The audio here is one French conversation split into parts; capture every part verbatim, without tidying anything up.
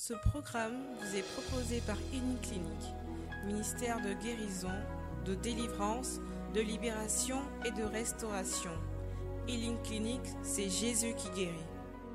Ce programme vous est proposé par Healing Clinic, ministère de guérison, de délivrance, de libération et de restauration. Healing Clinic, c'est Jésus qui guérit.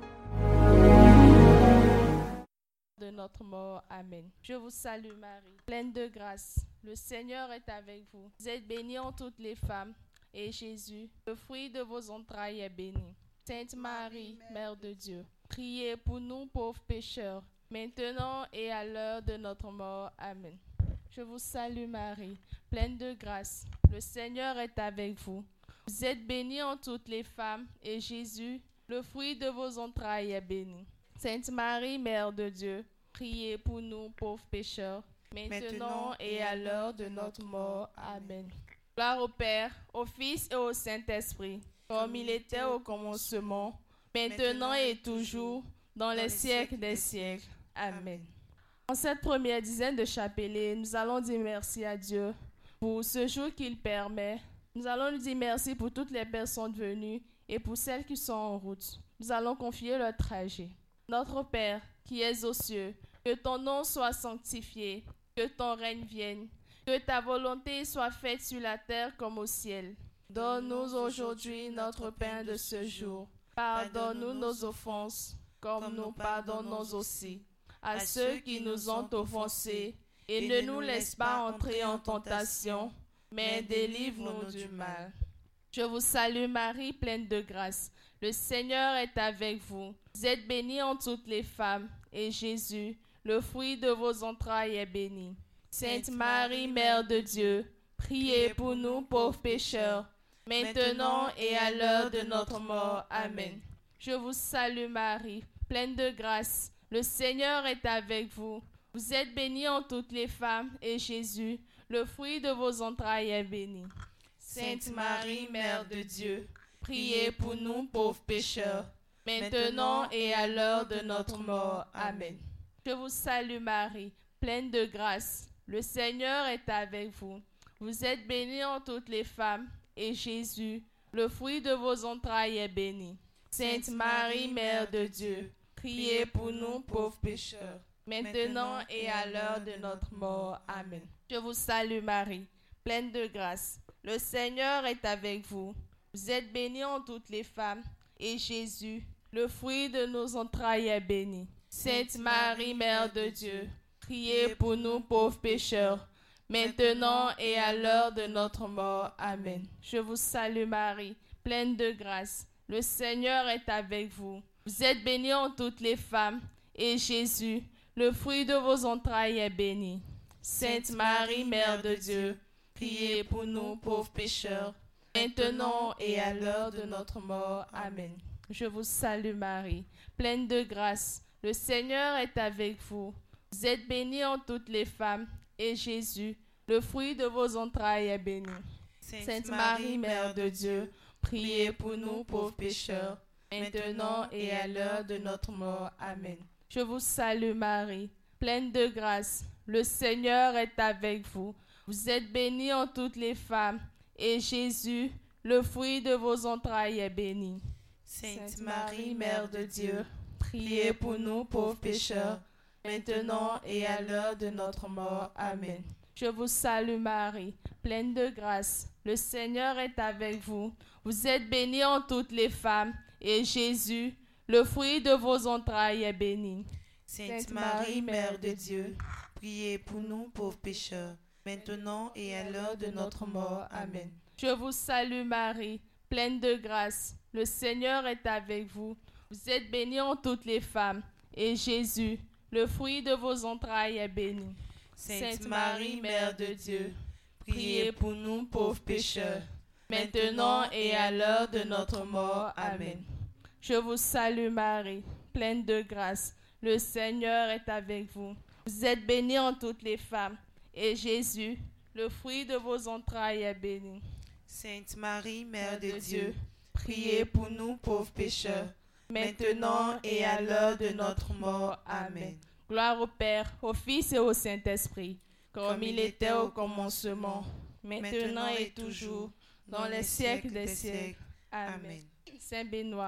De notre mort, Amen. Je vous salue Marie, pleine de grâce. Le Seigneur est avec vous. Vous êtes bénie en toutes les femmes, et Jésus, le fruit de vos entrailles, est béni. Sainte Marie, Mère de Dieu, priez pour nous pauvres pécheurs, maintenant et à l'heure de notre mort. Amen. Je vous salue Marie, pleine de grâce. Le Seigneur est avec vous. Vous êtes bénie en toutes les femmes, et Jésus, le fruit de vos entrailles, est béni. Sainte Marie, Mère de Dieu, priez pour nous pauvres pécheurs, maintenant et à l'heure de notre mort. Amen. Gloire au Père, au Fils et au Saint-Esprit, comme il était au commencement, maintenant et toujours, dans les siècles des siècles. Amen. En cette première dizaine de chapelets, nous allons dire merci à Dieu pour ce jour qu'il permet. Nous allons lui dire merci pour toutes les personnes venues et pour celles qui sont en route. Nous allons confier leur trajet. Notre Père, qui es aux cieux, que ton nom soit sanctifié, que ton règne vienne, que ta volonté soit faite sur la terre comme au ciel. Donne-nous aujourd'hui notre pain de ce jour. Pardonne-nous nos offenses, comme nous pardonnons aussi à ceux qui nous ont offensés, et ne nous laisse pas entrer en tentation, mais délivre-nous du mal. Je vous salue Marie, pleine de grâce. Le Seigneur est avec vous. Vous êtes bénie en toutes les femmes, et Jésus, le fruit de vos entrailles, est béni. Sainte Marie, Mère de Dieu, priez pour nous pauvres pécheurs, maintenant et à l'heure de notre mort. Amen. Je vous salue Marie, pleine de grâce. Le Seigneur est avec vous. Vous êtes bénie en toutes les femmes, et Jésus, le fruit de vos entrailles, est béni. Sainte Marie, Mère de Dieu, priez pour nous pauvres pécheurs, maintenant et à l'heure de notre mort. Amen. Je vous salue Marie, pleine de grâce. Le Seigneur est avec vous. Vous êtes bénie en toutes les femmes, et Jésus, le fruit de vos entrailles, est béni. Sainte Marie, Mère de Dieu, priez pour nous pauvres pécheurs, maintenant et à l'heure de notre mort. Amen. Je vous salue Marie, pleine de grâce. Le Seigneur est avec vous. Vous êtes bénie en toutes les femmes, et Jésus, le fruit de nos entrailles, est béni. Sainte Marie, Mère de Dieu, priez pour nous pauvres pécheurs, maintenant et à l'heure de notre mort. Amen. Je vous salue Marie, pleine de grâce. Le Seigneur est avec vous. Vous êtes bénie en toutes les femmes, et Jésus, le fruit de vos entrailles, est béni. Sainte Marie, Mère de Dieu, priez pour nous pauvres pécheurs, maintenant et à l'heure de notre mort. Amen. Je vous salue Marie, pleine de grâce. Le Seigneur est avec vous. Vous êtes bénie en toutes les femmes, et Jésus, le fruit de vos entrailles, est béni. Sainte Marie, Mère de Dieu, priez pour nous pauvres pécheurs, maintenant et à l'heure de notre mort. Amen. Je vous salue Marie, pleine de grâce. Le Seigneur est avec vous. Vous êtes bénie en toutes les femmes, et Jésus, le fruit de vos entrailles, est béni. Sainte Marie, Mère de Dieu, priez pour nous pauvres pécheurs, maintenant et à l'heure de notre mort. Amen. Je vous salue Marie, pleine de grâce. Le Seigneur est avec vous. Vous êtes bénie en toutes les femmes, et Jésus, le fruit de vos entrailles, est béni. Sainte Marie, Mère de Dieu, priez pour nous pauvres pécheurs, maintenant et à l'heure de notre mort. Amen. Je vous salue Marie, pleine de grâce. Le Seigneur est avec vous. Vous êtes bénie en toutes les femmes, et Jésus, le fruit de vos entrailles, est béni. Sainte Marie, Mère de Dieu, priez pour nous pauvres pécheurs, maintenant et à l'heure de notre mort. Amen. Je vous salue Marie, pleine de grâce. Le Seigneur est avec vous. Vous êtes bénie en toutes les femmes, et Jésus, le fruit de vos entrailles, est béni. Sainte Marie, Mère de Dieu, priez pour nous pauvres pécheurs, maintenant et à l'heure de notre mort. Amen. Gloire au Père, au Fils et au Saint-Esprit, comme il était au commencement, maintenant et toujours, dans les siècles des siècles. Amen. Saint Benoît,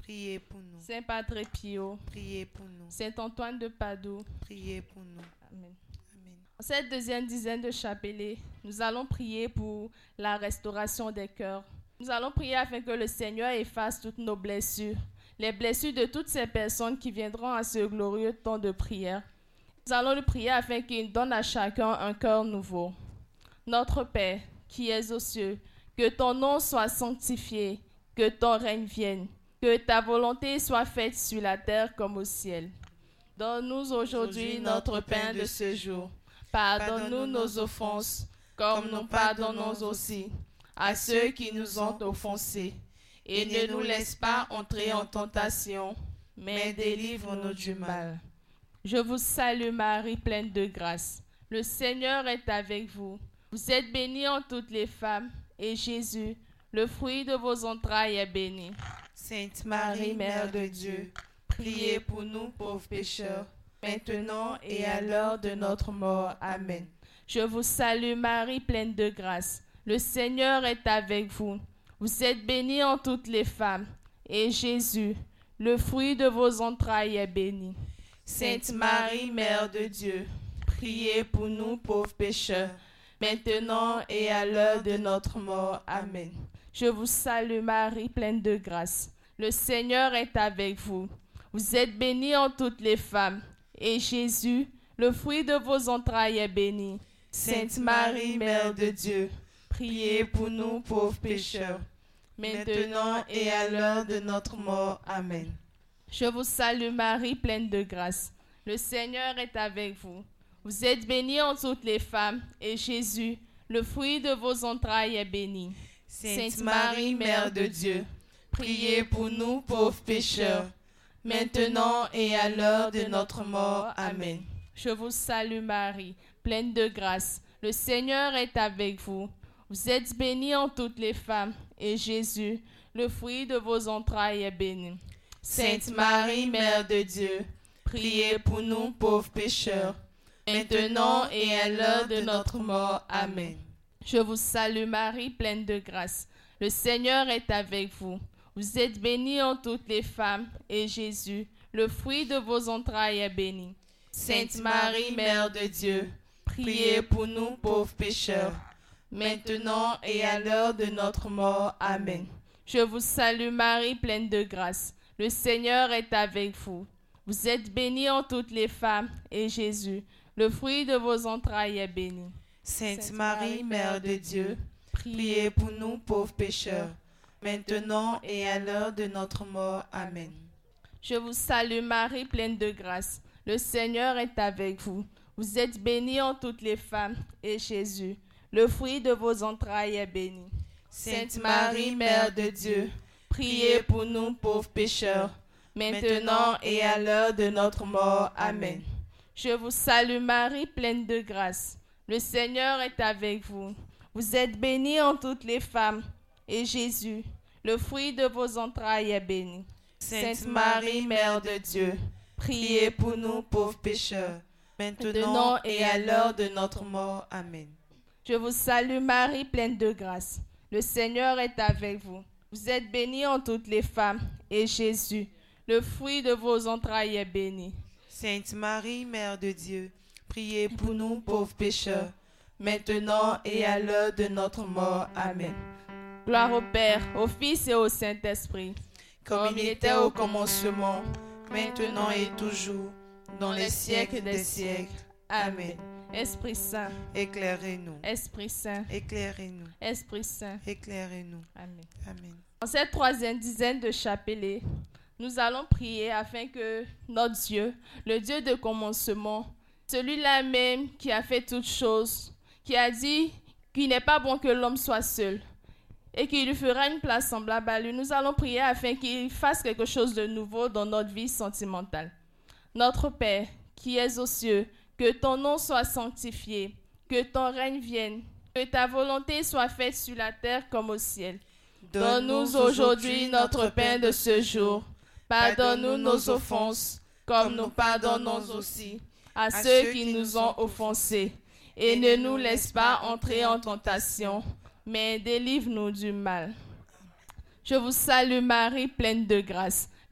priez pour nous. Saint Padre Pio, Priez pour nous. Saint Antoine de Padoue, Priez pour nous. Amen. Amen. En cette deuxième dizaine de chapelet, nous allons prier pour la restauration des cœurs. Nous allons prier afin que le Seigneur efface toutes nos blessures, les blessures de toutes ces personnes qui viendront à ce glorieux temps de prière. Nous allons le prier afin qu'il donne à chacun un cœur nouveau. Notre Père, qui es aux cieux, que ton nom soit sanctifié, que ton règne vienne, que ta volonté soit faite sur la terre comme au ciel. Donne-nous aujourd'hui notre pain de ce jour. Pardonne-nous nos offenses, comme nous pardonnons aussi à ceux qui nous ont offensés. Et ne nous laisse pas entrer en tentation, mais délivre-nous du mal. Je vous salue Marie, pleine de grâce. Le Seigneur est avec vous. Vous êtes bénie en toutes les femmes, et Jésus, le fruit de vos entrailles, est béni. Sainte Marie, Mère de Dieu, priez pour nous pauvres pécheurs, maintenant et à l'heure de notre mort. Amen. Je vous salue Marie, pleine de grâce. Le Seigneur est avec vous. Vous êtes bénie en toutes les femmes, et Jésus, le fruit de vos entrailles, est béni. Sainte Marie, Mère de Dieu, priez pour nous pauvres pécheurs, maintenant et à l'heure de notre mort. Amen. Je vous salue Marie, pleine de grâce. Le Seigneur est avec vous. Vous êtes bénie en toutes les femmes, et Jésus, le fruit de vos entrailles, est béni. Sainte Marie, Mère de Dieu, priez pour nous pauvres pécheurs, maintenant et à l'heure de notre mort. Amen. Je vous salue Marie, pleine de grâce. Le Seigneur est avec vous. Vous êtes bénie en toutes les femmes, et Jésus, le fruit de vos entrailles, est béni. Sainte Marie, Mère de Dieu, priez pour nous pauvres pécheurs, maintenant et à l'heure de notre mort. Amen. Je vous salue Marie, pleine de grâce. Le Seigneur est avec vous. Vous êtes bénie en toutes les femmes, et Jésus, le fruit de vos entrailles, est béni. Sainte Marie, Mère de Dieu, priez pour nous pauvres pécheurs, maintenant et à l'heure de notre mort. Amen. Je vous salue Marie, pleine de grâce. Le Seigneur est avec vous. Vous êtes bénie en toutes les femmes, et Jésus, le fruit de vos entrailles, est béni. Sainte Marie, Mère de Dieu, priez pour nous pauvres pécheurs, maintenant et à l'heure de notre mort. Amen. Je vous salue Marie, pleine de grâce. Le Seigneur est avec vous. Vous êtes bénie en toutes les femmes, et Jésus, le fruit de vos entrailles, est béni. Sainte Marie, Mère de Dieu, priez pour nous pauvres pécheurs, maintenant et à l'heure de notre mort. Amen. Je vous salue Marie, pleine de grâce. Le Seigneur est avec vous. Vous êtes bénie en toutes les femmes, et Jésus, le fruit de vos entrailles, est béni. Sainte Marie, Mère de Dieu, priez pour nous pauvres pécheurs, maintenant et à l'heure de notre mort. Amen. Je vous salue Marie, pleine de grâce. Le Seigneur est avec vous. Vous êtes bénie en toutes les femmes, et Jésus, le fruit de vos entrailles, est béni. Sainte Marie, Mère de Dieu, priez pour nous pauvres pécheurs, maintenant et à l'heure de notre mort. Amen. Je vous salue Marie, pleine de grâce. Le Seigneur est avec vous. Vous êtes bénie en toutes les femmes, et Jésus, le fruit de vos entrailles, est béni. Sainte Marie, Mère de Dieu, priez pour nous pauvres pécheurs, maintenant et à l'heure de notre mort. Amen. Gloire au Père, au Fils et au Saint-Esprit, comme il était au commencement, maintenant et toujours, dans les siècles des siècles. Amen. Esprit Saint, éclairez-nous. Esprit Saint, éclairez-nous. Esprit Saint, éclairez-nous. Amen. Amen. En cette troisième dizaine de chapelet, nous allons prier afin que notre Dieu, le Dieu de commencement, celui-là même qui a fait toutes choses, qui a dit qu'il n'est pas bon que l'homme soit seul et qu'il lui fera une place semblable à lui, nous allons prier afin qu'il fasse quelque chose de nouveau dans notre vie sentimentale. Notre Père, qui es aux cieux, que ton nom soit sanctifié, que ton règne vienne, que ta volonté soit faite sur la terre comme au ciel. Donne-nous aujourd'hui notre pain de ce jour. Pardonne-nous nos offenses, comme nous pardonnons aussi à ceux qui nous ont offensés. Et ne nous laisse pas entrer en tentation, mais délivre-nous du mal. Je vous salue Marie, pleine de grâce.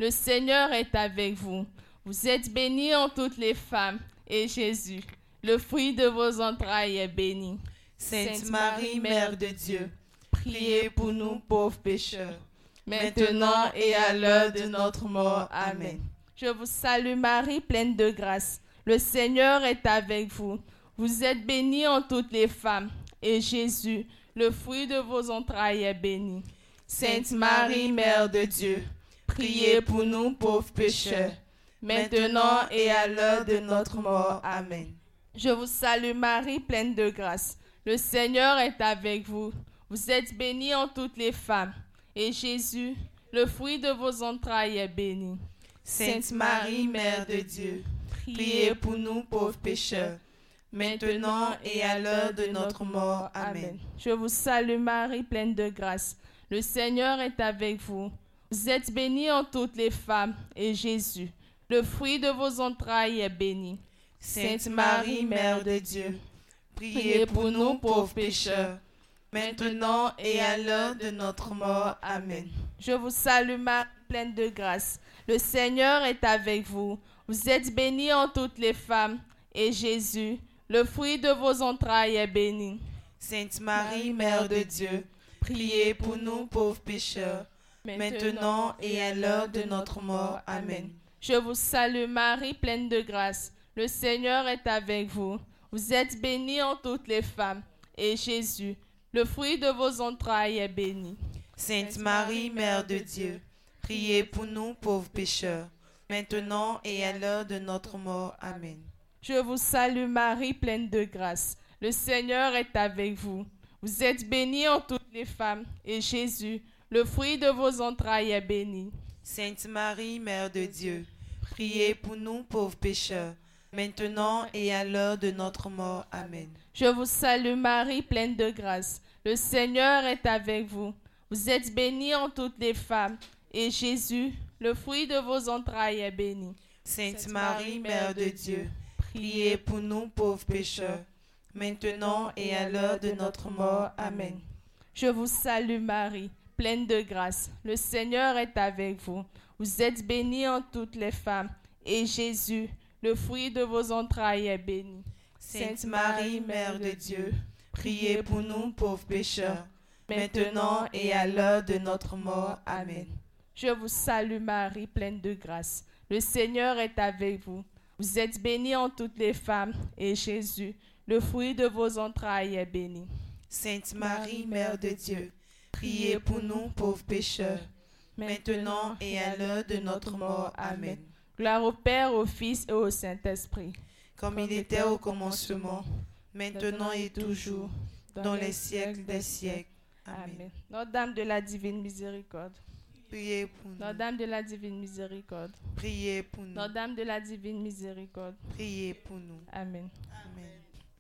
Le Seigneur est avec vous. Vous êtes bénie en toutes les femmes, et Jésus, le fruit de vos entrailles, est béni. Sainte Marie, Mère de Dieu, priez pour nous pauvres pécheurs, maintenant et à l'heure de notre mort. Amen. Je vous salue Marie, pleine de grâce. Le Seigneur est avec vous. Vous êtes bénie en toutes les femmes, et Jésus, le fruit de vos entrailles, est béni. Sainte Marie, Mère de Dieu, priez pour nous pauvres pécheurs, maintenant et à l'heure de notre mort. Amen. Je vous salue Marie, pleine de grâce. Le Seigneur est avec vous. Vous êtes bénie en toutes les femmes, et Jésus, le fruit de vos entrailles, est béni. Sainte Marie, Mère de Dieu, priez pour nous pauvres pécheurs, maintenant et à l'heure de notre mort. Amen. Je vous salue Marie, pleine de grâce. Le Seigneur est avec vous. Vous êtes bénie en toutes les femmes, et Jésus, le fruit de vos entrailles, est béni. Sainte Marie, Mère de Dieu, priez pour nous pauvres pécheurs, maintenant et à l'heure de notre mort. Amen. Je vous salue Marie, pleine de grâce. Le Seigneur est avec vous. Vous êtes bénie en toutes les femmes, et Jésus, le fruit de vos entrailles, est béni. Sainte Marie, Mère de Dieu, priez pour nous pauvres pécheurs, maintenant et à l'heure de notre mort. Amen. Je vous salue Marie, pleine de grâce. Le Seigneur est avec vous. Vous êtes bénie en toutes les femmes, et Jésus, le fruit de vos entrailles, est béni. Sainte Marie, Mère de Dieu, priez pour nous pauvres pécheurs, maintenant et à l'heure de notre mort. Amen. Je vous salue Marie, pleine de grâce. Le Seigneur est avec vous. Vous êtes bénie en toutes les femmes, et Jésus, le fruit de vos entrailles, est béni. Sainte Marie, Mère de Dieu, priez pour nous pauvres pécheurs, maintenant et à l'heure de notre mort. Amen. Je vous salue Marie, pleine de grâce. Le Seigneur est avec vous. Vous êtes bénie en toutes les femmes, et Jésus, le fruit de vos entrailles, est béni. Sainte Marie, Mère de Dieu, priez pour nous pauvres pécheurs, maintenant et à l'heure de notre mort. Amen. Je vous salue Marie, pleine de grâce. Le Seigneur est avec vous. Vous êtes bénie en toutes les femmes, et Jésus, le fruit de vos entrailles, est béni. Sainte Marie, Mère de Dieu, priez pour nous pauvres pécheurs, maintenant et à l'heure de notre mort. Amen. Je vous salue Marie, pleine de grâce. Le Seigneur est avec vous. Vous êtes bénie en toutes les femmes, et Jésus, le fruit de vos entrailles, est béni. Sainte Marie, Mère de Dieu, priez pour nous pauvres pécheurs, maintenant et à l'heure de notre mort. Amen. Gloire au Père, au Fils et au Saint-Esprit. Comme il était au commencement, maintenant et toujours, dans les siècles des siècles. Amen. Notre-Dame de la divine miséricorde, priez pour nous. Notre-Dame de la divine miséricorde, priez pour nous. Notre-Dame de la divine miséricorde, priez pour nous. Amen. Amen.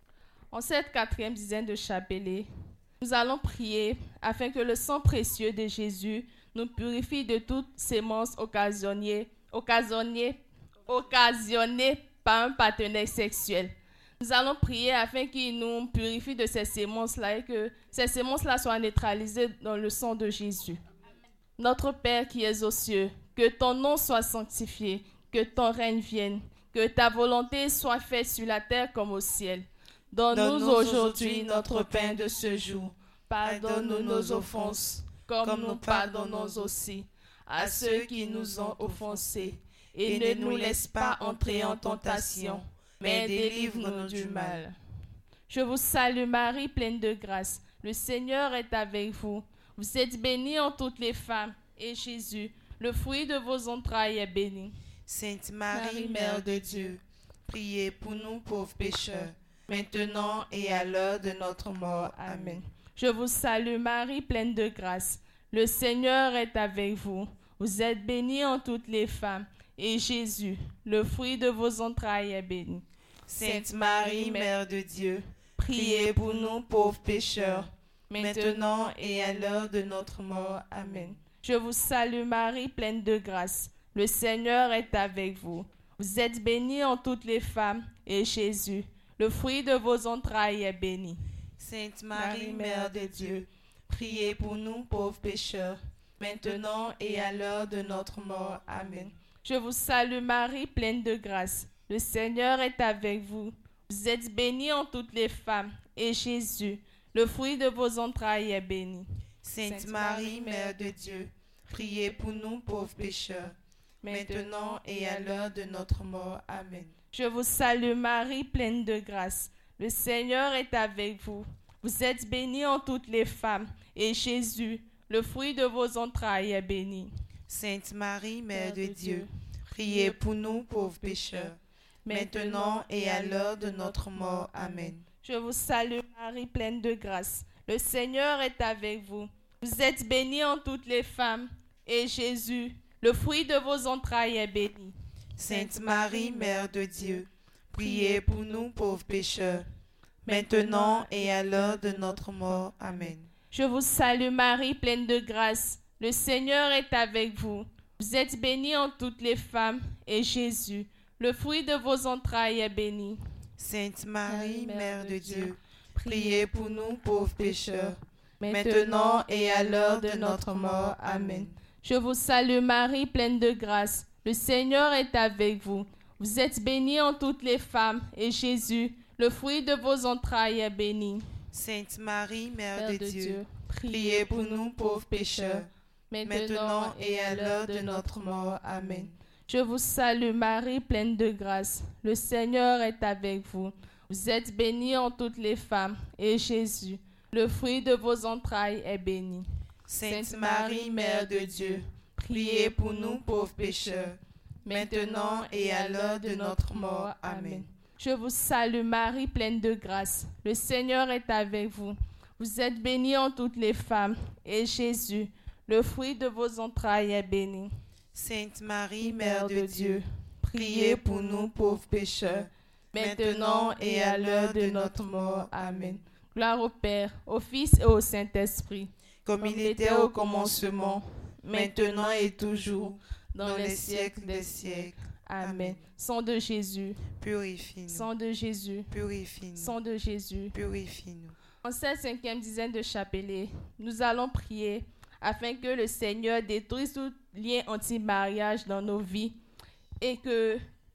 En cette quatrième dizaine de chapelet, nous allons prier afin que le sang précieux de Jésus nous purifie de toute sémence occasionnée, occasionnée, occasionnée par un partenaire sexuel. Nous allons prier afin qu'il nous purifie de ces sémences-là et que ces sémences-là soient neutralisées dans le sang de Jésus. Notre Père qui es aux cieux, que ton nom soit sanctifié, que ton règne vienne, que ta volonté soit faite sur la terre comme au ciel. Donne-nous aujourd'hui notre pain de ce jour. Pardonne-nous nos offenses, comme nous pardonnons aussi à ceux qui nous ont offensés. Et ne nous laisse pas entrer en tentation, mais délivre-nous du mal. Je vous salue Marie, pleine de grâce. Le Seigneur est avec vous. Vous êtes bénie en toutes les femmes, et Jésus, le fruit de vos entrailles, est béni. Sainte Marie, Mère de Dieu, priez pour nous pauvres pécheurs, maintenant et à l'heure de notre mort. Amen. Je vous salue Marie, pleine de grâce. Le Seigneur est avec vous. Vous êtes bénie en toutes les femmes, et Jésus, le fruit de vos entrailles, est béni. Sainte Marie, Mère de Dieu, priez pour nous pauvres pécheurs, maintenant et à l'heure de notre mort. Amen. Je vous salue Marie, pleine de grâce. Le Seigneur est avec vous. Vous êtes bénie en toutes les femmes, et Jésus, le fruit de vos entrailles, est béni. Sainte Marie, Mère de Dieu, priez pour nous pauvres pécheurs, maintenant et à l'heure de notre mort. Amen. Je vous salue Marie, pleine de grâce. Le Seigneur est avec vous. Vous êtes bénie en toutes les femmes, et Jésus, le fruit de vos entrailles, est béni. Sainte Marie, Mère de Dieu, priez pour nous pauvres pécheurs, maintenant et à l'heure de notre mort. Amen. Je vous salue Marie, pleine de grâce. Le Seigneur est avec vous. Vous êtes bénie en toutes les femmes, et Jésus, le fruit de vos entrailles, est béni. Sainte Marie, Mère de Dieu, priez pour nous pauvres pécheurs, maintenant et à l'heure de notre mort. Amen. Je vous salue Marie, pleine de grâce. Le Seigneur est avec vous. Vous êtes bénie en toutes les femmes, et Jésus, le fruit de vos entrailles, est béni. Sainte Marie, Mère de Dieu, priez pour nous pauvres pécheurs, maintenant et à l'heure de notre mort. Amen. Je vous salue Marie, pleine de grâce. Le Seigneur est avec vous. Vous êtes bénie en toutes les femmes, et Jésus, le fruit de vos entrailles, est béni. Sainte Marie, Mère de Dieu, priez pour nous pauvres pécheurs, maintenant et à l'heure de notre mort. Amen. Je vous salue Marie, pleine de grâce. Le Seigneur est avec vous. Vous êtes bénie en toutes les femmes, et Jésus, le fruit de vos entrailles, est béni. Sainte Marie, Mère de Dieu, priez pour nous pauvres pécheurs, maintenant et à l'heure de notre mort. Amen. Je vous salue Marie, pleine de grâce. Le Seigneur est avec vous. Vous êtes bénie en toutes les femmes, et Jésus, le fruit de vos entrailles, est béni. Sainte Marie, Mère de Dieu, priez pour nous pauvres pécheurs, maintenant et à l'heure de notre mort. Amen. Je vous salue Marie, pleine de grâce. Le Seigneur est avec vous. Vous êtes bénie en toutes les femmes, et Jésus, le fruit de vos entrailles, est béni. Sainte Marie, Mère de Dieu, priez pour nous pauvres pécheurs, maintenant et à l'heure de notre mort. Amen. Gloire au Père, au Fils et au Saint-Esprit, comme il était au commencement, maintenant et toujours, dans les siècles des siècles. Amen. Sang de Jésus, purifie-nous. Sang de Jésus, purifie-nous. Sang de Jésus, purifie-nous. En cette cinquième dizaine de chapelet, nous allons prier afin que le Seigneur détruise tout lien anti-mariage dans nos vies et que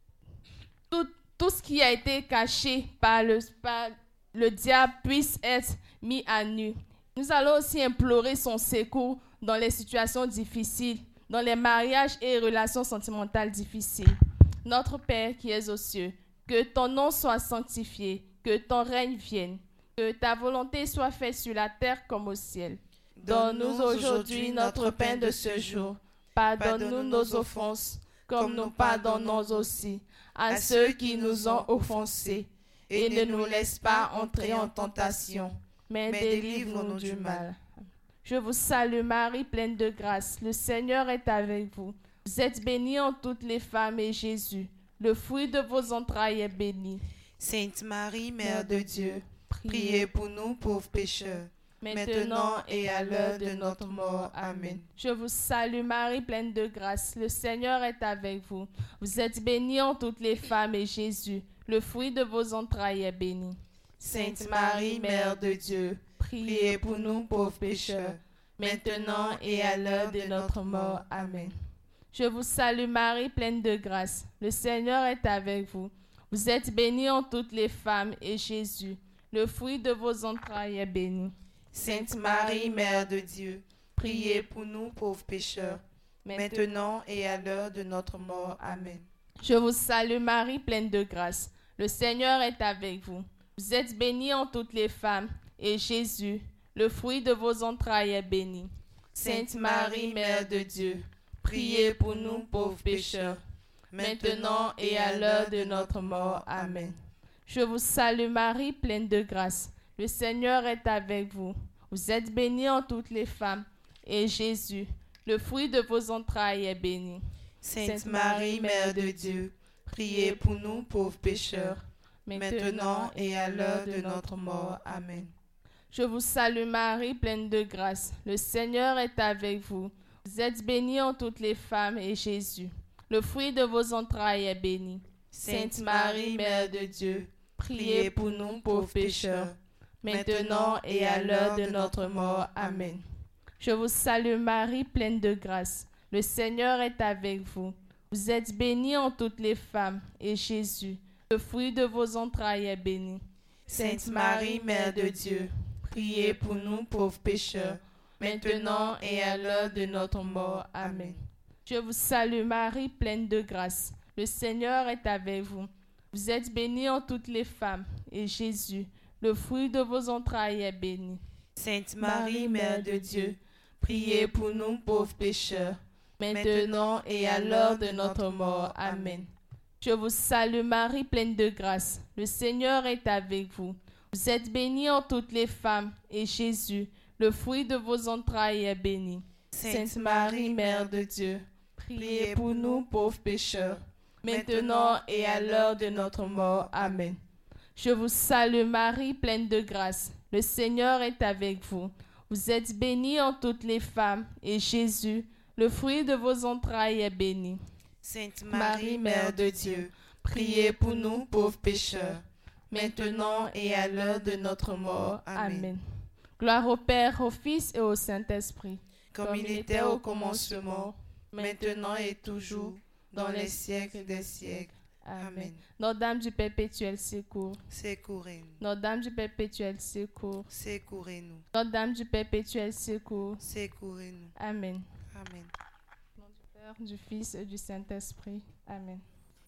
tout, tout ce qui a été caché par le, par le diable puisse être mis à nu. Nous allons aussi implorer son secours dans les situations difficiles, dans les mariages et relations sentimentales difficiles. Notre Père qui es aux cieux, que ton nom soit sanctifié, que ton règne vienne, que ta volonté soit faite sur la terre comme au ciel. Donne-nous aujourd'hui notre pain de ce jour. Pardonne-nous nos offenses, comme nous pardonnons aussi à ceux qui nous ont offensés. Et ne nous laisse pas entrer en tentation, mais délivre-nous du mal. Je vous salue Marie, pleine de grâce. Le Seigneur est avec vous. Vous êtes bénie en toutes les femmes, et Jésus, le fruit de vos entrailles, est béni. Sainte Marie, Mère de Dieu, priez pour nous pauvres pécheurs, maintenant et à l'heure de notre mort. Amen. Je vous salue Marie, pleine de grâce. Le Seigneur est avec vous. Vous êtes bénie en toutes les femmes, et Jésus, le fruit de vos entrailles, est béni. Sainte Marie, Mère de Dieu, priez pour nous pauvres pécheurs, maintenant et à l'heure de notre mort. Amen. Je vous salue Marie, pleine de grâce. Le Seigneur est avec vous. Vous êtes bénie en toutes les femmes, et Jésus, le fruit de vos entrailles, est béni. Sainte Marie, Mère de Dieu, priez pour nous pauvres pécheurs, maintenant et à l'heure de notre mort. Amen. Je vous salue Marie, pleine de grâce. Le Seigneur est avec vous. Vous êtes bénie en toutes les femmes, et Jésus, le fruit de vos entrailles, est béni. Sainte Marie, Mère de Dieu, priez pour nous pauvres pécheurs, maintenant et à l'heure de notre mort. Amen. Je vous salue Marie, pleine de grâce. Le Seigneur est avec vous. Vous êtes bénie en toutes les femmes, et Jésus, le fruit de vos entrailles, est béni. Sainte Marie, Mère de Dieu, priez pour nous pauvres pécheurs, maintenant et à l'heure de notre mort. Amen. Je vous salue Marie, pleine de grâce. Le Seigneur est avec vous. Vous êtes bénie en toutes les femmes, et Jésus, le fruit de vos entrailles, est béni. Sainte Marie, Mère de Dieu, priez pour nous pauvres pécheurs, maintenant et à l'heure de notre mort. Amen. Je vous salue Marie, pleine de grâce. Le Seigneur est avec vous. Vous êtes bénie en toutes les femmes, et Jésus, le fruit de vos entrailles, est béni. Sainte Marie, Mère de Dieu, priez pour nous pauvres pécheurs, maintenant et à l'heure de notre mort. Amen. Je vous salue Marie, pleine de grâce. Le Seigneur est avec vous. Vous êtes bénie en toutes les femmes, et Jésus, le fruit de vos entrailles, est béni. Sainte Marie, Mère de Dieu, priez pour nous pauvres pécheurs, maintenant et à l'heure de notre mort. Amen. Je vous salue Marie, pleine de grâce. Le Seigneur est avec vous. Vous êtes bénie en toutes les femmes, et Jésus, le fruit de vos entrailles, est béni. Sainte Marie, Mère de Dieu, priez pour nous pauvres pécheurs, maintenant et à l'heure de notre mort. Amen. Je vous salue Marie, pleine de grâce. Le Seigneur est avec vous. Vous êtes bénie en toutes les femmes, et Jésus, le fruit de vos entrailles, est béni. Sainte Marie, Mère de Dieu, priez pour nous pauvres pécheurs, maintenant et à l'heure de notre mort. Amen. Amen. Gloire au Père, au Fils et au Saint-Esprit, comme il était au commencement, maintenant et toujours, dans les siècles des siècles. Amen. Notre-Dame du perpétuel secours, secourez-nous. Notre-Dame du perpétuel secours, secourez-nous. Notre-Dame du perpétuel secours, secourez-nous. Amen. Amen. Au nom du Père, du Fils et du Saint-Esprit. Amen.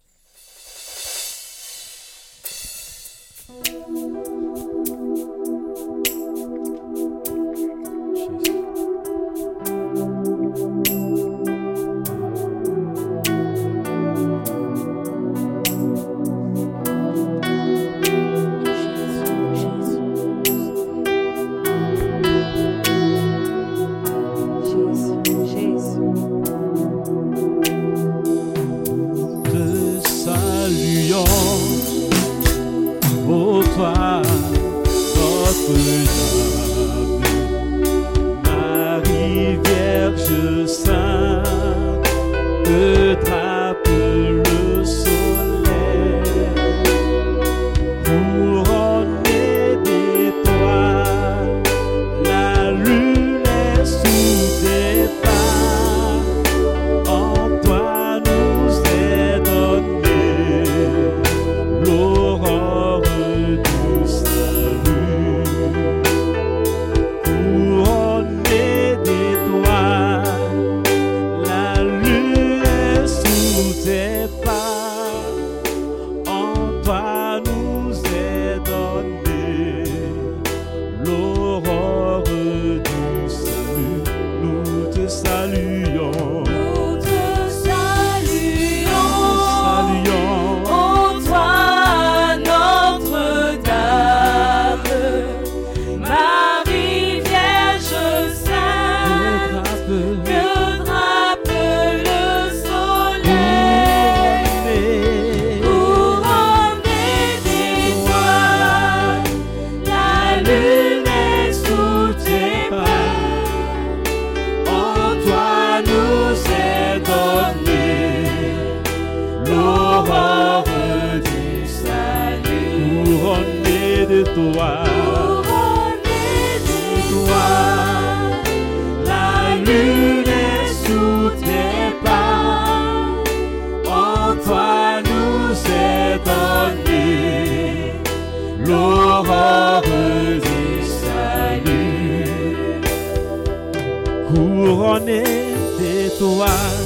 Couronné d'étoiles,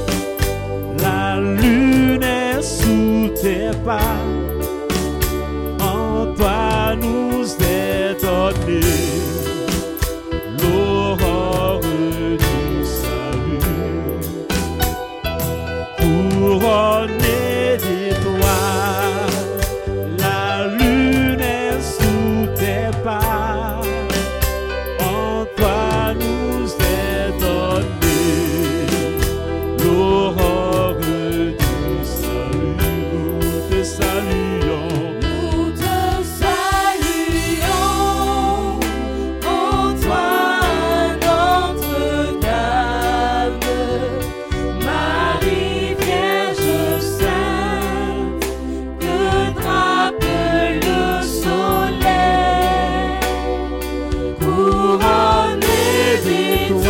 la lune est sous tes pas. En toi nous est donné l'aurore du salut. Couronné d'étoiles, la lune est sous tes pas. En toi nous est donné l'aurore du salut. Nous te saluons. Nous te saluons, ô toi Notre-Dame, Marie Vierge Sainte, que drape le soleil, couronnée d'étoiles.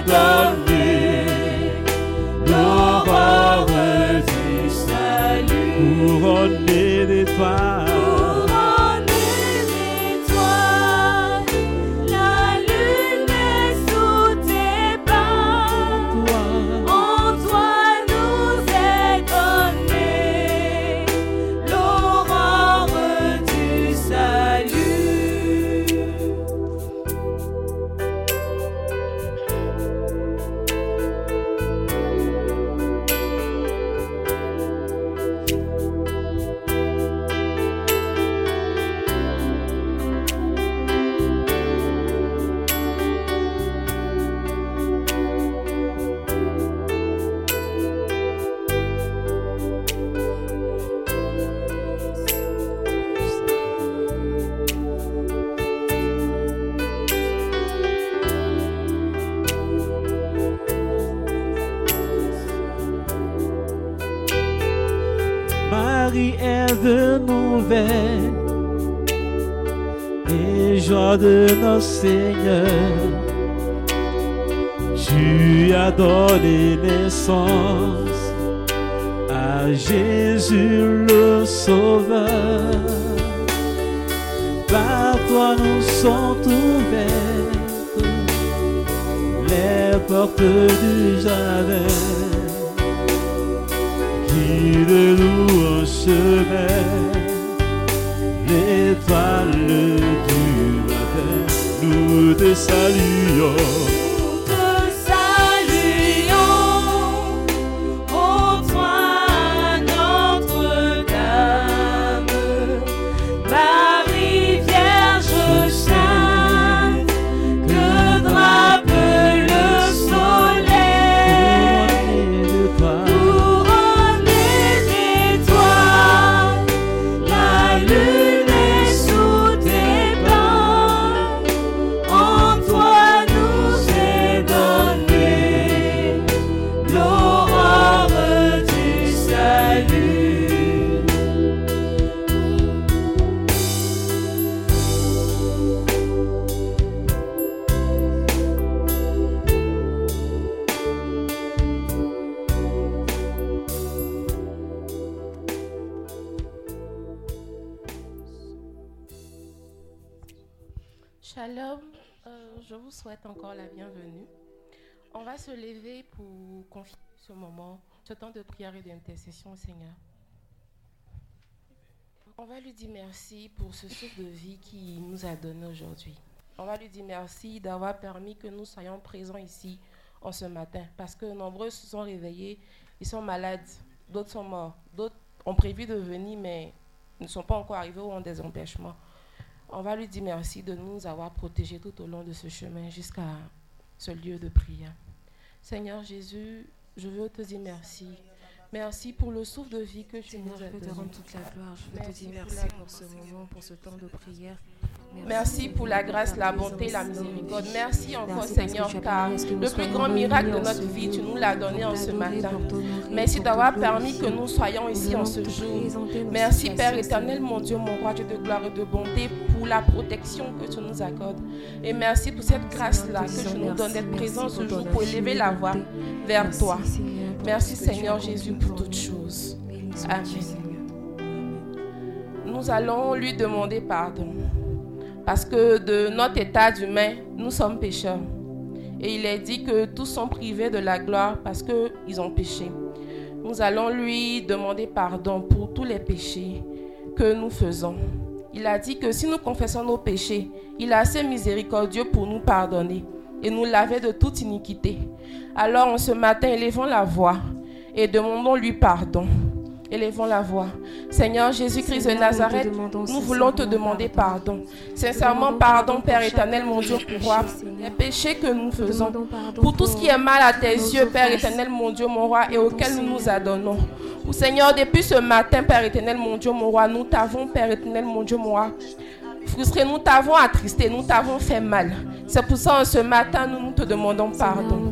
donné l'aurore du salut, couronné d'étoiles. Marie est de nouvelles et joie de notre Seigneur. Tu as donné naissance à Jésus le Sauveur. Par toi nous sont ouvertes les portes du jardin. Qui de nous en chemin, l'étoile du matin, nous te saluons. Nous te saluons, ô toi Notre-Dame, Marie Vierge sainte, que drape le soleil. Shalom, euh, je vous souhaite encore la bienvenue. On va se lever pour confier ce moment, ce temps de prière et d'intercession au Seigneur. On va lui dire merci pour ce souffle de vie qu'il nous a donné aujourd'hui. On va lui dire merci d'avoir permis que nous soyons présents ici en ce matin, parce que nombreux se sont réveillés, ils sont malades, d'autres sont morts, d'autres ont prévu de venir mais ne sont pas encore arrivés ou ont des empêchements. On va lui dire merci de nous avoir protégés tout au long de ce chemin jusqu'à ce lieu de prière. Seigneur Jésus, je veux te dire merci. Merci pour le souffle de vie que tu Seigneur, nous as donné. je veux te rendre toute la gloire. Je veux Merci te dire pour merci la- pour ce moment, pour ce temps de prière. Merci pour la grâce, la bonté, la miséricorde. Merci encore, Merci Seigneur, parce que tu as car permis à ce que nous le plus soyons grand réunis miracle de en notre ce vie, lieu tu nous l'as donné en pour ce t'adorer, matin. pour t'honorer, Merci pour d'avoir te permis que glorifier. nous soyons Nous ici en allons ce te jour. présenter nos Merci, situations, Père éternel, Seigneur. mon Dieu, mon roi, Dieu de gloire et de bonté, pour la protection que tu nous accordes. Et merci pour cette grâce-là que tu nous donnes d'être présents ce jour pour élever la voix vers Merci, toi. Seigneur, pour Merci, ce que tu as Seigneur accompli Jésus, pour pour toutes nous. choses. Béni sois-tu, Amen. Seigneur. Nous allons lui demander pardon. Parce que de notre état d'humain, nous sommes pécheurs. Et il est dit que tous sont privés de la gloire parce qu'ils ont péché. Nous allons lui demander pardon pour tous les péchés que nous faisons. Il a dit que si nous confessons nos péchés, il est assez miséricordieux pour nous pardonner et nous laver de toute iniquité. Alors en ce matin, élevons la voix et demandons-lui pardon. Élevons la voix. Seigneur Jésus-Christ de Seigneur, nous te Nazareth, demandons nous voulons te sincèrement demander pardon. pardon. Sincèrement, demandons pardon, pardon Père pour éternel, chacun mon de Dieu, nos pour péchés, roi, Seigneur. les péchés que nous Nous te faisons, demandons pardon pour tout ce qui est mal à tes nos yeux, Père offenses. éternel, mon Dieu, mon roi, et Pardon, auquel nous nous Seigneur. adonnons. Ou Seigneur, depuis ce matin, Père éternel, mon Dieu, mon roi, nous t'avons, Père éternel, mon Dieu, mon roi, frustré, nous t'avons attristé, nous t'avons fait mal. C'est pour ça, ce matin, nous, nous te demandons pardon.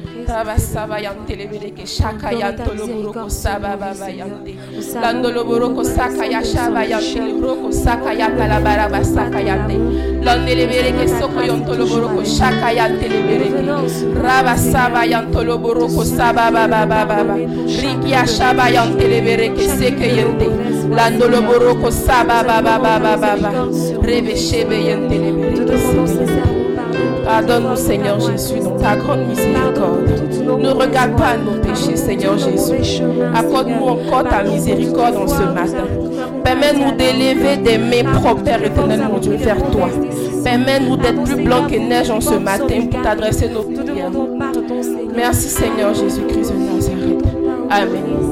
Pardonne-nous, Seigneur Jésus, dans ta grande miséricorde. Ne regarde pas nos péchés, Seigneur Jésus. Accorde-nous encore ta miséricorde en ce matin. Permets-nous d'élever des mains propres, Père éternel, mon Dieu, vers toi. Permets-nous d'être plus blancs que neige en ce matin pour t'adresser nos prières. Merci, Seigneur Jésus-Christ de Nazareth. Amen.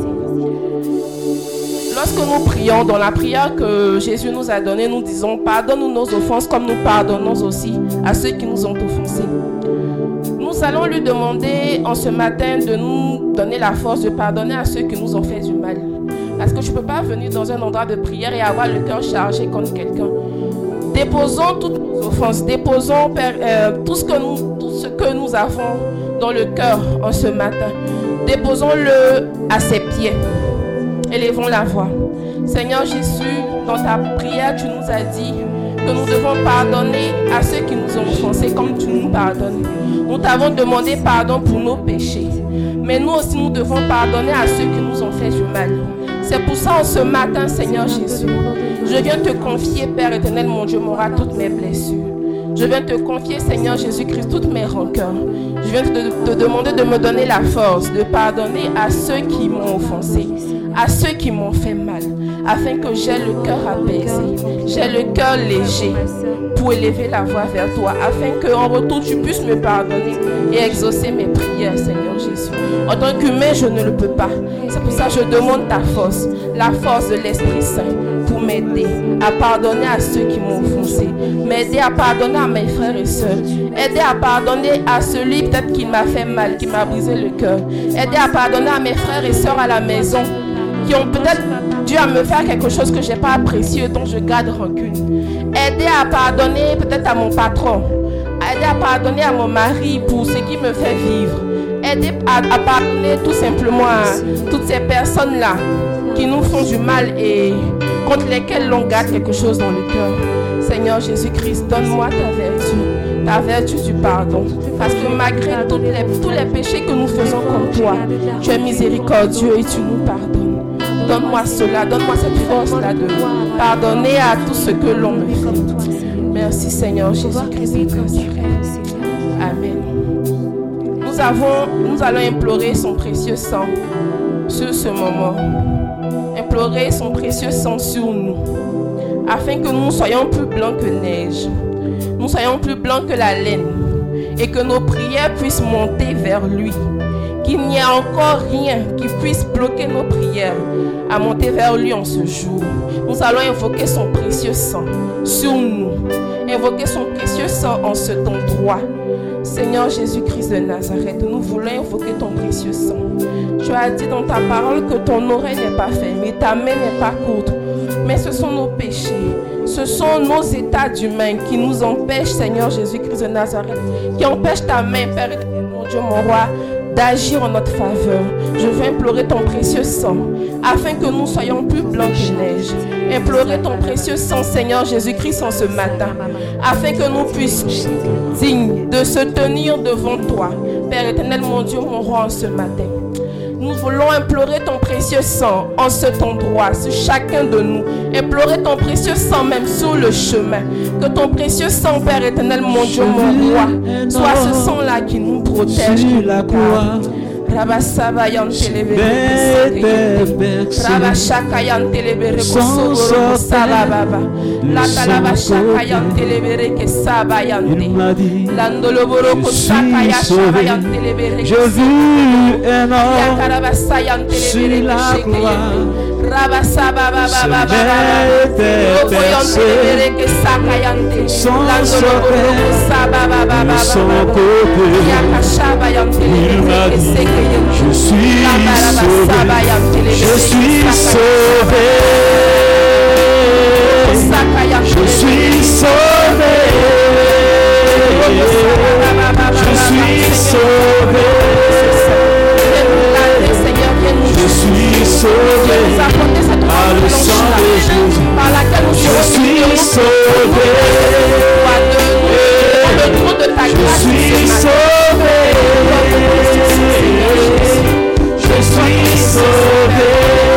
Lorsque nous prions dans la prière que Jésus nous a donnée, nous disons pardonne-nous nos offenses comme nous pardonnons aussi à ceux qui nous ont offensés. Nous allons lui demander en ce matin de nous donner la force de pardonner à ceux qui nous ont fait du mal. Parce que je ne peux pas venir dans un endroit de prière et avoir le cœur chargé contre quelqu'un. Déposons toutes nos offenses, déposons euh, tout, ce que nous, tout ce que nous avons dans le cœur en ce matin. Déposons-le à ses pieds. Élevons la voix. Seigneur Jésus, dans ta prière, tu nous as dit que nous devons pardonner à ceux qui nous ont offensés comme tu nous pardonnes. Nous t'avons demandé pardon pour nos péchés. Mais nous aussi, nous devons pardonner à ceux qui nous ont fait du mal. C'est pour ça, en ce matin, Seigneur Jésus, je viens te confier, Père éternel, mon Dieu, mon roi, toutes mes blessures. Je viens te confier, Seigneur Jésus-Christ, toutes mes rancœurs. Je viens te, te demander de me donner la force de pardonner à ceux qui m'ont offensé, à ceux qui m'ont fait mal, afin que j'ai le cœur apaisé, j'ai le cœur léger pour élever la voix vers toi, afin qu'en retour tu puisses me pardonner et exaucer mes prières, Seigneur Jésus. En tant qu'humain, je ne le peux pas. C'est pour ça que je demande ta force, la force de l'Esprit Saint, pour m'aider à pardonner à ceux qui m'ont offensé, m'aider à pardonner à mes frères et sœurs, aider à pardonner à celui peut-être qui m'a fait mal, qui m'a brisé le cœur, aider à pardonner à mes frères et sœurs à la maison, qui ont peut-être dû à me faire quelque chose que je n'ai pas apprécié, dont je garde rancune. Aider à pardonner peut-être à mon patron. Aider à pardonner à mon mari pour ce qui me fait vivre. Aider à, à pardonner tout simplement à toutes ces personnes-là qui nous font du mal et contre lesquelles l'on garde quelque chose dans le cœur. Seigneur Jésus-Christ, donne-moi ta vertu, ta vertu du pardon. Parce que malgré toutes les, tous les péchés que nous faisons comme toi, tu es miséricordieux et tu nous pardonnes. Donne-moi cela, donne-moi cette force-là de pardonner à tout ce que l'on me fait. Merci Seigneur Jésus-Christ de Nazareth. Amen. Nous, avons, nous allons implorer son précieux sang sur ce moment. Implorer son précieux sang sur nous, afin que nous soyons plus blancs que neige, nous soyons plus blancs que la laine, et que nos prières puissent monter vers lui. Qu'il n'y ait encore rien qui puisse bloquer nos prières à monter vers lui en ce jour. Nous allons invoquer son précieux sang sur nous. Invoquer son précieux sang en cet endroit. Seigneur Jésus-Christ de Nazareth, nous voulons invoquer ton précieux sang. Tu as dit dans ta parole que ton oreille n'est pas fermée, ta main n'est pas courte. Mais ce sont nos péchés, ce sont nos états d'humains qui nous empêchent, Seigneur Jésus-Christ de Nazareth, qui empêchent ta main, Père éternel, mon Dieu, mon roi, d'agir en notre faveur. Je veux implorer ton précieux sang, afin que nous soyons plus blancs que neige. Implorer ton précieux sang, Seigneur Jésus-Christ, en ce matin, afin que nous puissions, dignes de se tenir devant toi, Père éternel, mon Dieu, mon roi, en ce matin. Nous voulons implorer ton précieux sang en cet endroit, sur chacun de nous. Implorer ton précieux sang même sur le chemin. Que ton précieux sang, Père éternel, mon Dieu, mon roi, soit ce sang-là qui nous protège. La croix. Rabasabayan telebere Rabashakayan telebere Kosoboro Sababa La Talabashakayan telebere Kesabayante Landoloboro Kosakaya Shabayan telebere Je vis un homme sur la croix. Rabasababa Je suis sauvé, je suis sauvé, je suis sauvé, Je suis sauvé. Je suis sauvé par le sang de Jésus. Je suis sauvé. Je suis sauvé. Je suis sauvé.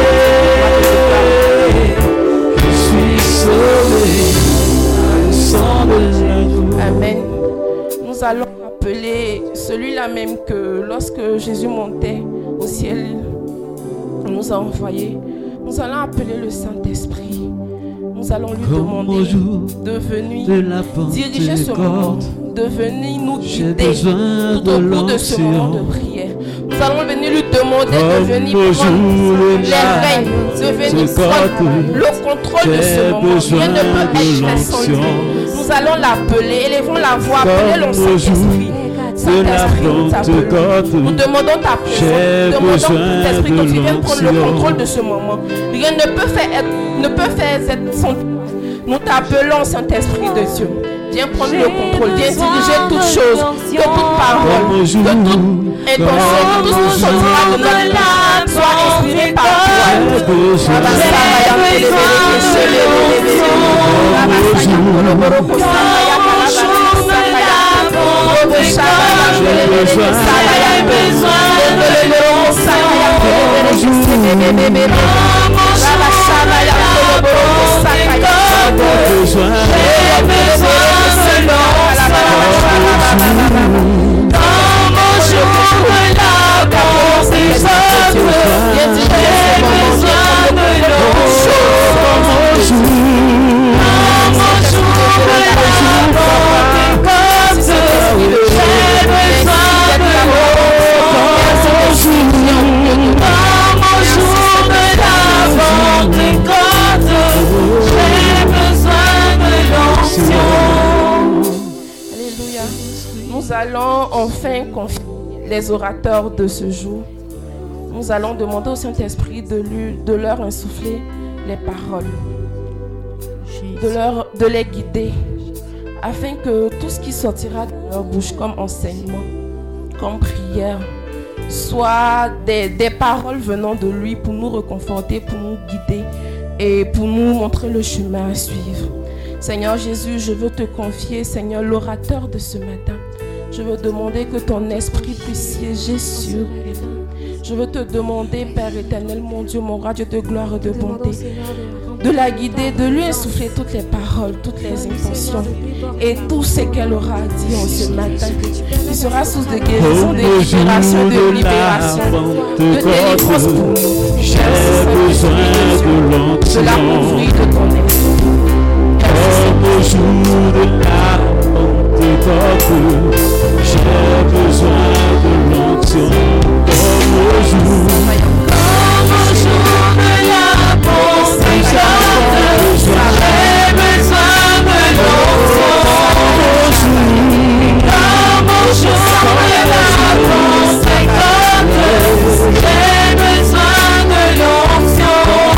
Je suis sauvé par le sang de l'agneau. Amen. Nous allons appeler celui-là même que lorsque Jésus montait au ciel, il nous a envoyé. Nous allons appeler le Saint-Esprit. Nous allons lui demander de venir diriger ce moment, de venir nous guider tout au cours de ce moment de prière. Nous allons venir lui demander de venir prendre les règnes, de venir prendre le contrôle de ce moment. Rien ne peut être fait sans lui. Nous allons l'appeler, élevons la voix, appelez-le Saint-Esprit. Saint-Esprit, nous t'appelons. Nous demandons ta présence. Nous demandons Saint-Esprit que tu viennes prendre le contrôle de ce moment. Rien ne peut faire être, ne peut faire être sans. Nous t'appelons Saint-Esprit de Dieu. Viens prendre le contrôle, viens diriger toutes choses, que toute parole, que toute intention, que tout ce qui sortira de notre bouche soit inspiré par toi. Nous allons enfin confier les orateurs de ce jour. Nous allons demander au Saint-Esprit de, lui, de leur insuffler les paroles, de, leur, de les guider, afin que tout ce qui sortira de leur bouche comme enseignement, comme prière, soit des, des paroles venant de lui pour nous réconforter, pour nous guider et pour nous montrer le chemin à suivre. Seigneur Jésus, je veux te confier, Seigneur, l'orateur de ce matin. Je veux demander que ton esprit puisse siéger sur lui. Je veux te demander, Père éternel, mon Dieu, mon roi, Dieu de gloire et de bonté, de la guider, de lui insuffler toutes les paroles, toutes les intentions et tout ce qu'elle aura à dire en ce matin. Il sera source de guérison, de libération, de libération, de délivrance pour nous. J'ai besoin de la conduite de ton esprit. Comme au jour de la Pentecôte, j'ai besoin de l'onction. Comme au jour, comme au jour de la Pentecôte, j'ai besoin de l'onction. Comme au jour de la Pentecôte, j'ai besoin de l'onction.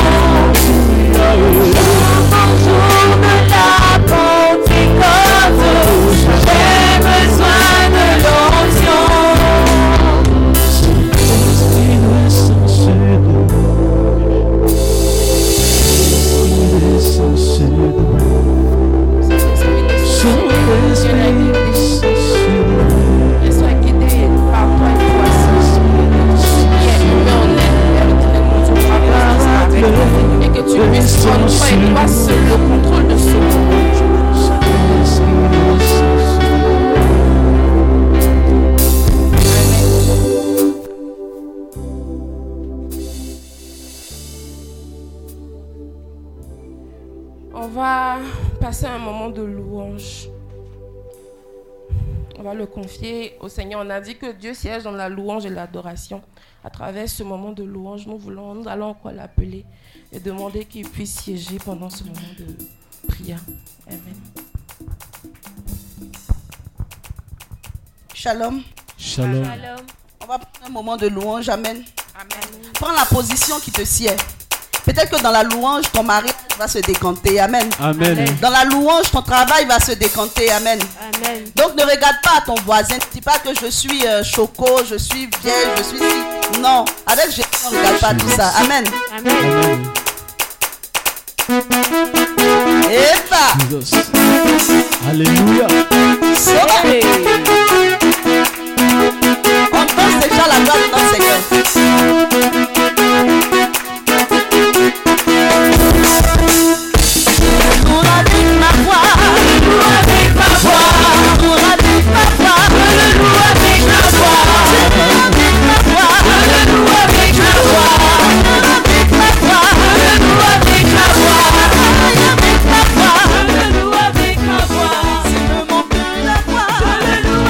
Et que tu puisses prendre toi et toi seul le contrôle de ce monde. On va passer un moment de louange. On va le confier au Seigneur. On a dit que Dieu siège dans la louange et l'adoration. À travers ce moment de louange, nous, voulons, nous allons encore l'appeler et demander qu'il puisse siéger pendant ce moment de prière. Amen. Shalom. Shalom. On va prendre un moment de louange. Amen. Amen. Prends la position qui te sied. Peut-être que dans la louange, ton mari va va se décanter. Amen. Amen. Dans la louange, ton travail va se décanter. Amen. Amen. Donc ne regarde pas à ton voisin. Ne dis pas que je suis euh, choco, je suis vieille, je suis si. Non. Avec Jésus, on ne regarde pas tout ça. Amen. Amen. Et va. Jesus. Alléluia. Sauvé. On danse déjà la gloire de notre Seigneur. Pour avec ma voix, pour avec ma voix, pour avec ma voix, pour avec ma voix, avec ma voix, pour avec ma voix, avec ma voix, pour avec ma voix, avec ma voix, avec ma voix, c'est le manque de la voix.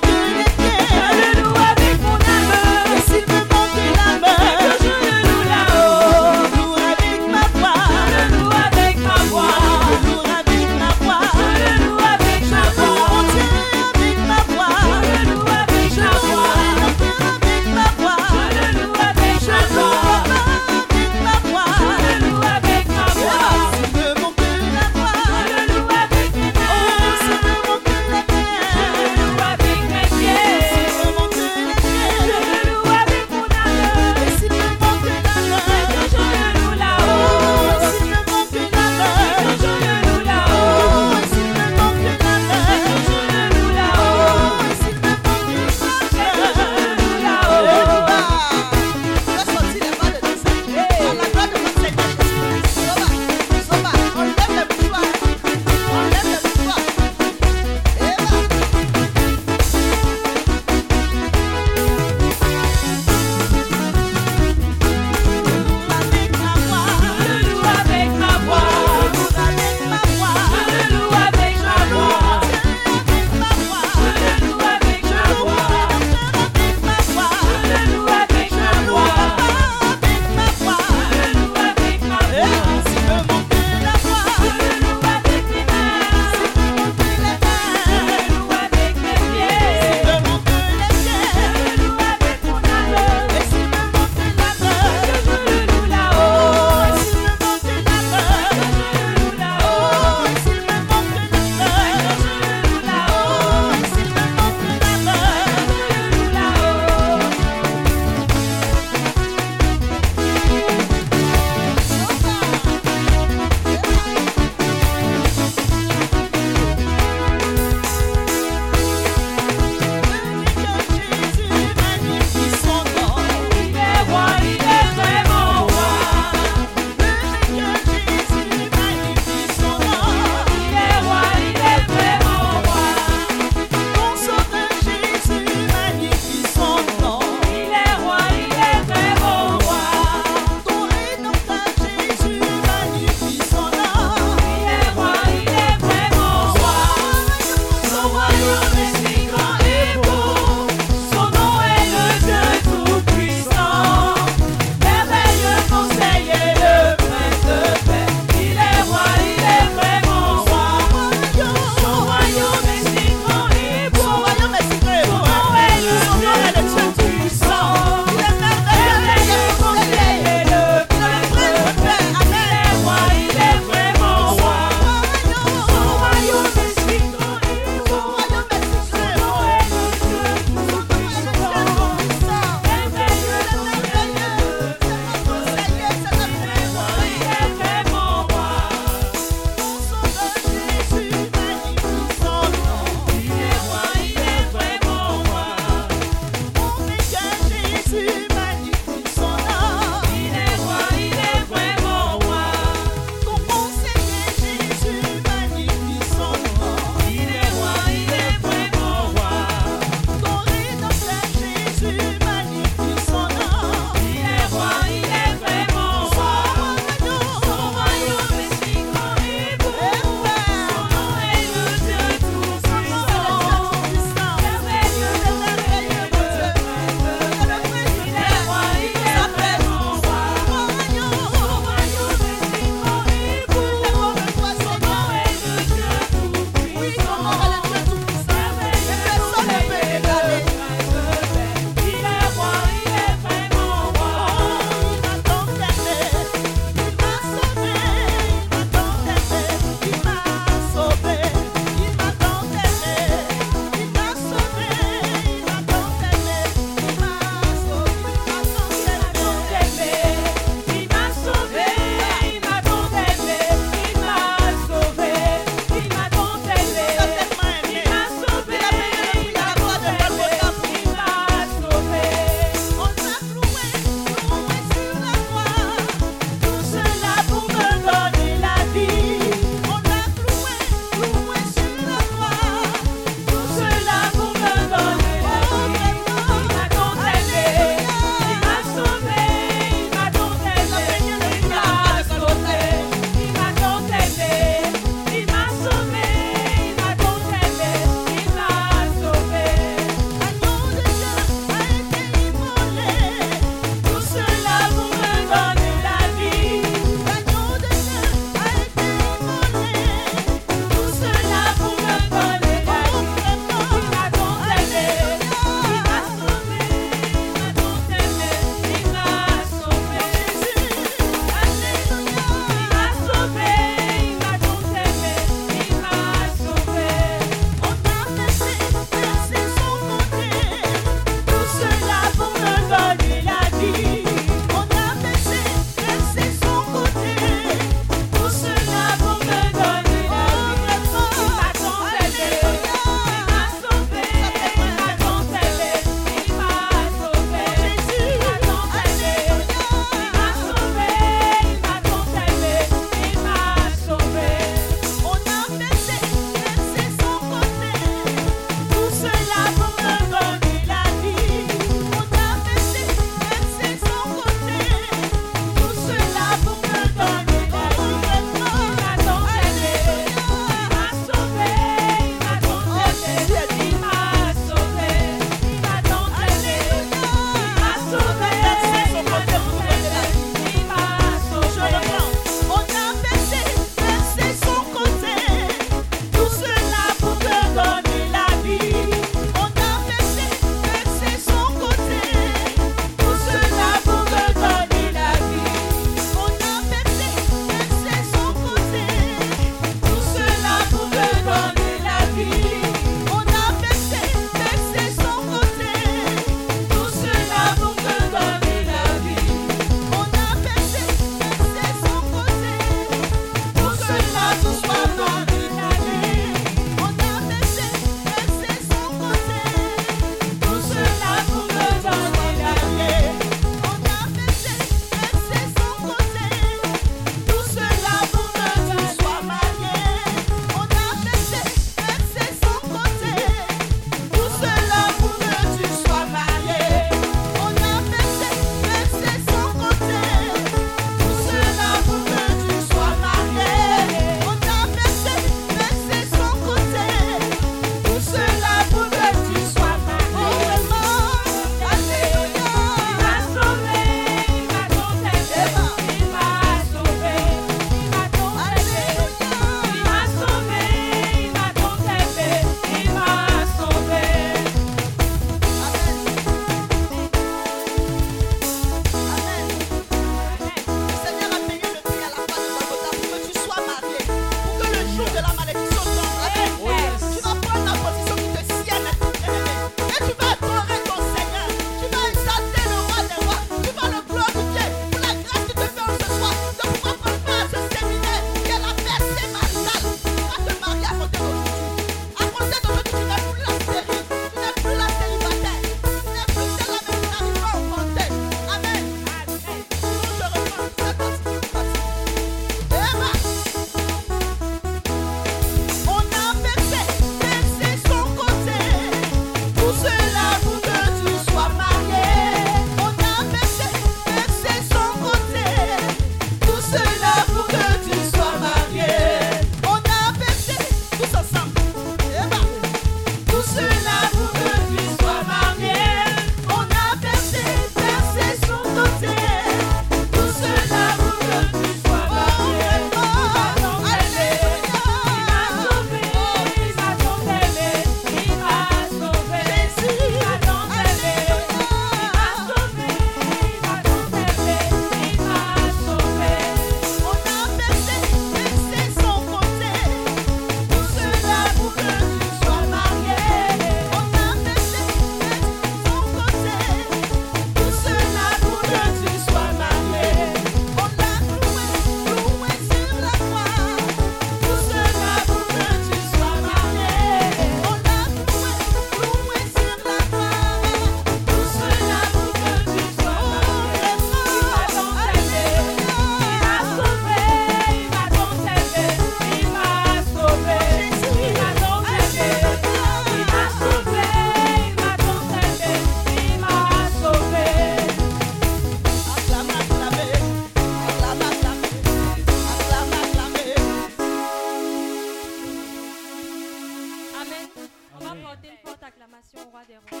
apporter une forte acclamation au roi des rois.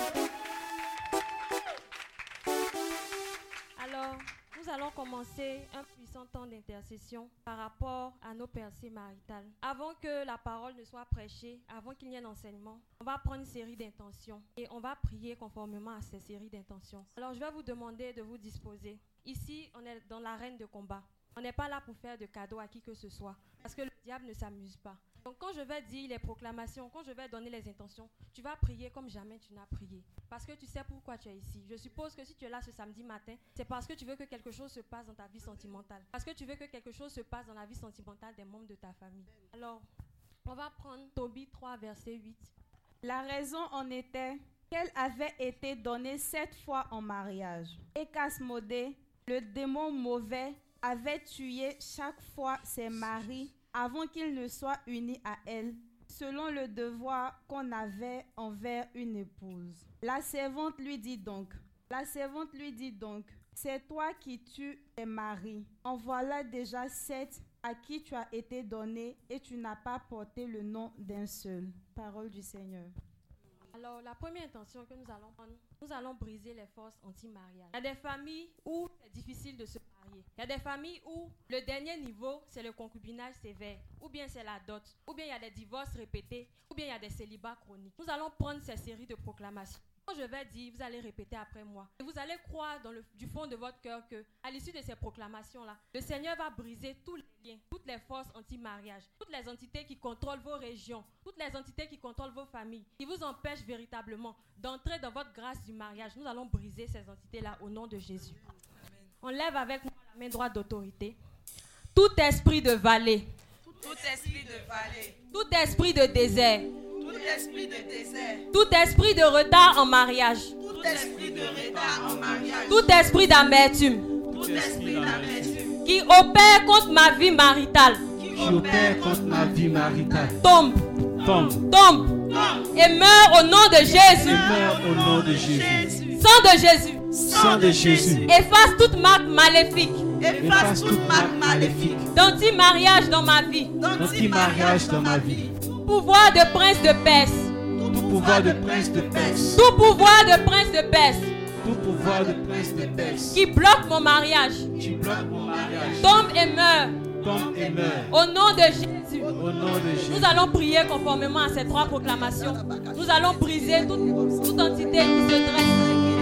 Alors, nous allons commencer un puissant temps d'intercession par rapport à nos percées maritales. Avant que la parole ne soit prêchée, avant qu'il y ait un enseignement, on va prendre une série d'intentions et on va prier conformément à ces séries d'intentions. Alors, je vais vous demander de vous disposer. Ici, on est dans l'arène de combat. On n'est pas là pour faire de cadeaux à qui que ce soit, parce que le diable ne s'amuse pas. Donc quand je vais dire les proclamations, quand je vais donner les intentions, tu vas prier comme jamais tu n'as prié. Parce que tu sais pourquoi tu es ici. Je suppose que si tu es là ce samedi matin, c'est parce que tu veux que quelque chose se passe dans ta vie sentimentale. Parce que tu veux que quelque chose se passe dans la vie sentimentale des membres de ta famille. Alors, on va prendre Tobie trois, verset huit. La raison en était qu'elle avait été donnée sept fois en mariage. Et qu'Asmodée, le démon mauvais, avait tué chaque fois ses maris avant qu'ils ne soient unis à elle, selon le devoir qu'on avait envers une épouse. La servante lui dit donc, la servante lui dit donc, c'est toi qui tues tes maris. En voilà déjà sept à qui tu as été donné et tu n'as pas porté le nom d'un seul. Parole du Seigneur. Alors, la première intention que nous allons prendre, nous allons briser les forces anti-mariage. Il y a des familles où c'est difficile de se marier. Il y a des familles où le dernier niveau, c'est le concubinage sévère, ou bien c'est la dot, ou bien il y a des divorces répétés, ou bien il y a des célibats chroniques. Nous allons prendre ces séries de proclamations. Quand je vais dire, vous allez répéter après moi. Et vous allez croire dans le, du fond de votre cœur que, à l'issue de ces proclamations-là, le Seigneur va briser tous les liens, toutes les forces anti-mariage, toutes les entités qui contrôlent vos régions, toutes les entités qui contrôlent vos familles, qui vous empêchent véritablement d'entrer dans votre grâce du mariage. Nous allons briser ces entités-là au nom de Jésus. Amen. On lève avec moi la main droite d'autorité. Tout esprit de vallée, tout esprit de vallée, tout esprit de désert, tout esprit de désert, tout esprit de retard en mariage, tout esprit de retard en mariage, tout esprit d'amertume, tout esprit d'amertume, qui opère contre ma vie maritale, qui opère contre ma vie maritale, tombe, tombe, tombe, et meurt au nom de Jésus, meurt au nom de Jésus, sang de Jésus, sang de Jésus, efface toute marque maléfique, efface toute marque maléfique, d'anti-mariage dans ma vie, d'anti-mariage dans ma vie. Pouvoir de prince de Perse. Tout pouvoir de prince de Perse. Tout pouvoir de prince de Perse. Tout pouvoir de prince de Perse. Qui bloque mon mariage. Qui bloque mon mariage. Tombe et meurt. Tombe et meurt. Au nom de Jésus. Au nom de Jésus. Nous allons prier conformément à ces trois proclamations. Nous allons briser toute, toute entité qui se dresse.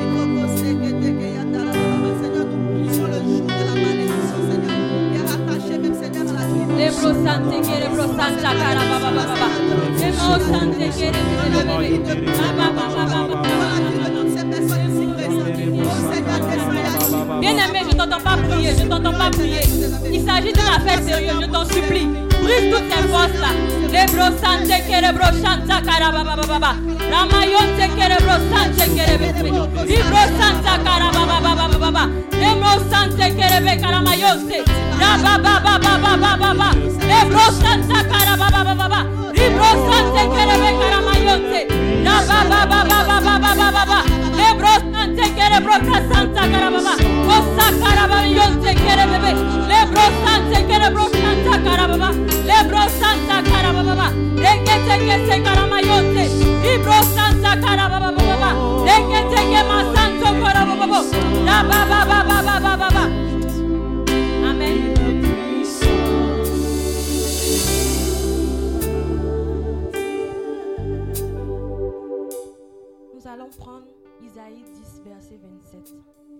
Les brossantes qui les brossantes la cara baba baba. Les brossantes qui les bébé. Baba baba baba. Bien-aimé, je t'entends pas prier, je t'entends pas prier. Il s'agit d'une affaire sérieuse, je t'en supplie. Brise toutes ces forces-là. Les brossantes qui les brossantes la cara baba baba. Ramayonte qui les brossantes qui les bébé. Les brossantes la cara baba baba baba. Les brossantes qui les bébé caramayonte. Baba baba baba baba. Les brossantes la cara baba baba. Les brossantes qui les bébé caramayonte. Baba baba baba baba. Les brossantes qui les brossantes la cara baba. Osa caramayonte qui les bébé. Les brossantes qui les brossantes la cara baba. Les brossantes la cara baba. Rekete que se caramayonte. Les brossantes la cara baba baba. Rekete que masanto cara baba. Baba baba baba baba. Amen. Nous allons prendre Isaïe dix, verset vingt-sept.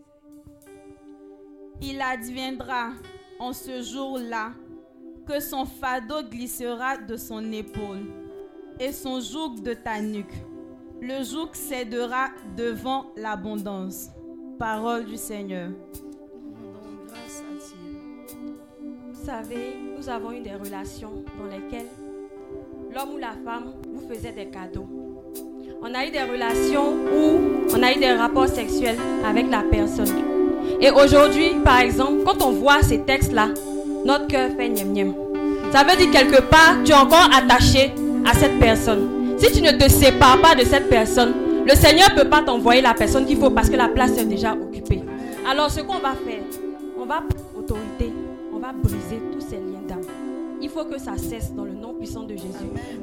Il adviendra en ce jour-là que son fardeau glissera de son épaule et son joug de ta nuque. Le joug cédera devant l'abondance. Parole du Seigneur. Grâce à Dieu. Vous savez, nous avons eu des relations dans lesquelles l'homme ou la femme vous faisait des cadeaux. On a eu des relations où on a eu des rapports sexuels avec la personne. Et aujourd'hui, par exemple, quand on voit ces textes-là, notre cœur fait niam niam. Ça veut dire quelque part, tu es encore attaché à cette personne. Si tu ne te sépares pas de cette personne, le Seigneur ne peut pas t'envoyer la personne qu'il faut parce que la place est déjà occupée. Alors ce qu'on va faire, on va prendre autorité, on va briser tous ces liens d'âme. Il faut que ça cesse dans le nom puissant de Jésus. Amen.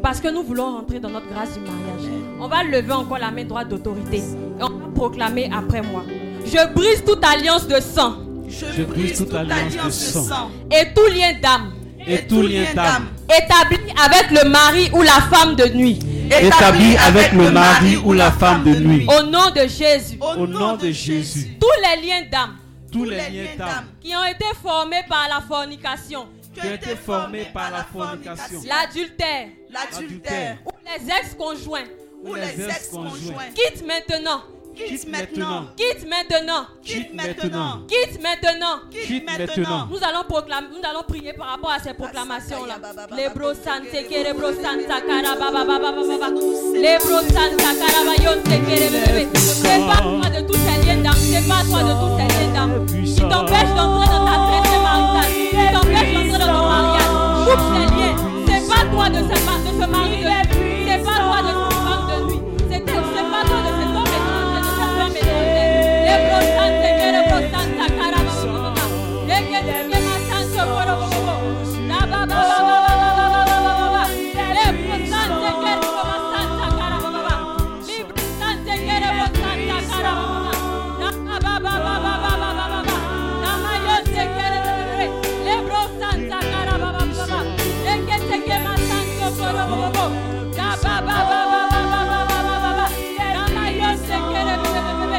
parce que nous voulons rentrer dans notre grâce du mariage. On va lever encore la main droite d'autorité et on va proclamer après moi. Je brise toute alliance de sang. Je, Je brise toute alliance de sang. Et tout lien d'âme. Et, et tout lien d'âme. Établi avec le mari ou la femme de nuit. Établi avec le mari ou la femme de nuit. Au nom de Jésus. Au nom de Jésus. Tous les liens d'âme. Tous les liens d'âme. Qui ont été formés par la fornication. Qui ont été formés par la fornication. L'adultère. L'adultère. Ou les ex-conjoints. Ou les ex-conjoints. Quitte maintenant. Quitte maintenant. Quitte maintenant. Quitte maintenant. Quitte maintenant. Quitte maintenant. Nous allons proclamer, nous allons prier par rapport à ces proclamations là. Les brosante kere brosanta kara baba baba baba. Les brosanta kara bayonte kere bébé. C'est pas toi de tous ces liens d'âme, c'est pas toi de tous ces liens d'âme qui t'empêchent d'entrer dans ta traité maritale, qui t'empêchent d'entrer dans ton mariage. Coupe ces liens. C'est pas toi de ce mari de ce mari de nuit. C'est pas toi de cette femme de nuit. C'est c'est pas toi de cet homme étranger, de cette femme étrangère. Les brosante kere brosanta kara baba baba. Les kere kere masante koro bobo. La baba baba baba baba baba. Les brosante kere brosanta kara baba baba. Les brosante kere brosanta kara baba baba. La baba baba baba baba. La mayotte kere bébé. Les brosanta kara baba baba. Les kere kere masante koro bobo. La baba baba baba baba baba. La mayotte kere bébé.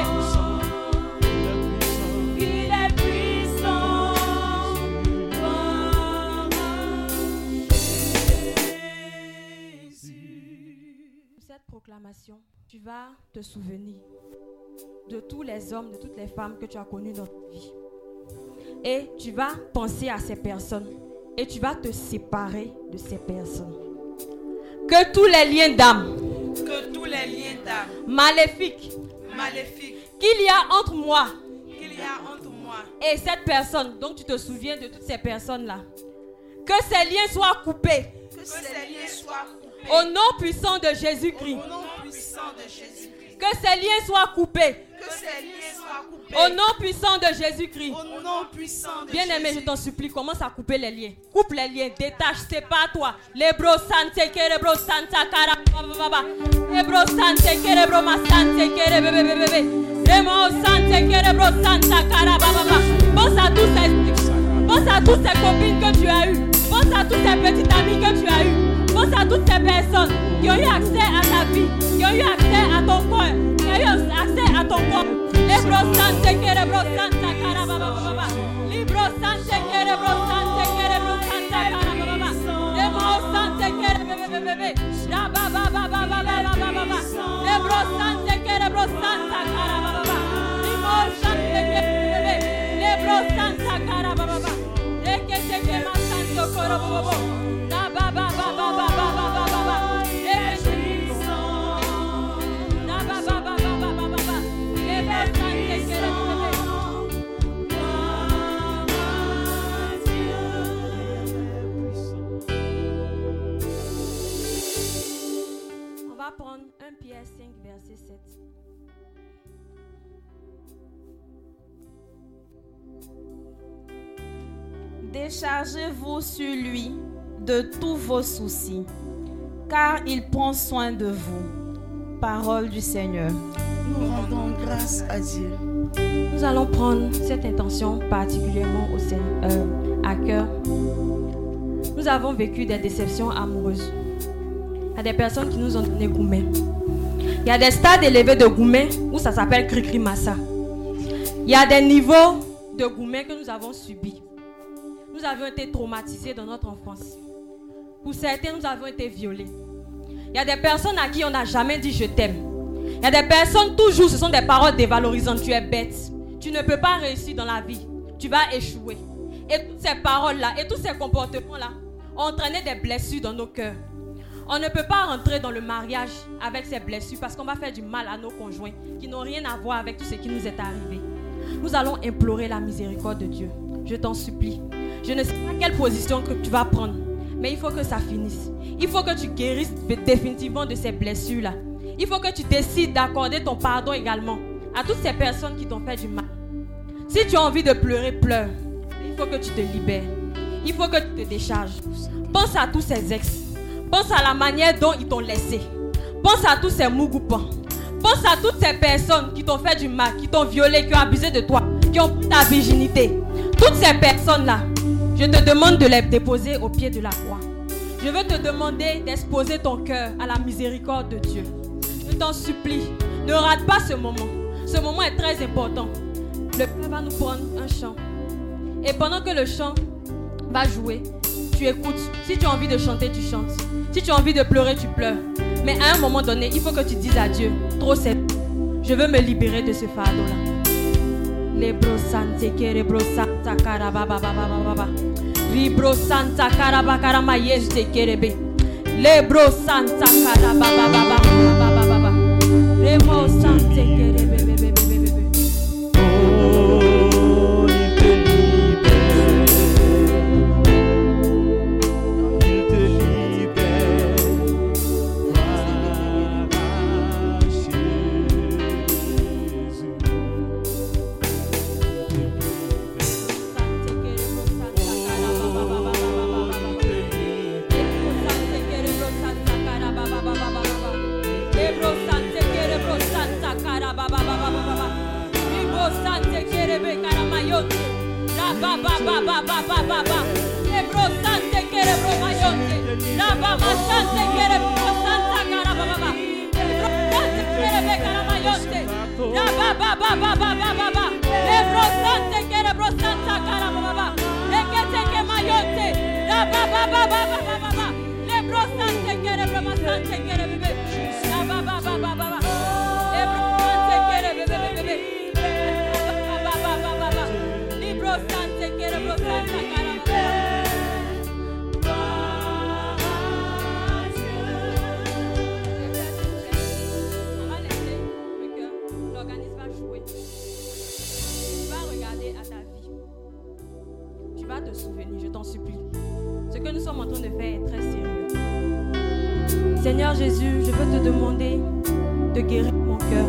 Il est puissant. Cette proclamation, tu vas te souvenir de tous les hommes, de toutes les femmes que tu as connus dans ta vie. Et tu vas penser à ces personnes. Et tu vas te séparer de ces personnes. Que tous les liens d'âme, Que tous les liens d'âme maléfiques, maléfiques qu'il y a entre moi qu'il y a entre moi et cette personne, donc tu te souviens de toutes ces personnes-là, que ces liens soient coupés. que ces liens soient coupés Au nom puissant de Jésus-Christ. au nom puissant de Jésus-Christ. Que ces liens soient coupés. Que ces liens soient coupés Au nom puissant de Jésus-Christ. au nom puissant de Bien-aimé, je Jésus. t'en supplie, commence à couper les liens. Coupe les liens, détache, c'est pas toi. Les brosante kerebro santa cara baba. Les brosante kerebro masante kerebe bébé bébé. Les brosante kerebro santa cara baba. Pense à tous ces pense à toutes ces copines que tu as eues. Pense à toutes ces petites amies que tu as eues. Pense à toutes ces personnes qui ont eu accès à ta vie, qui ont eu accès à ton corps, qui ont eu accès à ton corps. Les brosante kerebro santa cara baba baba. Les brosante kerebro santa kerebro santa cara baba. Les brosante kerebro bébé bébé. La baba baba baba baba baba. Les brosante kerebro santa cara baba. Les brosante kerebro bébé. Les brosante cara baba baba. Les kete ke masanto koro bobo. La baba baba baba baba baba. Les kete la baba baba baba baba. Les brosante kerebro bébé. On va prendre un Pierre cinq, verset sept. Déchargez-vous sur lui de tous vos soucis, car il prend soin de vous. Parole du Seigneur. Nous rendons grâce à Dieu. Nous allons prendre cette intention particulièrement au Seigneur, euh, à cœur. Nous avons vécu des déceptions amoureuses. Il y a des personnes qui nous ont donné gourmet. Il y a des stades élevés de gourmet où ça s'appelle Krikri Massa. Il y a des niveaux de gourmet que nous avons subis. Nous avons été traumatisés dans notre enfance. Pour certains, nous avons été violés. Il y a des personnes à qui on n'a jamais dit je t'aime. Il y a des personnes, toujours, ce sont des paroles dévalorisantes. Tu es bête. Tu ne peux pas réussir dans la vie. Tu vas échouer. Et toutes ces paroles-là, et tous ces comportements-là ont entraîné des blessures dans nos cœurs. On ne peut pas rentrer dans le mariage avec ces blessures parce qu'on va faire du mal à nos conjoints qui n'ont rien à voir avec tout ce qui nous est arrivé. Nous allons implorer la miséricorde de Dieu. Je t'en supplie. Je ne sais pas quelle position que tu vas prendre, mais il faut que ça finisse. Il faut que tu guérisses définitivement de ces blessures-là. Il faut que tu décides d'accorder ton pardon également à toutes ces personnes qui t'ont fait du mal. Si tu as envie de pleurer, pleure. Il faut que tu te libères. Il faut que tu te décharges. Pense à tous ces ex. Pense à la manière dont ils t'ont laissé. Pense à tous ces mougoupans. Pense à toutes ces personnes qui t'ont fait du mal, qui t'ont violé, qui ont abusé de toi, qui ont pris ta virginité. Toutes ces personnes-là, je te demande de les déposer au pied de la croix. Je veux te demander d'exposer ton cœur à la miséricorde de Dieu. Je t'en supplie, ne rate pas ce moment. Ce moment est très important. Le Père va nous prendre un chant. Et pendant que le chant va jouer, tu écoutes. Si tu as envie de chanter, tu chantes. Si tu as envie de pleurer, tu pleures. Mais à un moment donné, il faut que tu dises à Dieu, trop c'est. Je veux me libérer de ce fardeau-là. Lebro sante kerebro santa karababa baba baba. Libro santa karabakara mayeste kerebe. Lebro santa karababa baba baba baba. Remo sante kerebe bebe bebe bebe. Oh, il te libère. Il te libère. Voilà Jésus. Seigneur Jésus, je veux te demander de guérir mon cœur.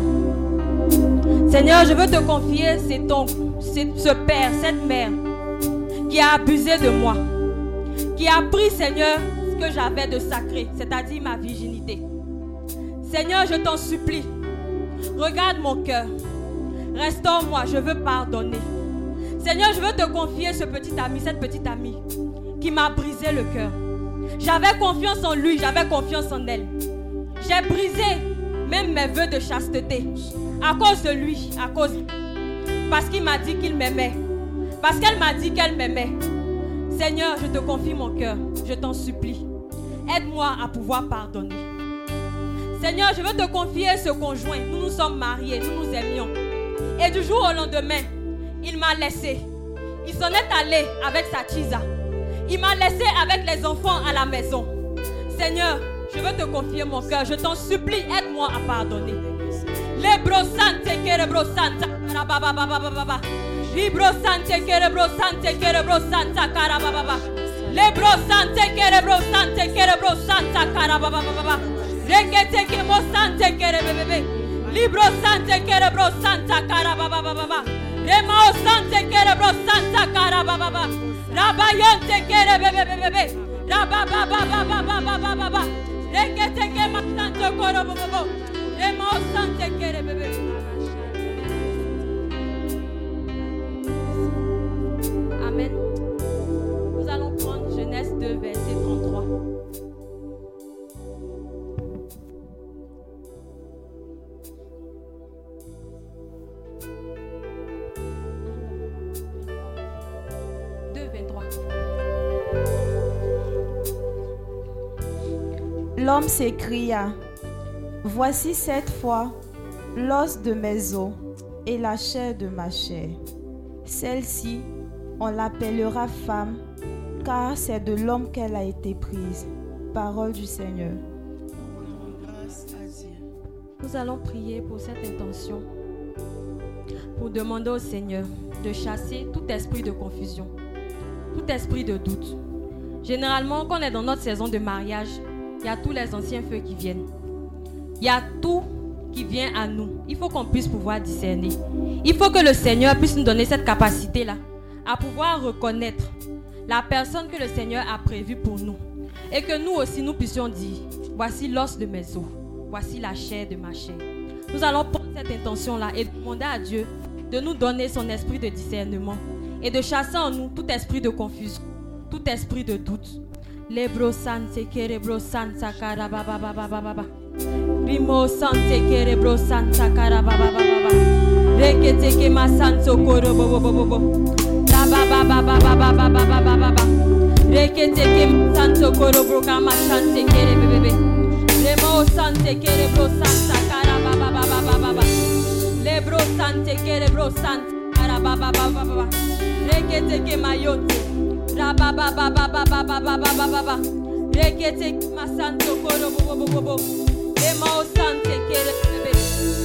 Seigneur, je veux te confier cet oncle, ce père, cette mère qui a abusé de moi, qui a pris, Seigneur, ce que j'avais de sacré, c'est-à-dire ma virginité. Seigneur, je t'en supplie, regarde mon cœur, restaure-moi, je veux pardonner. Seigneur, je veux te confier ce petit ami, cette petite amie qui m'a brisé le cœur. J'avais confiance en lui, j'avais confiance en elle. J'ai brisé même mes vœux de chasteté à cause de lui, à cause parce qu'il m'a dit qu'il m'aimait, parce qu'elle m'a dit qu'elle m'aimait. Seigneur, je te confie mon cœur, je t'en supplie. Aide-moi à pouvoir pardonner. Seigneur, je veux te confier ce conjoint. Nous nous sommes mariés, nous nous aimions. Et du jour au lendemain, il m'a laissé. Il s'en est allé avec sa chisa. Il m'a laissé avec les enfants à la maison. Seigneur, je veux te confier mon cœur. Je t'en supplie, aide-moi à pardonner. Libro sante kerebro santa karababa. Libro sante kerebro sante kerebro santa karababa. Libro sante kerebro sante kerebro santa karababa. Rekete kemo sante kerebebe. Libro sante kerebro santa karababa. Rema sante kerebro santa karababa. Rabayonte kere bebe bebe bebe. Rababa baba baba baba baba. Rekete ke masanto koro bobo. Remo sante kere bebe. Amen. Nous allons prendre Genèse deux, verset trente-trois. L'homme s'écria, voici cette fois l'os de mes os et la chair de ma chair. Celle-ci, on l'appellera femme, car c'est de l'homme qu'elle a été prise. Parole du Seigneur. Nous allons prier pour cette intention, pour demander au Seigneur de chasser tout esprit de confusion, tout esprit de doute. Généralement, quand on est dans notre saison de mariage, il y a tous les anciens feux qui viennent. Il y a tout qui vient à nous. Il faut qu'on puisse pouvoir discerner. Il faut que le Seigneur puisse nous donner cette capacité-là, à pouvoir reconnaître la personne que le Seigneur a prévue pour nous. Et que nous aussi, nous puissions dire, voici l'os de mes os, voici la chair de ma chair. Nous allons prendre cette intention-là et demander à Dieu de nous donner son esprit de discernement et de chasser en nous tout esprit de confusion, tout esprit de doute. Lebro sante kerebro santa karababa baba baba. Rimo sante kerebro santa karababa baba. Rekete ke masanto korobo bobo bobo. Baba baba baba baba baba baba. Rekete ke masanto korobo kama sante kerebe bebe. Remo sante kerebro santa karababa baba baba. Lebro sante kerebro santa karababa baba baba. Rekete ke mayote. Raba baba baba baba baba baba. Rekete ke masanto korobo bobo bobo. Remo sante kerebe bebe.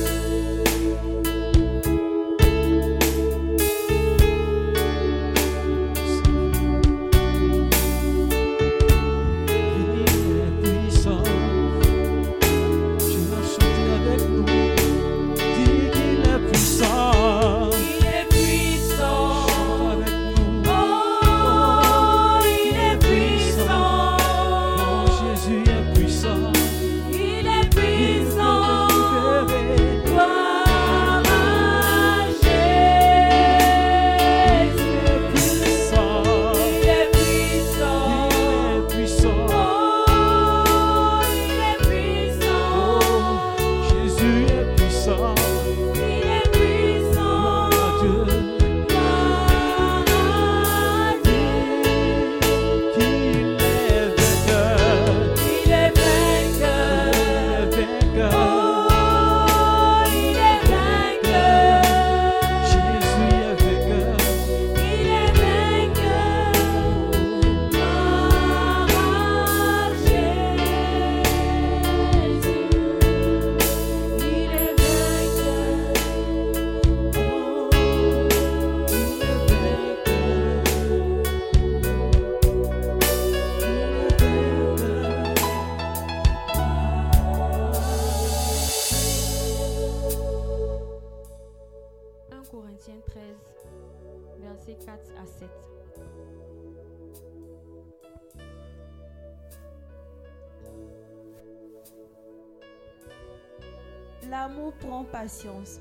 L'amour prend patience.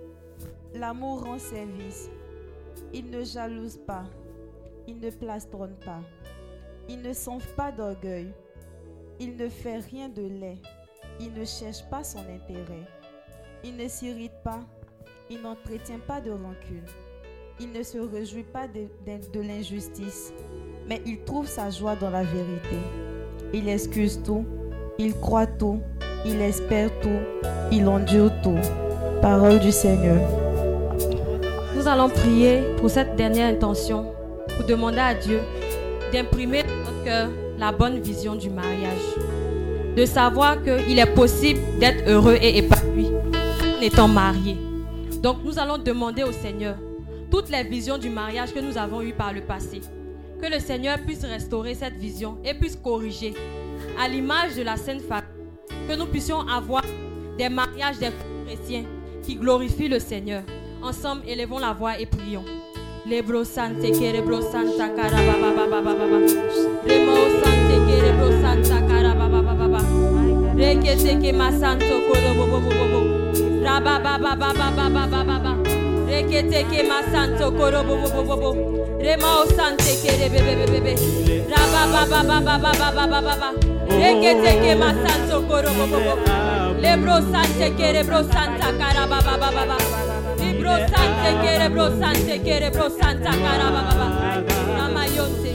L'amour rend service. Il ne jalouse pas. Il ne plastronne pas. Il ne s'enfle pas d'orgueil. Il ne fait rien de laid. Il ne cherche pas son intérêt. Il ne s'irrite pas. Il n'entretient pas de rancune. Il ne se réjouit pas de, de, de l'injustice, mais il trouve sa joie dans la vérité. Il excuse tout. Il croit tout. Il espère tout, il endure tout. Parole du Seigneur. Nous allons prier pour cette dernière intention, pour demander à Dieu d'imprimer dans notre cœur la bonne vision du mariage. De savoir qu'il est possible d'être heureux et épanoui en étant marié. Donc nous allons demander au Seigneur toutes les visions du mariage que nous avons eues par le passé. Que le Seigneur puisse restaurer cette vision et puisse corriger à l'image de la Sainte Famille. Que nous puissions avoir des mariages des chrétiens qui glorifient le Seigneur. Ensemble, élevons la voix et prions. Lebro sante kerebro santa karababa baba baba. Remo sante kerebro santa karababa baba. Rekete ke masanto korobo bobo bobo. Raba baba baba baba baba. Rekete ke masanto korobo bobo bobo. Remo sante kerebebe bebe. Raba baba baba baba baba baba. Rekete ke masanto korobo bobo. Lebro sante kerebro santa karababa baba. Libro sante kerebro sante kerebro santa karababa. Ramayonte.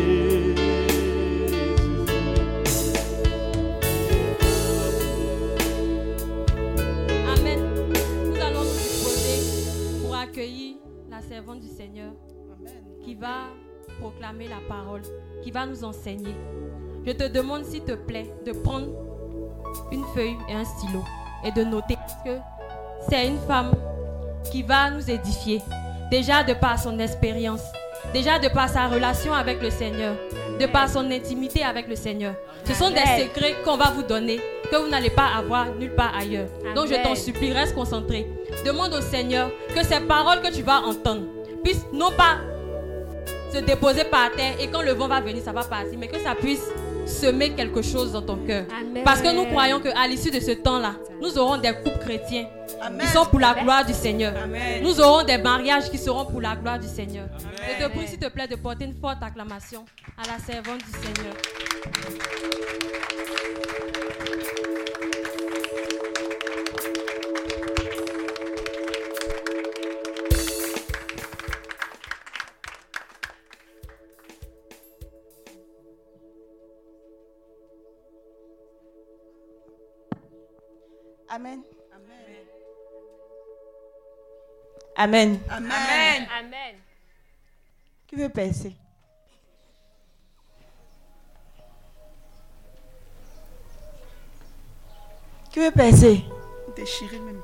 Amen. Nous allons nous disposer pour accueillir la servante du Seigneur qui va proclamer la parole, qui va nous enseigner. Je te demande s'il te plaît de prendre une feuille et un stylo et de noter parce que c'est une femme qui va nous édifier, déjà de par son expérience, déjà de par sa relation avec le Seigneur, de par son intimité avec le Seigneur. Ce sont des secrets qu'on va vous donner, que vous n'allez pas avoir nulle part ailleurs. Amen. Donc je t'en supplie, reste concentré. Demande au Seigneur que ces paroles que tu vas entendre puissent non pas se déposer par terre et quand le vent va venir, ça va partir, mais que ça puisse semer quelque chose dans ton cœur. Parce que nous croyons qu'à l'issue de ce temps-là, nous aurons des couples chrétiens Amen. qui sont pour la gloire du Seigneur. Amen. Nous aurons des mariages qui seront pour la gloire du Seigneur. Je te prie, s'il te plaît, de porter une forte acclamation à la servante du Seigneur. Amen. Amen. Amen. Amen. Qui veut passer? Qui veut passer? Déchiré même.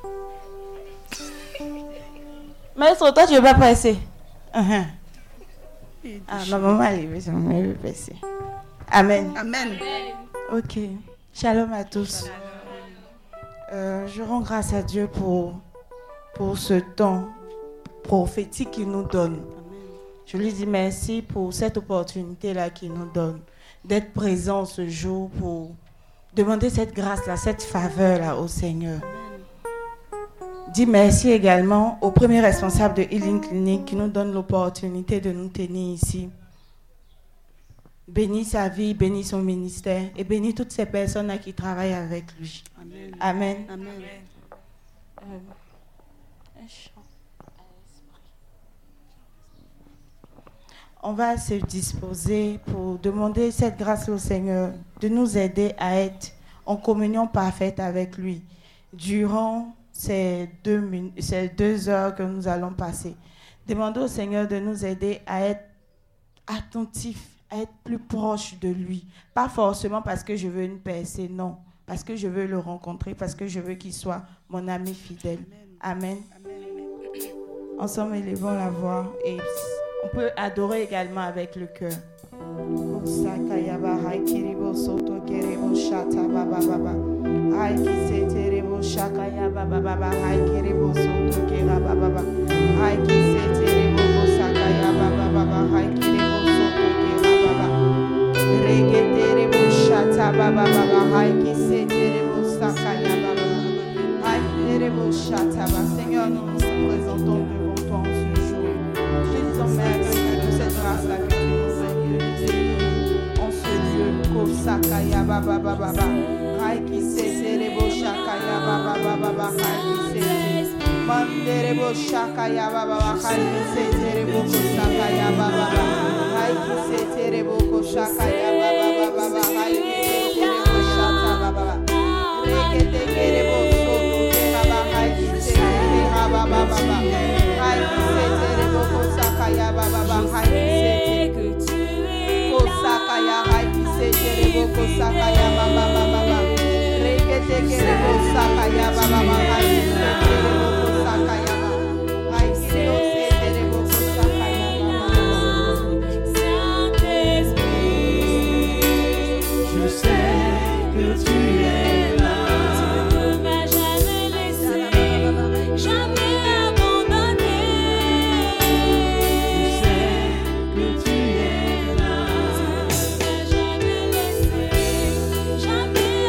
Maître, toi, tu ne veux pas passer? Uh-huh. Ah, ma maman, elle veut, elle veut passer. Amen. Amen. Ok. Shalom à tous. Euh, je rends grâce à Dieu pour, pour ce temps prophétique qu'il nous donne. Je lui dis merci pour cette opportunité-là qu'il nous donne, d'être présent ce jour pour demander cette grâce-là, cette faveur-là au Seigneur. Dis merci également au premier responsable de Healing Clinic qui nous donne l'opportunité de nous tenir ici. Bénis sa vie, bénis son ministère et bénis toutes ces personnes qui travaillent avec lui. Amen. Amen. Amen. Euh, on va se disposer pour demander cette grâce au Seigneur de nous aider à être en communion parfaite avec lui durant ces deux, min- ces deux heures que nous allons passer. Demandez au Seigneur de nous aider à être attentifs, à être plus proche de lui. Pas forcément parce que je veux une percée, non. Parce que je veux le rencontrer, parce que je veux qu'il soit mon ami fidèle. Amen. Amen. Ensemble, élevons la voix et on peut adorer également avec le cœur. Seigneur, nous nous présentons devant toi en ce jour. Je te dis merci pour cette grâce-là que tu nous as donnée en ce lieu. Kosakaya baba baba baba. Haiki seterebo shakaya baba baba baba. Haiki sete. Manderebo shakaya baba baba. Haiki seterebo kosakaya baba baba. Haiki seterebo koshakaya baba baba baba. Haiki seterebo shata baba baba. Rekete kerebo soto keraba. Haiki seterebo baba baba. Haiki seterebo kosakaya baba baba. Haiki seterebo kosakaya. Haiki seterebo kosakaya baba baba. Rekete kerebo sakaya baba baba. Haiki seterebo kosakaya baba. Haiki seterebo kosakaya baba baba. Je sais que tu es là. Tu ne m'as jamais laissé, jamais abandonné. Je sais que tu es là. Tu ne m'as jamais laissé, jamais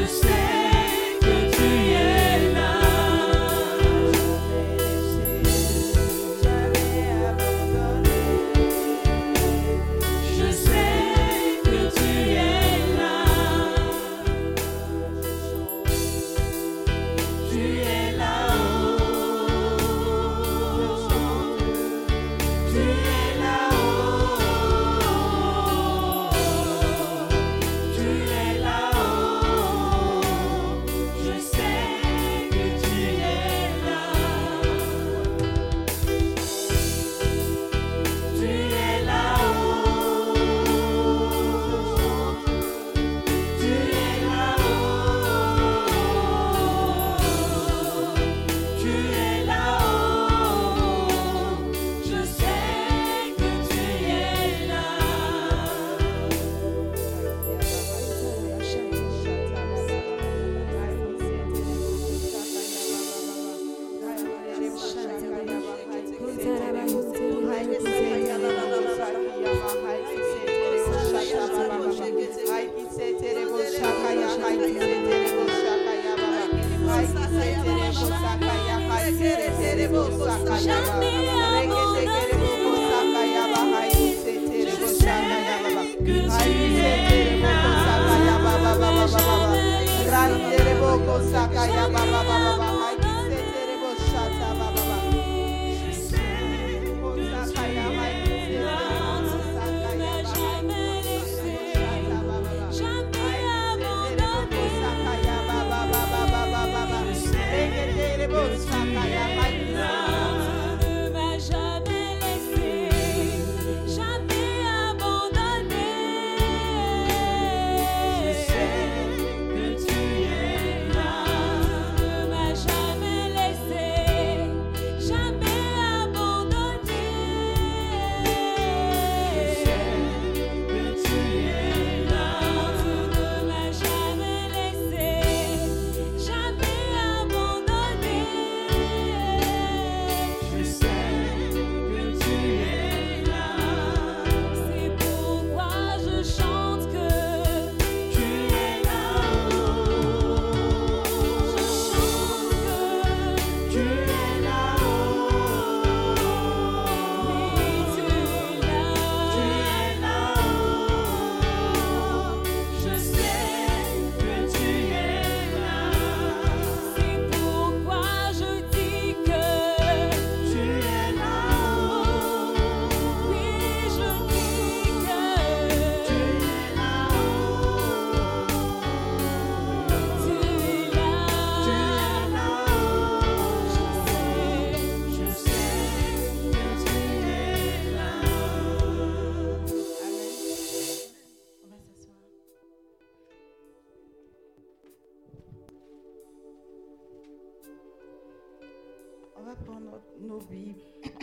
va prendre nos Bibles.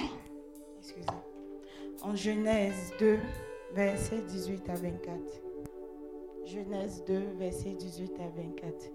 Excusez. En Genèse deux, versets dix-huit à vingt-quatre. Genèse deux, versets dix-huit à vingt-quatre.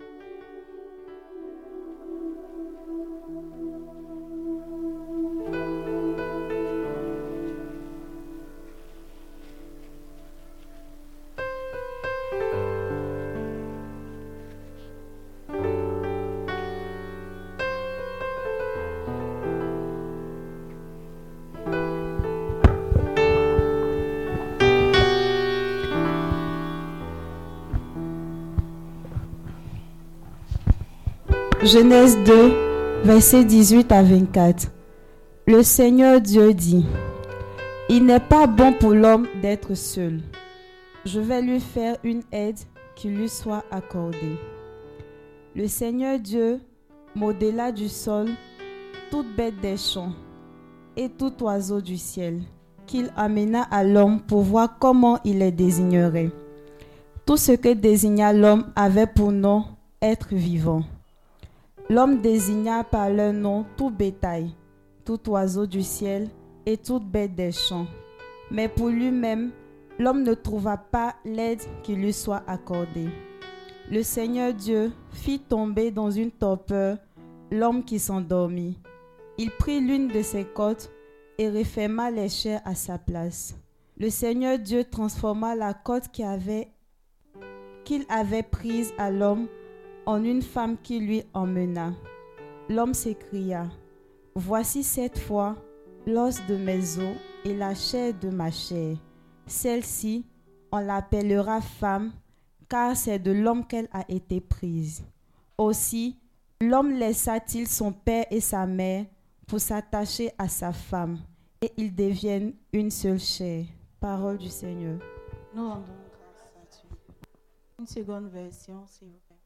Genèse deux, versets dix-huit à vingt-quatre. Le Seigneur Dieu dit: il n'est pas bon pour l'homme d'être seul. Je vais lui faire une aide qui lui soit accordée. Le Seigneur Dieu modéla du sol toute bête des champs et tout oiseau du ciel, qu'il amena à l'homme pour voir comment il les désignerait. Tout ce que désigna l'homme avait pour nom être vivant. L'homme désigna par leur nom tout bétail, tout oiseau du ciel et toute bête des champs. Mais pour lui-même, l'homme ne trouva pas l'aide qui lui soit accordée. Le Seigneur Dieu fit tomber dans une torpeur l'homme qui s'endormit. Il prit l'une de ses côtes et referma les chairs à sa place. Le Seigneur Dieu transforma la côte qu'il avait, qu'il avait prise à l'homme en une femme qui lui emmena. L'homme s'écria, « Voici cette fois l'os de mes os et la chair de ma chair. Celle-ci, on l'appellera femme, car c'est de l'homme qu'elle a été prise. Aussi, l'homme laissa-t-il son père et sa mère pour s'attacher à sa femme, et ils deviennent une seule chair. » Parole du Seigneur. Nous rendons grâce à Dieu. Une seconde version, s'il vous plaît.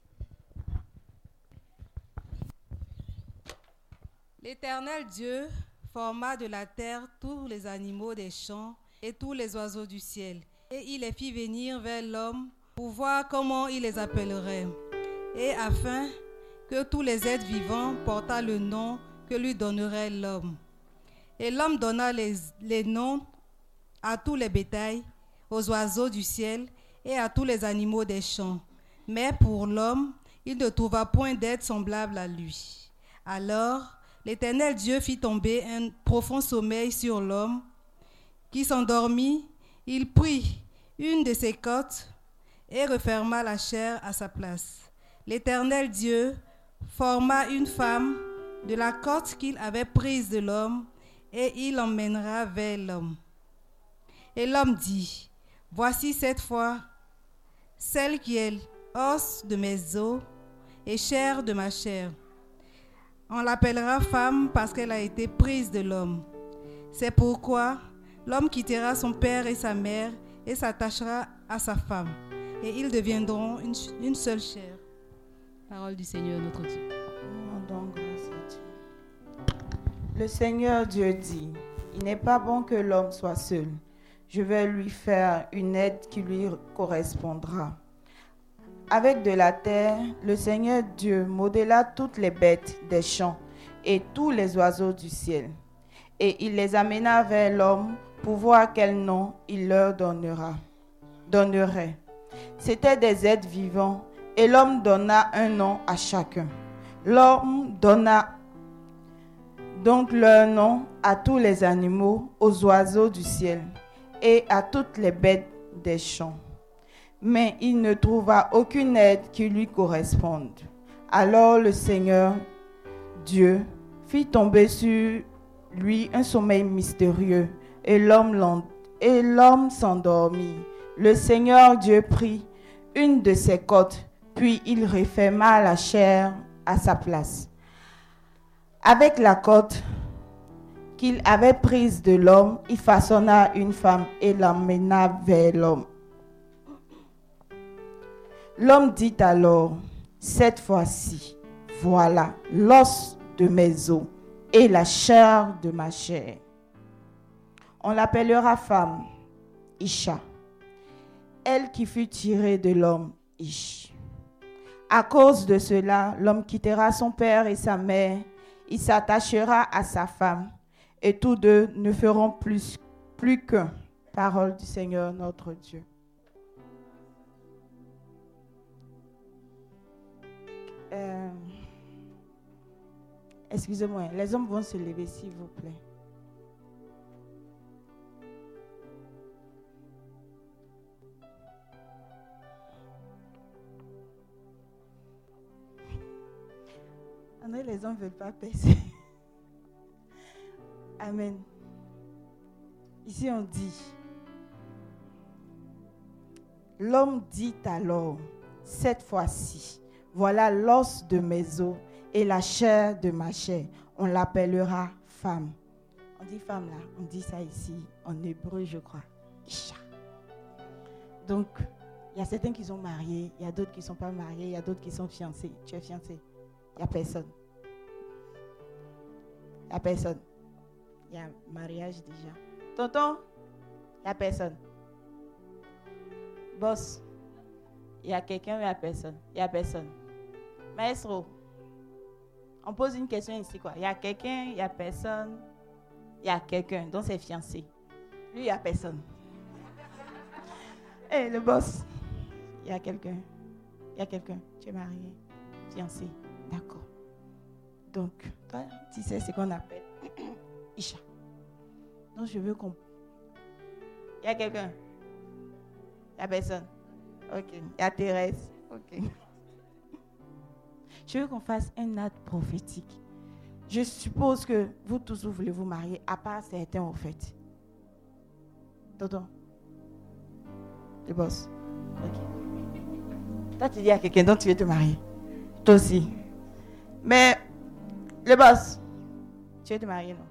L'Éternel Dieu forma de la terre tous les animaux des champs et tous les oiseaux du ciel, et il les fit venir vers l'homme pour voir comment il les appellerait, et afin que tous les êtres vivants portât le nom que lui donnerait l'homme. Et l'homme donna les, les noms à tous les bétails, aux oiseaux du ciel et à tous les animaux des champs. Mais pour l'homme, il ne trouva point d'être semblable à lui. Alors, l'Éternel Dieu fit tomber un profond sommeil sur l'homme, qui s'endormit. Il prit une de ses côtes et referma la chair à sa place. L'Éternel Dieu forma une femme de la côte qu'il avait prise de l'homme, et il l'emmènera vers l'homme. Et l'homme dit, « Voici cette fois celle qui est os de mes os et chair de ma chair. On l'appellera femme parce qu'elle a été prise de l'homme. C'est pourquoi l'homme quittera son père et sa mère et s'attachera à sa femme, et ils deviendront une, une seule chair. » Parole du Seigneur notre Dieu. Nous rendons grâce à Dieu. Le Seigneur Dieu dit, « Il n'est pas bon que l'homme soit seul. Je vais lui faire une aide qui lui correspondra. » Avec de la terre, le Seigneur Dieu modéla toutes les bêtes des champs et tous les oiseaux du ciel. Et il les amena vers l'homme pour voir quel nom il leur donnera, donnerait. C'étaient des êtres vivants, et l'homme donna un nom à chacun. L'homme donna donc leur nom à tous les animaux, aux oiseaux du ciel et à toutes les bêtes des champs. Mais il ne trouva aucune aide qui lui corresponde. Alors le Seigneur Dieu fit tomber sur lui un sommeil mystérieux, et l'homme, et l'homme s'endormit. Le Seigneur Dieu prit une de ses côtes, puis il referma la chair à sa place. Avec la côte qu'il avait prise de l'homme, il façonna une femme et l'emmena vers l'homme. L'homme dit alors, « Cette fois-ci, voilà l'os de mes os et la chair de ma chair. » On l'appellera femme, Isha, elle qui fut tirée de l'homme, Ish. À cause de cela, l'homme quittera son père et sa mère, il s'attachera à sa femme, et tous deux ne feront plus, plus qu'un. Parole du Seigneur notre Dieu. Euh, excusez-moi, les hommes vont se lever, s'il vous plaît. André, les hommes ne veulent pas passer. Amen. Ici on dit, l'homme dit alors, cette fois-ci, voilà l'os de mes os et la chair de ma chair. On l'appellera femme. On dit femme là, on dit ça ici en hébreu, je crois. Isha. Donc, il y a certains qui sont mariés, il y a d'autres qui ne sont pas mariés, il y a d'autres qui sont fiancés. Tu es fiancé? Il n'y a personne. Il n'y a personne. Il y a mariage déjà. Tonton? Il n'y a personne. Boss? Il y a quelqu'un ou il n'y a personne? Il n'y a personne. Maestro? On pose une question ici, quoi. Il y a quelqu'un, il n'y a personne. Il y a quelqu'un, donc c'est fiancé. Lui, il n'y a personne. Eh, hey, le boss? Il y a quelqu'un. Il y a quelqu'un. Tu es marié, fiancé. D'accord. Donc, toi, tu sais ce qu'on appelle Isha. Donc, je veux qu'on... Il y a quelqu'un? Il n'y a personne? Ok. Il y a Thérèse? Ok. Je veux qu'on fasse un acte prophétique. Je suppose que vous tous, vous voulez vous marier, à part certains, en fait. Tonton, le boss. Ok. Toi, tu dis à quelqu'un dont tu veux te marier. Toi aussi. Mais, le boss, tu veux te marier, non?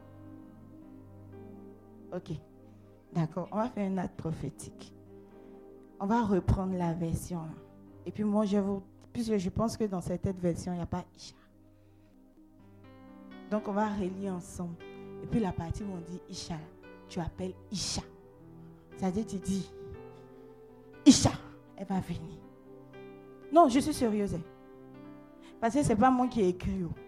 Ok. D'accord. On va faire un acte prophétique. On va reprendre la version. Là. Et puis moi, je vous... Puisque je pense que dans cette version, il n'y a pas Isha. Donc, on va relire ensemble. Et puis, la partie où on dit Isha, tu appelles Isha. C'est-à-dire, tu dis, Isha, elle va venir. Non, je suis sérieuse. Hein. Parce que ce n'est pas moi qui ai écrit. Oh.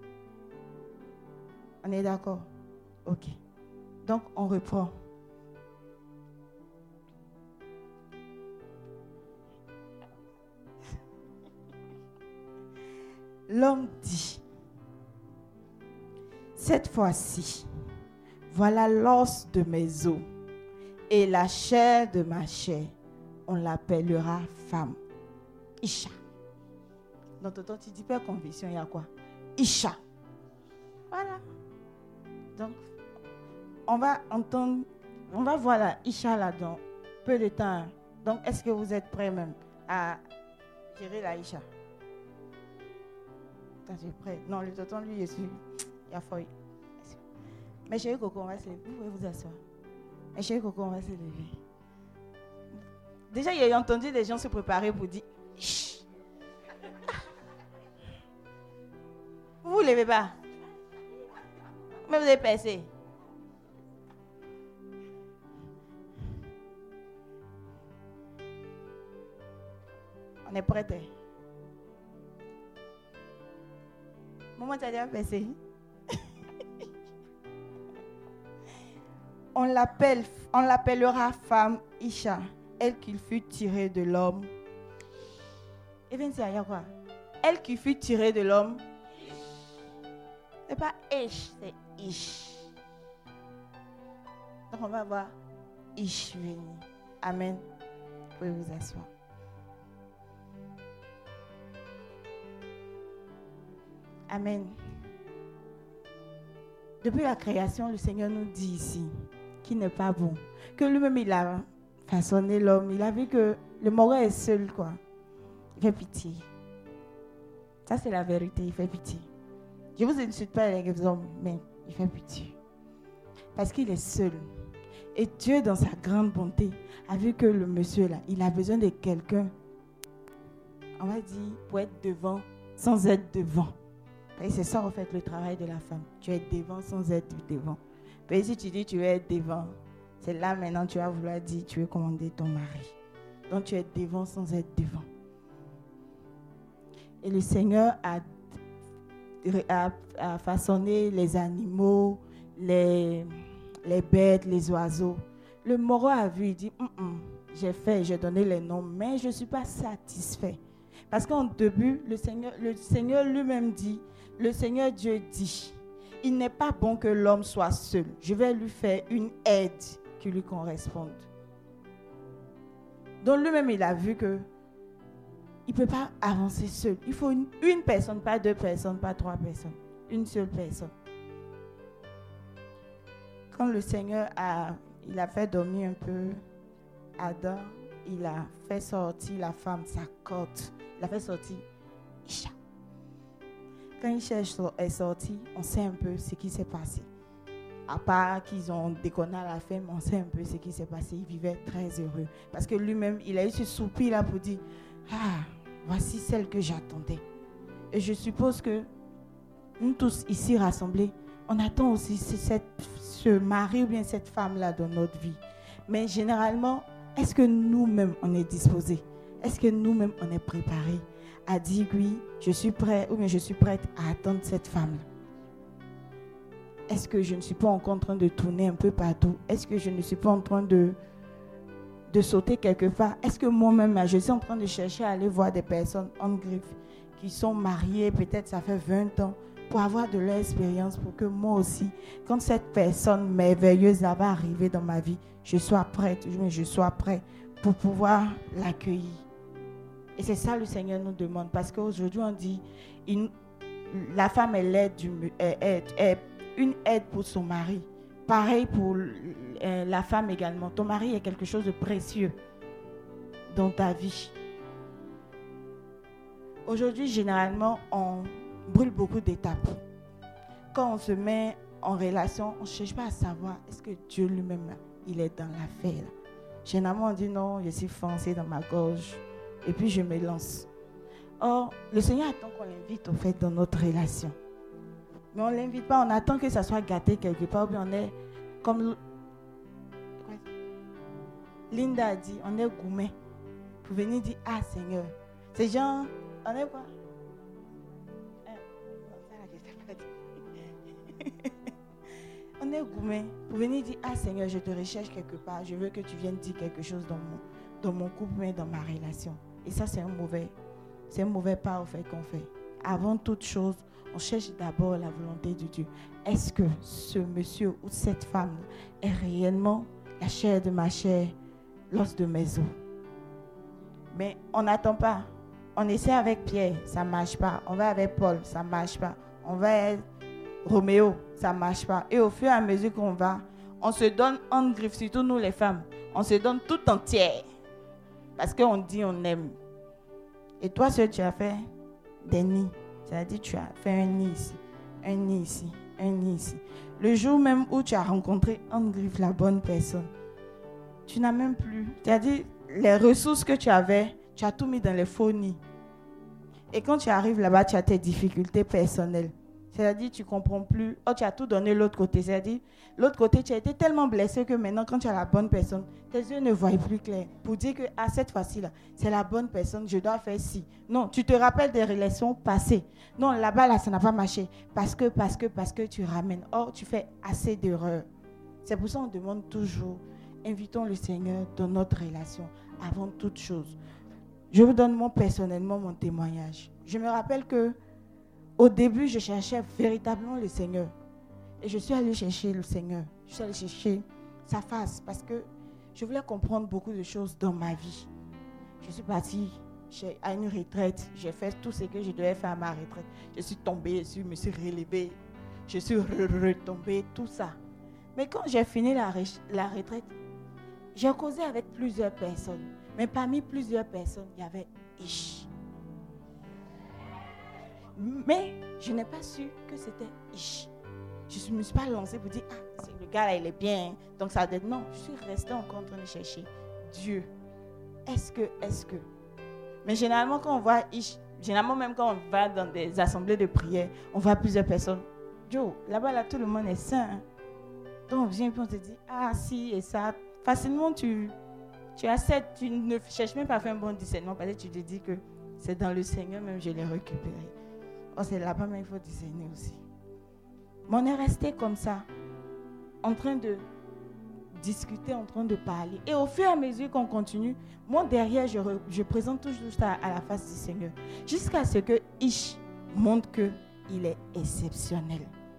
On est d'accord? Ok. Donc, on reprend. L'homme dit, cette fois-ci, voilà l'os de mes os et la chair de ma chair. On l'appellera femme. Isha. Donc, toi, tu dis pas conviction, il y a quoi? Isha. Voilà. Donc, on va entendre, on va voir la Isha là dans peu de temps. Donc, est-ce que vous êtes prêts même à gérer la Isha? Attends, je suis prêt. Non, le tonton, lui, je suis... Il y a feuille. Mais chérie Coco, on va se lever. Vous pouvez vous asseoir. Mais chérie Coco, on va se lever. Déjà, il y a entendu des gens se préparer pour dire... Chut. Vous ne vous levez pas. Mais vous avez percé. On est prêts. Maman, tu as déjà percé. On l'appelle, on l'appellera femme Isha, elle qui fut tirée de l'homme. Et bien, c'est à quoi? Elle qui fut tirée de l'homme. C'est pas Ish, c'est Ish. Donc, on va voir Ish venir. Amen. Vous pouvez vous asseoir. Amen. Depuis la création, le Seigneur nous dit ici qu'il n'est pas bon. Que lui-même, il a façonné l'homme. Il a vu que le mort est seul, quoi. Il fait pitié. Ça, c'est la vérité. Il fait pitié. Je ne vous insulte pas les hommes, mais il fait pitié. Parce qu'il est seul. Et Dieu, dans sa grande bonté, a vu que le monsieur, là, il a besoin de quelqu'un, on va dire, pour être devant, sans être devant. Et c'est ça, en fait, le travail de la femme. Tu es devant sans être devant. Et si tu dis tu veux être devant, c'est là maintenant tu vas vouloir dire tu veux commander ton mari. Donc tu es devant sans être devant. Et le Seigneur a, a, a façonné les animaux, les, les bêtes, les oiseaux. Le moreau a vu, il dit, j'ai fait, j'ai donné les noms, mais je ne suis pas satisfait. Parce qu'en début, le Seigneur, le Seigneur lui-même dit, le Seigneur Dieu dit, il n'est pas bon que l'homme soit seul. Je vais lui faire une aide qui lui corresponde. Donc lui-même, il a vu que il ne peut pas avancer seul. Il faut une, une personne, pas deux personnes, pas trois personnes. Une seule personne. Quand le Seigneur a, il a fait dormir un peu Adam, il a fait sortir la femme, sa côte. Il a fait sortir Isha. Quand Isha est sorti, on sait un peu ce qui s'est passé. À part qu'ils ont déconné à la fin, on sait un peu ce qui s'est passé. Il vivait très heureux. Parce que lui-même, il a eu ce soupir là pour dire, ah, voici celle que j'attendais. Et je suppose que nous tous ici rassemblés, on attend aussi cette, ce mari ou bien cette femme-là dans notre vie. Mais généralement, est-ce que nous-mêmes, on est disposés? Est-ce que nous-mêmes, on est préparés à dire oui, je suis prêt ou bien je suis prête à attendre cette femme-là? Est-ce que je ne suis pas encore en train de tourner un peu partout? Est-ce que je ne suis pas en train de, de sauter quelque part? Est-ce que moi-même, je suis en train de chercher à aller voir des personnes en griffe qui sont mariées, peut-être ça fait vingt ans, pour avoir de leur expérience, pour que moi aussi, quand cette personne merveilleuse va arriver dans ma vie, je sois prête, je sois prêt pour pouvoir l'accueillir. Et c'est ça le Seigneur nous demande. Parce qu'aujourd'hui, on dit, il, la femme est, l'aide du, est, est, est une aide pour son mari. Pareil pour euh, la femme également. Ton mari est quelque chose de précieux dans ta vie. Aujourd'hui, généralement, on brûle beaucoup d'étapes. Quand on se met en relation, on ne cherche pas à savoir est-ce que Dieu lui-même, il est dans l'affaire. Généralement, on dit non, je suis foncé dans ma gorge et puis je me lance. Or, le Seigneur attend qu'on l'invite au fait dans notre relation. Mais on ne l'invite pas, on attend que ça soit gâté quelque part. Puis on est comme Linda a dit, on est gourmet pour venir dire ah Seigneur. C'est genre, on est quoi? On est gourmet pour venir dire ah Seigneur, je te recherche quelque part, je veux que tu viennes dire quelque chose dans mon, dans mon couple, mais dans ma relation. Et ça, c'est un mauvais, c'est un mauvais pas au fait qu'on fait. Avant toute chose, on cherche d'abord la volonté de Dieu. Est-ce que ce monsieur ou cette femme est réellement la chair de ma chair, l'os de mes os? Mais on n'attend pas. On essaie avec Pierre, ça ne marche pas. On va avec Paul, ça ne marche pas. On va avec Roméo, ça ne marche pas. Et au fur et à mesure qu'on va, on se donne en griffe, surtout nous les femmes. On se donne tout entière. Parce qu'on dit on aime. Et toi, seul, tu as fait des nids. C'est-à-dire tu as fait un nid ici, un nid ici, un nid ici. Le jour même où tu as rencontré en griffe la bonne personne, tu n'as même plus. C'est-à-dire les ressources que tu avais, tu as tout mis dans les faux nids. Et quand tu arrives là-bas, tu as tes difficultés personnelles. C'est-à-dire tu ne comprends plus. Oh, tu as tout donné de l'autre côté. C'est-à-dire, l'autre côté, tu as été tellement blessé que maintenant, quand tu as la bonne personne, tes yeux ne voient plus clair. Pour dire que, ah, cette fois-ci, là, c'est la bonne personne, je dois faire ci. Non, tu te rappelles des relations passées. Non, là-bas, là, ça n'a pas marché. Parce que, parce que, parce que tu ramènes. Or, tu fais assez d'erreurs. C'est pour ça qu'on demande toujours, invitons le Seigneur dans notre relation, avant toute chose. Je vous donne moi, personnellement mon témoignage. Je me rappelle que au début, je cherchais véritablement le Seigneur. Et je suis allée chercher le Seigneur. Je suis allée chercher sa face parce que je voulais comprendre beaucoup de choses dans ma vie. Je suis partie à une retraite. J'ai fait tout ce que je devais faire à ma retraite. Je suis tombée, je me suis relevée. Je suis retombée, tout ça. Mais quand j'ai fini la, la retraite, j'ai causé avec plusieurs personnes. Mais parmi plusieurs personnes, il y avait Ish. Mais je n'ai pas su que c'était Ish. Je ne me suis pas lancée pour dire, ah, le gars là, il est bien. Donc ça doit être non. Je suis restée encore en train de chercher Dieu. Est-ce que, est-ce que. Mais généralement, quand on voit Ish, généralement même quand on va dans des assemblées de prière, on voit plusieurs personnes. Joe, là-bas, là, tout le monde est saint. Hein? Donc on vient et on te dit, ah, si, et ça. Facilement, tu, tu acceptes, tu ne cherches même pas à faire un bon discernement parce que tu te dis que c'est dans le Seigneur même que je l'ai récupéré. Oh, c'est là-bas, mais il faut discerner aussi. Mais on est resté comme ça, en train de discuter, en train de parler. Et au fur et à mesure qu'on continue, moi derrière, je, re, je présente toujours ça à la face du Seigneur. Jusqu'à ce que Ish montre qu'il est exceptionnel.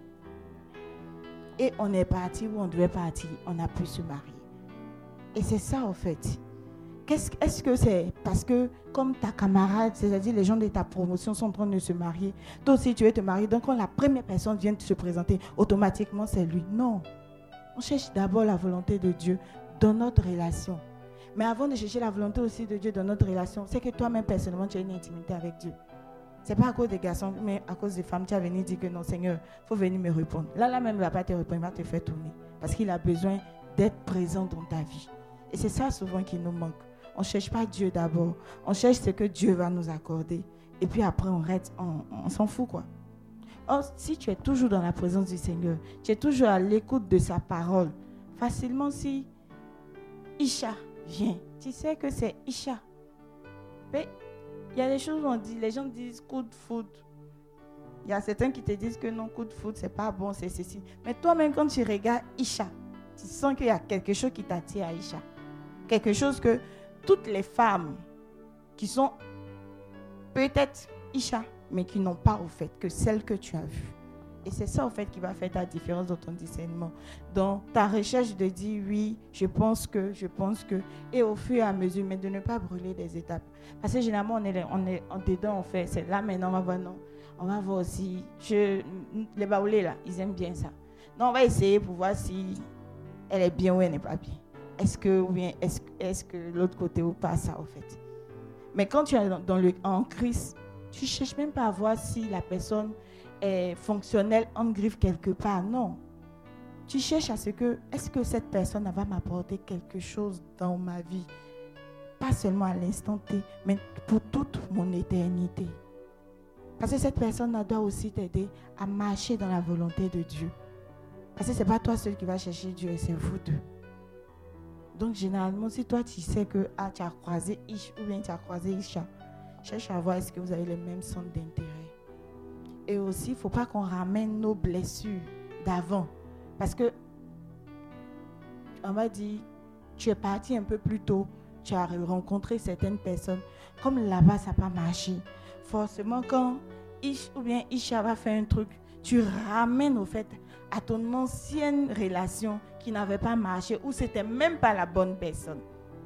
Et on est parti où on devait partir, on a pu se marier. Et c'est ça, en fait. Qu'est-ce, est-ce que c'est parce que, comme ta camarade, c'est-à-dire les gens de ta promotion sont en train de se marier, toi aussi tu veux te marier, donc quand la première personne vient te se présenter, automatiquement c'est lui. Non. On cherche d'abord la volonté de Dieu dans notre relation. Mais avant de chercher la volonté aussi de Dieu dans notre relation, c'est que toi-même, personnellement, tu as une intimité avec Dieu. Ce n'est pas à cause des garçons, mais à cause des femmes, tu as venu dire que non, Seigneur, il faut venir me répondre. Là, là même, il ne va pas te répondre, il va te faire tourner. Parce qu'il a besoin d'être présent dans ta vie. Et c'est ça souvent qui nous manque. On ne cherche pas Dieu d'abord. On cherche ce que Dieu va nous accorder. Et puis après, on reste, on, on s'en fout, quoi. Or, si tu es toujours dans la présence du Seigneur, tu es toujours à l'écoute de sa parole, facilement, si Isha vient, tu sais que c'est Isha. Mais il y a des choses où on dit, les gens disent coup de foudre. Il y a certains qui te disent que non, coup de foudre, c'est pas bon, c'est ceci. Mais toi-même, quand tu regardes Isha, tu sens qu'il y a quelque chose qui t'attire à Isha. Quelque chose que toutes les femmes qui sont peut-être Isha, mais qui n'ont pas au fait que celles que tu as vues. Et c'est ça, en fait, qui va faire ta différence dans ton discernement. Dans ta recherche de dire oui, je pense que, je pense que, et au fur et à mesure, mais de ne pas brûler des étapes. Parce que généralement, on est, on est en dedans, on fait, c'est là maintenant, on va voir, non. On va voir aussi, je, les baoulés là, ils aiment bien ça. Non, on va essayer pour voir si elle est bien ou elle n'est pas bien. Est-ce que, ou bien, est-ce, est-ce que l'autre côté ou pas ça, en fait. Mais quand tu es dans, dans le, en Christ, tu ne cherches même pas à voir si la personne est fonctionnelle en griffe quelque part. Non. Tu cherches à ce que, est-ce que cette personne va m'apporter quelque chose dans ma vie? Pas seulement à l'instant T, mais pour toute mon éternité. Parce que cette personne doit aussi t'aider à marcher dans la volonté de Dieu. Parce que ce n'est pas toi seul qui va chercher Dieu, c'est vous deux. Donc, généralement, si toi, tu sais que ah, tu as croisé Ish ou bien tu as croisé Isha, cherche à voir est-ce que vous avez le même centre d'intérêt. Et aussi, il ne faut pas qu'on ramène nos blessures d'avant. Parce que, on m'a dit, tu es parti un peu plus tôt, tu as rencontré certaines personnes. Comme là-bas, ça n'a pas marché. Forcément, quand Ish ou bien Isha va faire un truc, tu ramènes au fait à ton ancienne relation qui n'avait pas marché ou c'était même pas la bonne personne.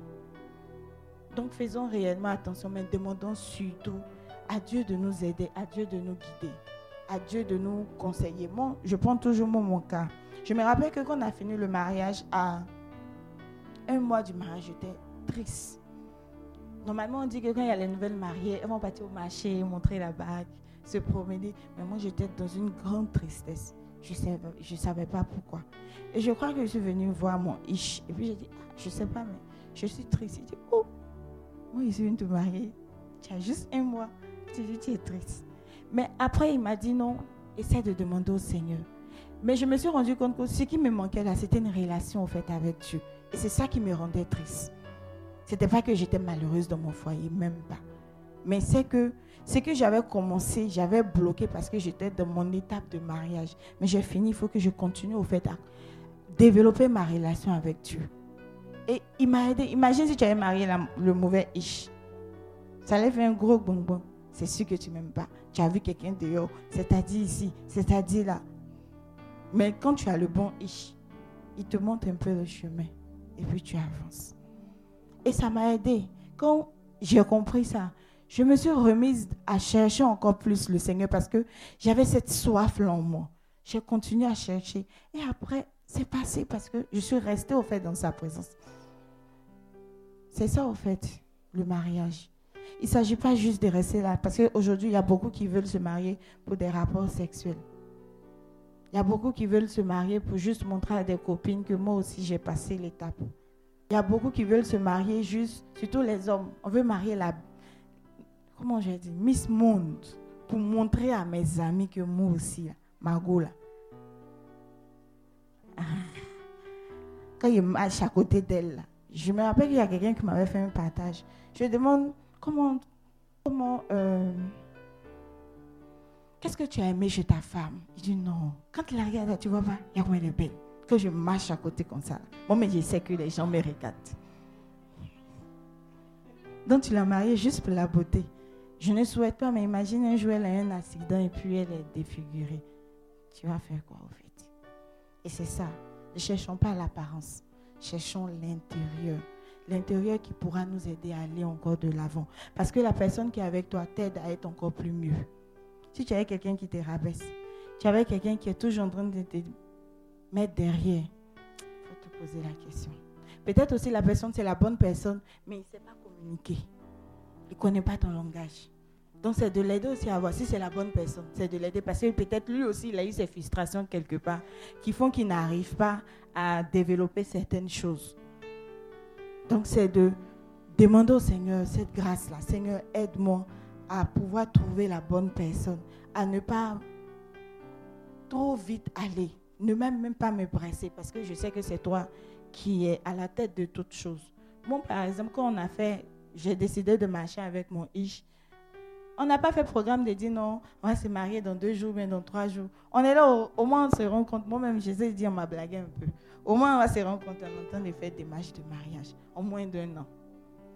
Donc faisons réellement attention, mais demandons surtout à Dieu de nous aider, à Dieu de nous guider, à Dieu de nous conseiller. Moi, je prends toujours mon, mon cas. Je me rappelle que quand on a fini le mariage, à un mois du mariage, j'étais triste. Normalement, on dit que quand il y a les nouvelles mariées, elles vont partir au marché, montrer la bague, se promener. Mais moi, j'étais dans une grande tristesse. Je ne savais, je savais pas pourquoi. Et je crois que je suis venue voir mon Ish. Et puis j'ai dit, ah, je ne sais pas, mais je suis triste. Il dit, oh, moi, je suis venue te marier. Tu as juste un mois. Tu dis, tu es triste. Mais après, il m'a dit, non, essaie de demander au Seigneur. Mais je me suis rendu compte que ce qui me manquait là, c'était une relation en fait avec Dieu. Et c'est ça qui me rendait triste. Ce n'était pas que j'étais malheureuse dans mon foyer, même pas. Mais c'est que ce que j'avais commencé, j'avais bloqué parce que j'étais dans mon étape de mariage. Mais j'ai fini, il faut que je continue au fait à développer ma relation avec Dieu. Et il m'a aidé. Imagine si tu avais marié la, le mauvais Ish. Ça allait faire un gros bonbon. C'est sûr que tu ne m'aimes pas. Tu as vu quelqu'un dehors. C'est-à-dire ici, c'est-à-dire là. Mais quand tu as le bon Ish, il te montre un peu le chemin. Et puis tu avances. Et ça m'a aidé. Quand j'ai compris ça, je me suis remise à chercher encore plus le Seigneur parce que j'avais cette soif-là en moi. J'ai continué à chercher. Et après, c'est passé parce que je suis restée au fait dans sa présence. C'est ça au fait, le mariage. Il ne s'agit pas juste de rester là. Parce qu'aujourd'hui, il y a beaucoup qui veulent se marier pour des rapports sexuels. Il y a beaucoup qui veulent se marier pour juste montrer à des copines que moi aussi, j'ai passé l'étape. Il y a beaucoup qui veulent se marier juste, surtout les hommes. On veut marier la... Comment je dis, Miss Monde, pour montrer à mes amis que moi aussi, là, Margot, là. Ah. Quand il marche à côté d'elle, là, je me rappelle qu'il y a quelqu'un qui m'avait fait un partage. Je lui demande, comment, comment, euh, qu'est-ce que tu as aimé chez ta femme? Il dit non. Quand il la regarde, tu vois pas, il y a combien de belles. Que je marche à côté comme ça. Bon, mais je sais que les gens me regardent. Donc tu l'as mariée juste pour la beauté. Je ne souhaite pas, mais imagine un jour elle a un accident et puis elle est défigurée. Tu vas faire quoi au fait? Et c'est ça. Ne cherchons pas l'apparence. Cherchons l'intérieur. L'intérieur qui pourra nous aider à aller encore de l'avant. Parce que la personne qui est avec toi t'aide à être encore plus mieux. Si tu avais quelqu'un qui te rabaisse, tu avais quelqu'un qui est toujours en train de te mettre derrière, il faut te poser la question. Peut-être aussi la personne, c'est la bonne personne, mais il ne sait pas communiquer. Il ne connaît pas ton langage. Donc, c'est de l'aider aussi à voir si c'est la bonne personne. C'est de l'aider parce que peut-être lui aussi, il a eu ses frustrations quelque part qui font qu'il n'arrive pas à développer certaines choses. Donc, c'est de demander au Seigneur cette grâce-là. Seigneur, aide-moi à pouvoir trouver la bonne personne, à ne pas trop vite aller, ne même, même pas me presser parce que je sais que c'est toi qui es à la tête de toutes choses. Bon, par exemple, quand on a fait, j'ai décidé de marcher avec mon Ish, on n'a pas fait programme de dire non, on va se marier dans deux jours, mais dans trois jours. On est là, au, au moins on se rencontre. Moi-même, j'essaie de dire, on m'a blagué un peu. Au moins, on va se rencontrer, on entend de faire des marches de mariage, en moins d'un an.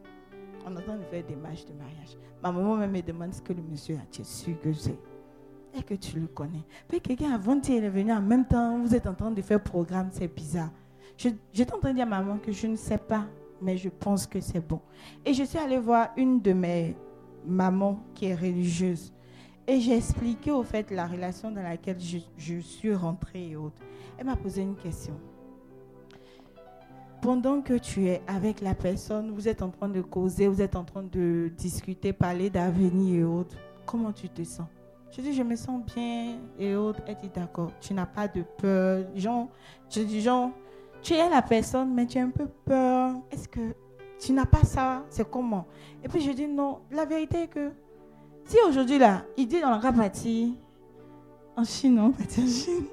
On entend de faire des marches de mariage. Ma maman même me demande ce que le monsieur a, tu es sûr que c'est. et que tu le connais. Puis quelqu'un avant-hier il est venu en même temps, vous êtes en train de faire programme, c'est bizarre. Je, j'étais en train de dire à maman que je ne sais pas, mais je pense que c'est bon. Et je suis allée voir une de mes mamans qui est religieuse. Et j'ai expliqué au fait la relation dans laquelle je, je suis rentrée et autres. Elle m'a posé une question. Pendant que tu es avec la personne, vous êtes en train de causer, vous êtes en train de discuter, parler d'avenir et autres, comment tu te sens? Je dis, je me sens bien et autres. Elle dit, d'accord, tu n'as pas de peur. Genre, je dis, genre, tu es la personne, mais tu as un peu peur. Est-ce que tu n'as pas ça? C'est comment? Et puis je dis, non, la vérité est que si aujourd'hui, là, il dit dans le rapati, en Chine, on va partir en Chine.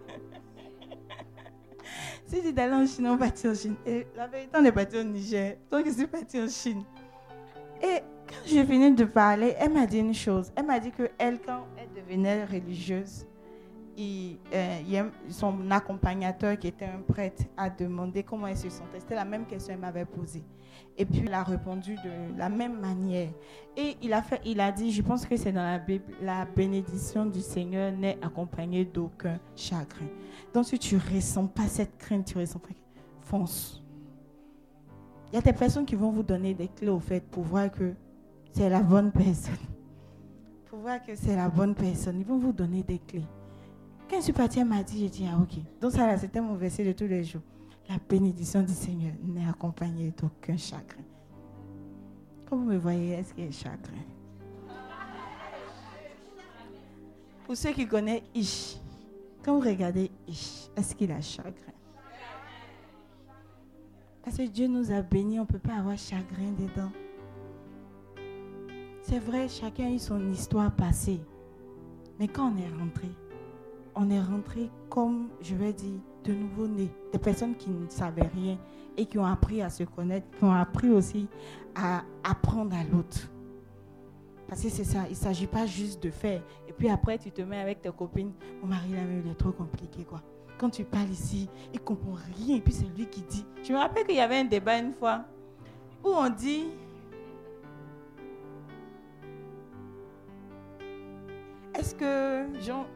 Si tu es allé en Chine, on va partir en Chine. Et la vérité, on est parti au Niger. Donc, je suis partie en Chine. Et quand j'ai fini de parler, elle m'a dit une chose. Elle m'a dit qu'elle, quand elle devenait religieuse, il, euh, il y a son accompagnateur, qui était un prêtre, a demandé comment elle se sentait. C'était la même question qu'elle m'avait posée. Et puis, elle a répondu de la même manière. Et il a, fait, il a dit, je pense que c'est dans la Bible, la bénédiction du Seigneur n'est accompagnée d'aucun chagrin. Donc, si tu ne ressens pas cette crainte, tu ne ressens pas, fonce. Il y a des personnes qui vont vous donner des clés au fait pour voir que c'est la bonne personne. Pour voir que c'est la bonne personne. Ils vont vous donner des clés. Quand je suis partie, elle m'a dit, j'ai dit, ah ok. Donc ça là, c'était mon verset de tous les jours. La bénédiction du Seigneur n'est accompagnée d'aucun chagrin. Quand vous me voyez, est-ce qu'il y a chagrin? Pour ceux qui connaissent Ish, quand vous regardez Ish, est-ce qu'il a chagrin? Parce que Dieu nous a bénis, on ne peut pas avoir chagrin dedans. C'est vrai, chacun a eu son histoire passée. Mais quand on est rentré, on est rentré comme, je vais dire, de nouveau-nés. Des personnes qui ne savaient rien et qui ont appris à se connaître, qui ont appris aussi à apprendre à l'autre. Parce que c'est ça, il ne s'agit pas juste de faire. Et puis après, tu te mets avec tes copines. Mon mari, là, il est trop compliqué, quoi. Quand tu parles ici, il ne comprend rien. Et puis c'est lui qui dit. Je me rappelle qu'il y avait un débat une fois où on dit... Est-ce que... Jean,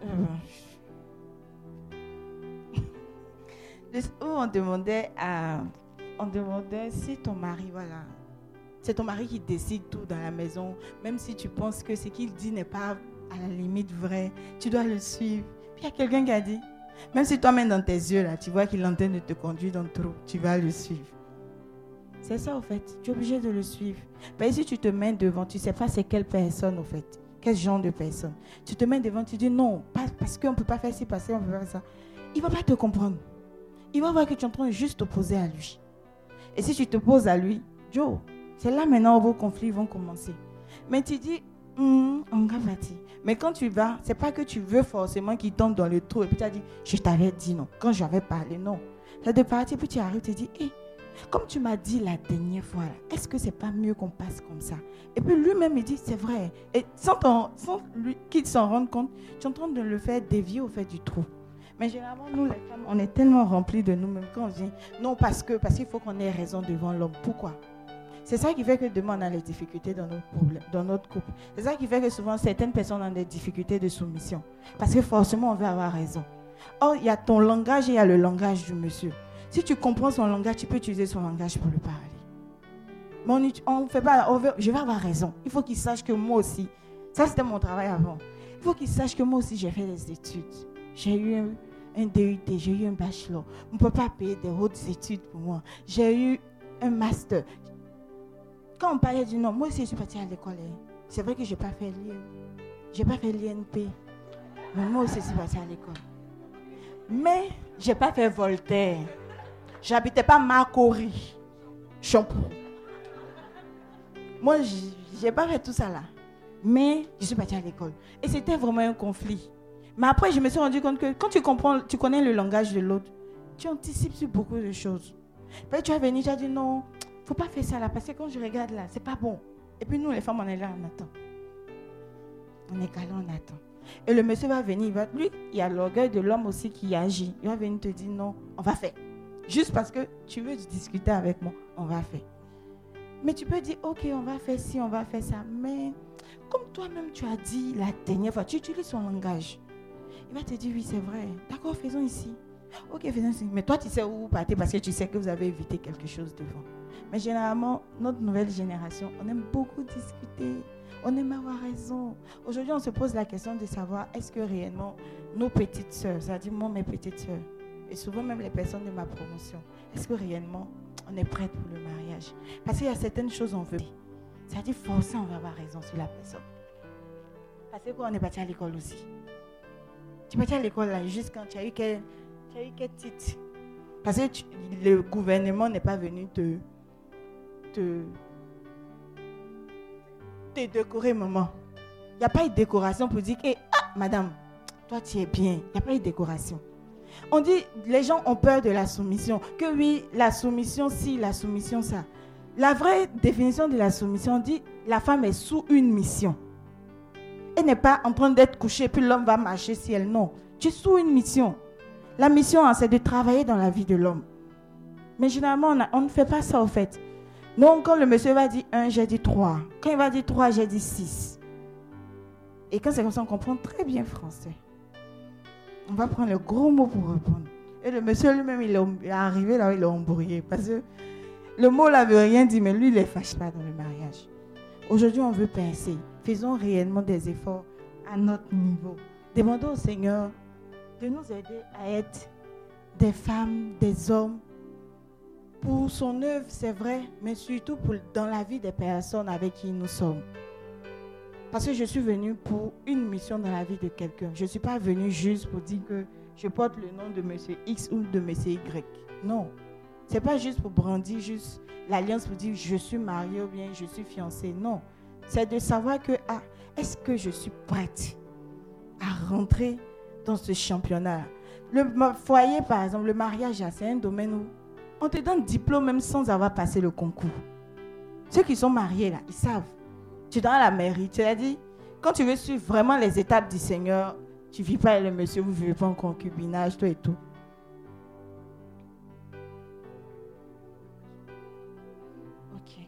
euh, où on demandait à... On demandait si ton mari, voilà... C'est ton mari qui décide tout dans la maison. Même si tu penses que ce qu'il dit n'est pas à la limite vrai, tu dois le suivre. Puis il y a quelqu'un qui a dit... Même si toi-même dans tes yeux, là, tu vois qu'il est en train de te conduire dans le trou, tu vas le suivre. C'est ça, au fait. Tu es obligé de le suivre. Mais si tu te mets devant, tu ne sais pas c'est quelle personne, au fait. Quel genre de personne. Tu te mets devant, tu dis non, pas, parce qu'on ne peut pas faire ci, parce qu'on ne peut pas faire ça. Il ne va pas te comprendre. Il va voir que tu es en train de juste t'opposer à lui. Et si tu t'opposes à lui, Joe, c'est là maintenant où vos conflits vont commencer. Mais tu dis, mm, on va partir. Mais quand tu vas, c'est pas que tu veux forcément qu'il tombe dans le trou et puis tu as dit, je t'avais dit non. Quand j'avais parlé, non. Tu as de partir, puis tu arrives, tu te dis, hé, hey, comme tu m'as dit la dernière fois, là, est-ce que c'est pas mieux qu'on passe comme ça? Et puis lui-même, il dit, c'est vrai. Et sans, ton, sans lui, qu'il s'en rende compte, tu es en train de le faire dévier au fait du trou. Mais généralement, nous, les femmes, on est tellement remplis de nous-mêmes quand on dit, non, parce que, parce qu'il faut qu'on ait raison devant l'homme. Pourquoi? C'est ça qui fait que demain, on a des difficultés dans notre, problème, dans notre couple. C'est ça qui fait que souvent, certaines personnes ont des difficultés de soumission. Parce que forcément, on veut avoir raison. Or, il y a ton langage et il y a le langage du monsieur. Si tu comprends son langage, tu peux utiliser son langage pour lui parler. Mais on ne fait pas, on veut, je vais avoir raison. Il faut qu'il sache que moi aussi, ça c'était mon travail avant. Il faut qu'il sache que moi aussi, j'ai fait des études. J'ai eu un, un D U T, j'ai eu un bachelor. On ne peut pas payer des hautes études pour moi. J'ai eu un master. Quand on parlait du nom, moi aussi je suis partie à l'école. C'est vrai que je n'ai pas fait l'I N. Je n'ai pas fait l'I N P. Mais moi aussi je suis partie à l'école. Mais je n'ai pas fait Voltaire. Je n'habitais pas Marcory. Champoux. Moi, je n'ai pas fait tout ça là. Mais je suis partie à l'école. Et c'était vraiment un conflit. Mais après, je me suis rendu compte que quand tu comprends, tu connais le langage de l'autre, tu anticipes sur beaucoup de choses. Puis tu es venu, tu as dit non. Il ne faut pas faire ça là, parce que quand je regarde là, c'est pas bon. Et puis nous, les femmes, on est là, on attend. On est calé, on attend. Et le monsieur va venir, il va, lui, il y a l'orgueil de l'homme aussi qui agit. Il va venir te dire non, on va faire. Juste parce que tu veux discuter avec moi, on va faire. Mais tu peux dire, ok, on va faire ci, on va faire ça. Mais Comme toi-même, tu as dit la dernière fois, tu utilises son langage. Il va te dire, oui, c'est vrai. D'accord, faisons ici. Ok, faisons ici. Mais toi, tu sais où vous partez parce que tu sais que vous avez évité quelque chose devant. Mais généralement, notre nouvelle génération, on aime beaucoup discuter. On aime avoir raison. Aujourd'hui, on se pose la question de savoir est-ce que réellement nos petites sœurs, c'est-à-dire moi, mes petites sœurs, et souvent même les personnes de ma promotion, est-ce que réellement on est prête pour le mariage? Parce qu'il y a certaines choses qu'on veut. C'est-à-dire forcer, on va avoir raison sur la personne. Parce que quand on est parti à l'école aussi. Tu es parti à l'école là, juste quand tu as eu quel, tu as eu quel titre. Parce que tu, le gouvernement n'est pas venu te, te, te décorer, maman. Il n'y a pas eu de décoration pour dire que, ah, madame, toi tu es bien. Il n'y a pas eu de décoration. On dit, les gens ont peur de la soumission. Que oui, la soumission, si, la soumission, ça. La vraie définition de la soumission dit, la femme est sous une mission. Elle n'est pas en train d'être couchée, puis l'homme va marcher si elle, non. Tu es sous une mission. La mission, hein, c'est de travailler dans la vie de l'homme. Mais généralement, on, a, on ne fait pas ça, au fait. Non, quand le monsieur va dire un, j'ai dit trois. Quand il va dire trois, j'ai dit six. Et quand c'est comme ça, on comprend très bien français. On va prendre le gros mot pour répondre. Et le monsieur lui-même, il est arrivé là, il est embrouillé. Parce que le mot là veut rien dire, mais lui, il ne fâche pas dans le mariage. Aujourd'hui, on veut penser. Faisons réellement des efforts à notre niveau. Demandons au Seigneur de nous aider à être des femmes, des hommes, pour son œuvre, c'est vrai, mais surtout pour, dans la vie des personnes avec qui nous sommes. Parce que je suis venue pour une mission dans la vie de quelqu'un. Je ne suis pas venue juste pour dire que je porte le nom de monsieur X ou de monsieur Y. Non. Ce n'est pas juste pour brandir juste l'alliance pour dire je suis mariée ou bien je suis fiancée. Non. C'est de savoir que, ah, est-ce que je suis prête à rentrer dans ce championnat? Le foyer, par exemple, le mariage, c'est un domaine où on te donne diplôme même sans avoir passé le concours. Ceux qui sont mariés, là, ils savent. Tu es dans la mairie, tu l'as dit. Quand tu veux suivre vraiment les étapes du Seigneur, tu ne vis pas avec le monsieur, vous ne vivez pas en concubinage, tout et tout. Ok.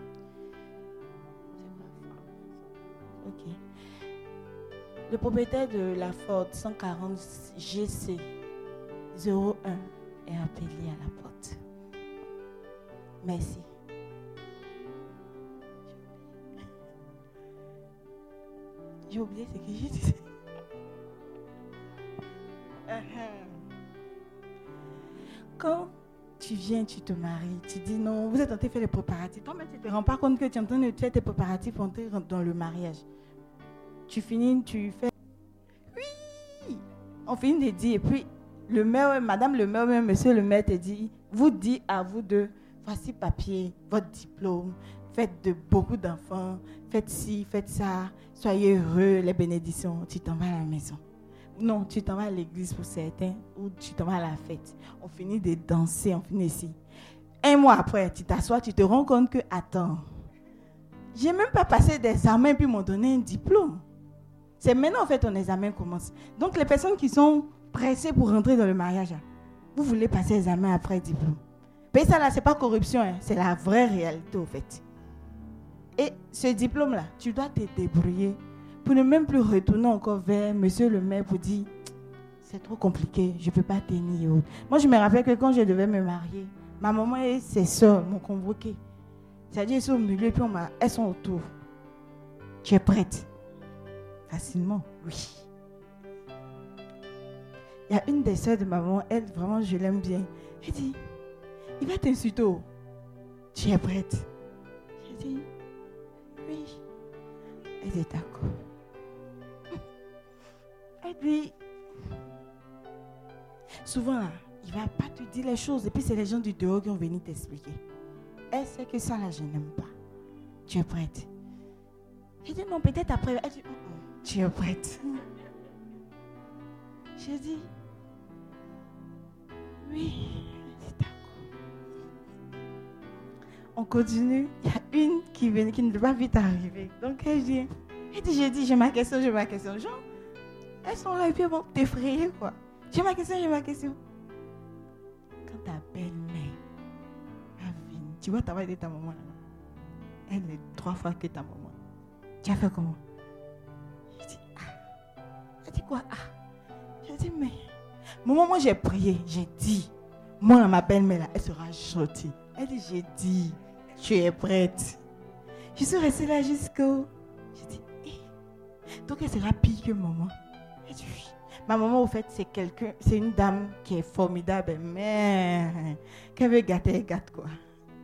Ok. Le propriétaire de la Ford cent quarante G C zéro un est appelé à la porte. Merci. J'ai oublié ce que j'ai dit. Quand tu viens, tu te maries, tu dis non, vous êtes en train de faire les préparatifs. Toi-même, tu ne te rends pas compte que tu es en train de faire tes préparatifs pour entrer dans le mariage. Tu finis, tu fais. Oui! On finit de dire, et puis le maire, madame le maire, monsieur le maire te dit, vous dit à vous deux, voici papier, votre diplôme, faites de beaucoup d'enfants, faites ci, faites ça, soyez heureux, les bénédictions, tu t'en vas à la maison. Non, tu t'en vas à l'église pour certains, ou tu t'en vas à la fête. On finit de danser, on finit ici. Un mois après, tu t'assois, tu te rends compte que, attends, j'ai même pas passé d'examen puis m'ont donné un diplôme. C'est maintenant, en fait, ton examen commence. Donc, les personnes qui sont pressées pour rentrer dans le mariage, vous voulez passer l'examen après diplôme. Mais ça, là, c'est pas corruption, hein, c'est la vraie réalité, au fait. Et ce diplôme-là, tu dois te débrouiller pour ne même plus retourner encore vers monsieur le maire pour dire c'est trop compliqué, je ne peux pas tenir. Moi, je me rappelle que quand je devais me marier, ma maman et ses soeurs m'ont convoqué. C'est-à-dire, elles sont au milieu et puis on m'a, elles sont autour. Tu es prête? Facilement, oui. Il y a une des soeurs de maman, elle, vraiment, je l'aime bien. Elle dit, il va t'insulter. Tu es prête? J'ai dit, oui. Elle dit, d'accord. Et puis, souvent, là, il ne va pas te dire les choses. Et puis, c'est les gens du dehors qui ont venu t'expliquer. Elle sait que ça, là, je n'aime pas. Tu es prête? J'ai dit, non, peut-être après. Elle dit, oh, oh, tu es prête? J'ai dit, oui. Elle dit, d'accord. On continue. Il y a une qui, vient, qui ne doit pas vite arriver. Donc, elle dit, elle dit, j'ai dit, j'ai ma question, j'ai ma question. Genre, elles sont là et puis elles vont t'effrayer, quoi. J'ai ma question, j'ai ma question. Quand ta belle-mère a venu, tu vois, ta voix de ta maman là. Elle est trois fois que ta maman. Tu as fait comment? quoi? Ah. J'ai dit, mais... Maman, moi j'ai prié, j'ai dit, moi ma belle-mère là, elle sera sortie. Elle dit, j'ai dit, tu es prête. Je suis restée là jusqu'au... J'ai dit, eh. Donc elle sera pire que maman. Elle dit, oui. Ma maman, au fait, c'est quelqu'un, c'est une dame qui est formidable, mais qu'elle veut gâter, elle gâte quoi.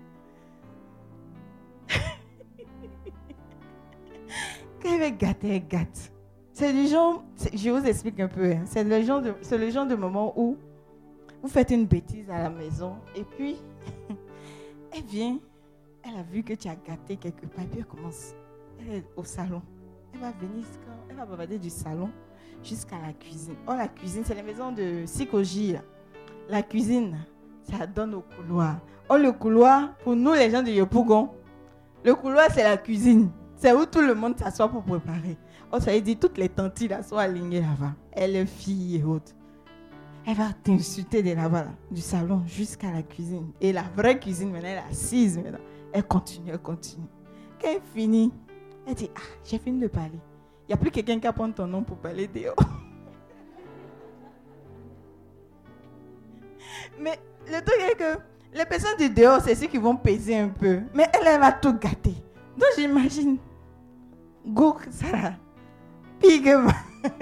Qu'elle veut gâter, elle gâte. C'est le genre, c'est, je vous explique un peu, hein, c'est, le genre de, c'est le genre de moment où vous faites une bêtise à la maison et puis elle vient, elle a vu que tu as gâté quelque part et puis elle commence, elle est au salon. Elle va venir, elle va bavarder du salon jusqu'à la cuisine. Oh, la cuisine, c'est la maison de Sikoji. La cuisine, ça donne au couloir. Oh, le couloir, pour nous les gens de Yopougon, le couloir c'est la cuisine. C'est où tout le monde s'assoit pour préparer. Oh, ça veut dire toutes les tantis là sont alignées là-bas. Elle est fille et autres. Elle va t'insulter de là-bas, là, du salon jusqu'à la cuisine. Et la vraie cuisine, maintenant, elle est assise maintenant. Elle continue, elle continue. Quand elle finit, elle dit, ah, j'ai fini de parler. Il n'y a plus quelqu'un qui va prendre ton nom pour parler dehors. Mais le truc est que les personnes du dehors, c'est ceux qui vont peser un peu. Mais elle, elle va tout gâter. Donc j'imagine, go, ça, pigement.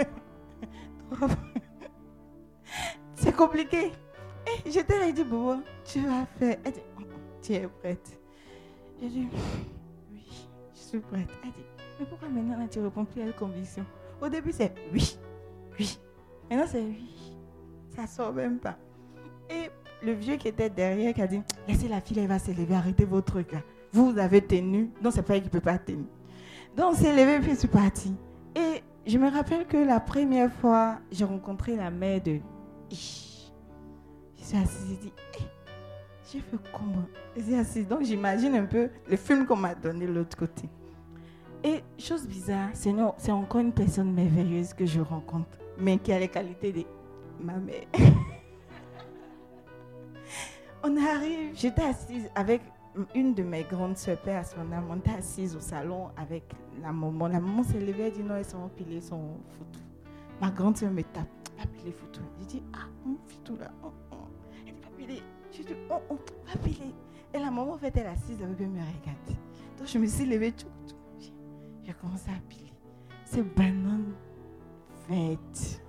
C'est compliqué. Et je t'ai dit, Bobo, tu vas faire. Elle dit, tu es prête. J'ai dit, oui, je suis prête. Elle dit, mais pourquoi maintenant là, tu réponds plus à la conviction? Au début, c'est oui, oui. Maintenant, c'est oui. Ça sort même pas. Et le vieux qui était derrière qui a dit, laissez la fille, elle va se lever, arrêtez vos trucs là. Vous, vous avez tenu, donc c'est pas elle qui ne peut pas tenir. Donc, c'est levé, puis je suis partie. Et je me rappelle que la première fois, j'ai rencontré la mère de Ish. Je suis assise, j'ai dit, hey, j'ai fait comment? Je suis assise. Donc, j'imagine un peu le film qu'on m'a donné de l'autre côté. Et chose bizarre, c'est, non, c'est encore une personne merveilleuse que je rencontre, mais qui a les qualités de ma mère. On arrive, j'étais assise avec une de mes grandes sœurs, père à son âme. On était assise au salon avec la maman. La maman s'est levée, elle dit non, elles sont pilées son photo. Ma grande sœur me tape, va piler photo. Je dis, ah, mon photo là, oh, oh. Elle dit, va piler. Je dis, oh, oh, va piler. Et la maman, en fait, elle est assise, elle veut me regarder. Donc, je me suis levée, tout, tout. J'ai commencé à piler. C'est banane verte.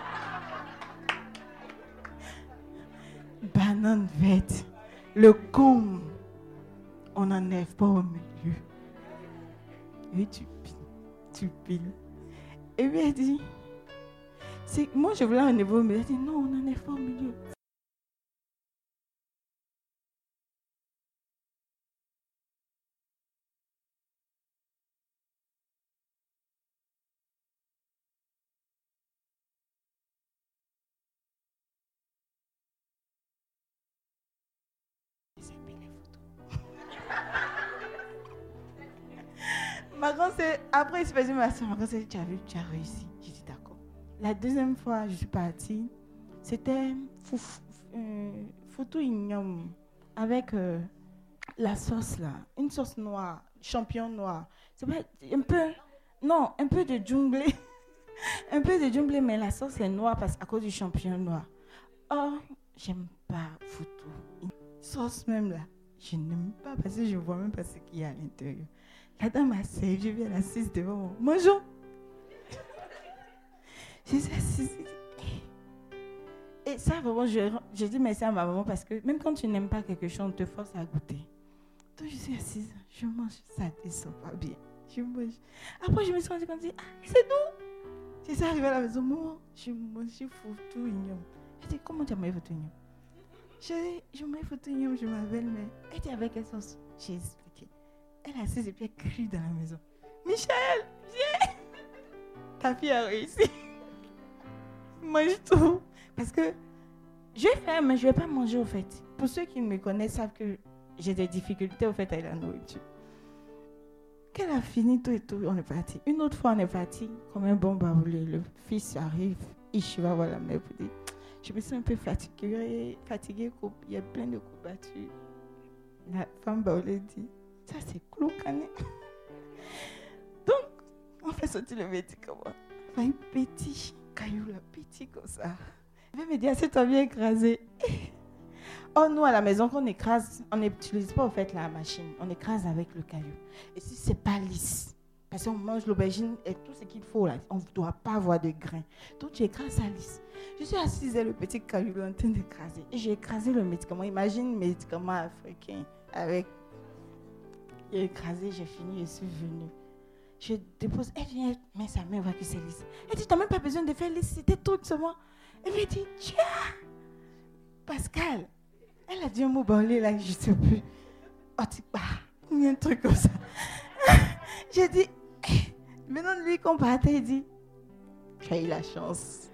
Banane verte. Le cône, on n'enlève pas au milieu. Et tu piles, tu piles. Et puis elle dit, c'est, moi je voulais enlever au milieu. Elle dit, non, on n'enlève pas au milieu. Ma grande sœur, après il se faisait ma soeur, ma grande sœur, tu as vu, tu as réussi. J'ai dit d'accord. La deuxième fois, je suis partie, c'était euh, Foutou Ignam avec euh, la sauce là, une sauce noire, champignon noir. C'est pas un peu, non, un peu de djunglé, un peu de djunglé, mais la sauce est noire parce qu'à cause du champignon noir. Oh, j'aime pas Foutou. Sauce même là, je n'aime pas parce que je ne vois même pas ce qu'il y a à l'intérieur. La dame m'a servi, je viens assise devant moi. Bonjour. Je suis assise. Et ça, vraiment, je, je dis merci à ma maman parce que même quand tu n'aimes pas quelque chose, on te force à goûter. Donc, je suis assise, je mange, ça ne descend pas bien. Je mange. Après, je me suis rendue compte, ah, c'est nous. Je suis arrivée à la maison, maman, je mange Foutou Ignam. Je dis, comment tu as mangé Foutou Ignam? Je dis, je mange Foutou Ignam, je m'appelle, mais elle était avec quelle sauce? J'ai expliqué. Elle est assise et puis elle crie dans la maison. Michel, viens. Ta fille a réussi. Mange tout. Parce que je vais faire, mais je ne vais pas manger au fait. Pour ceux qui me connaissent savent que j'ai des difficultés au fait avec la nourriture. Qu'elle a fini tout et tout, on est parti. Une autre fois, on est parti comme un bon baoulé. Le fils arrive, il va voir la mère pour dire, je me sens un peu fatiguée, fatiguée, il y a plein de coups battus. La femme baoulé dit, ça c'est clou cané. Donc, on fait sortir le médicament. Enfin, un petit, quand petit comme ça. Il va me dire, c'est toi bien écrasé. Oh, nous, à la maison, quand on écrase, on n'utilise pas, en fait, la machine. On écrase avec le caillou. Et si c'est pas lisse, parce qu'on mange l'aubergine et tout ce qu'il faut, là, on ne doit pas avoir de grains. Donc, tu écrases ça lisse. Je suis assise et le petit caillou est en train d'écraser. Et j'ai écrasé le médicament. Imagine le médicament africain avec... J'ai écrasé, j'ai fini, je suis venue. Je dépose, elle vient, mais sa main voit que c'est lisse. Elle dit, tu n'as même pas besoin de faire lisse, c'était tout seulement. Elle me dit, tiens, Pascal, elle a dit un mot banlé là, je ne sais plus. Oh, tu pars, il y a un truc comme ça. J'ai dit, maintenant lui qu'on partait, il dit, tu as eu la chance.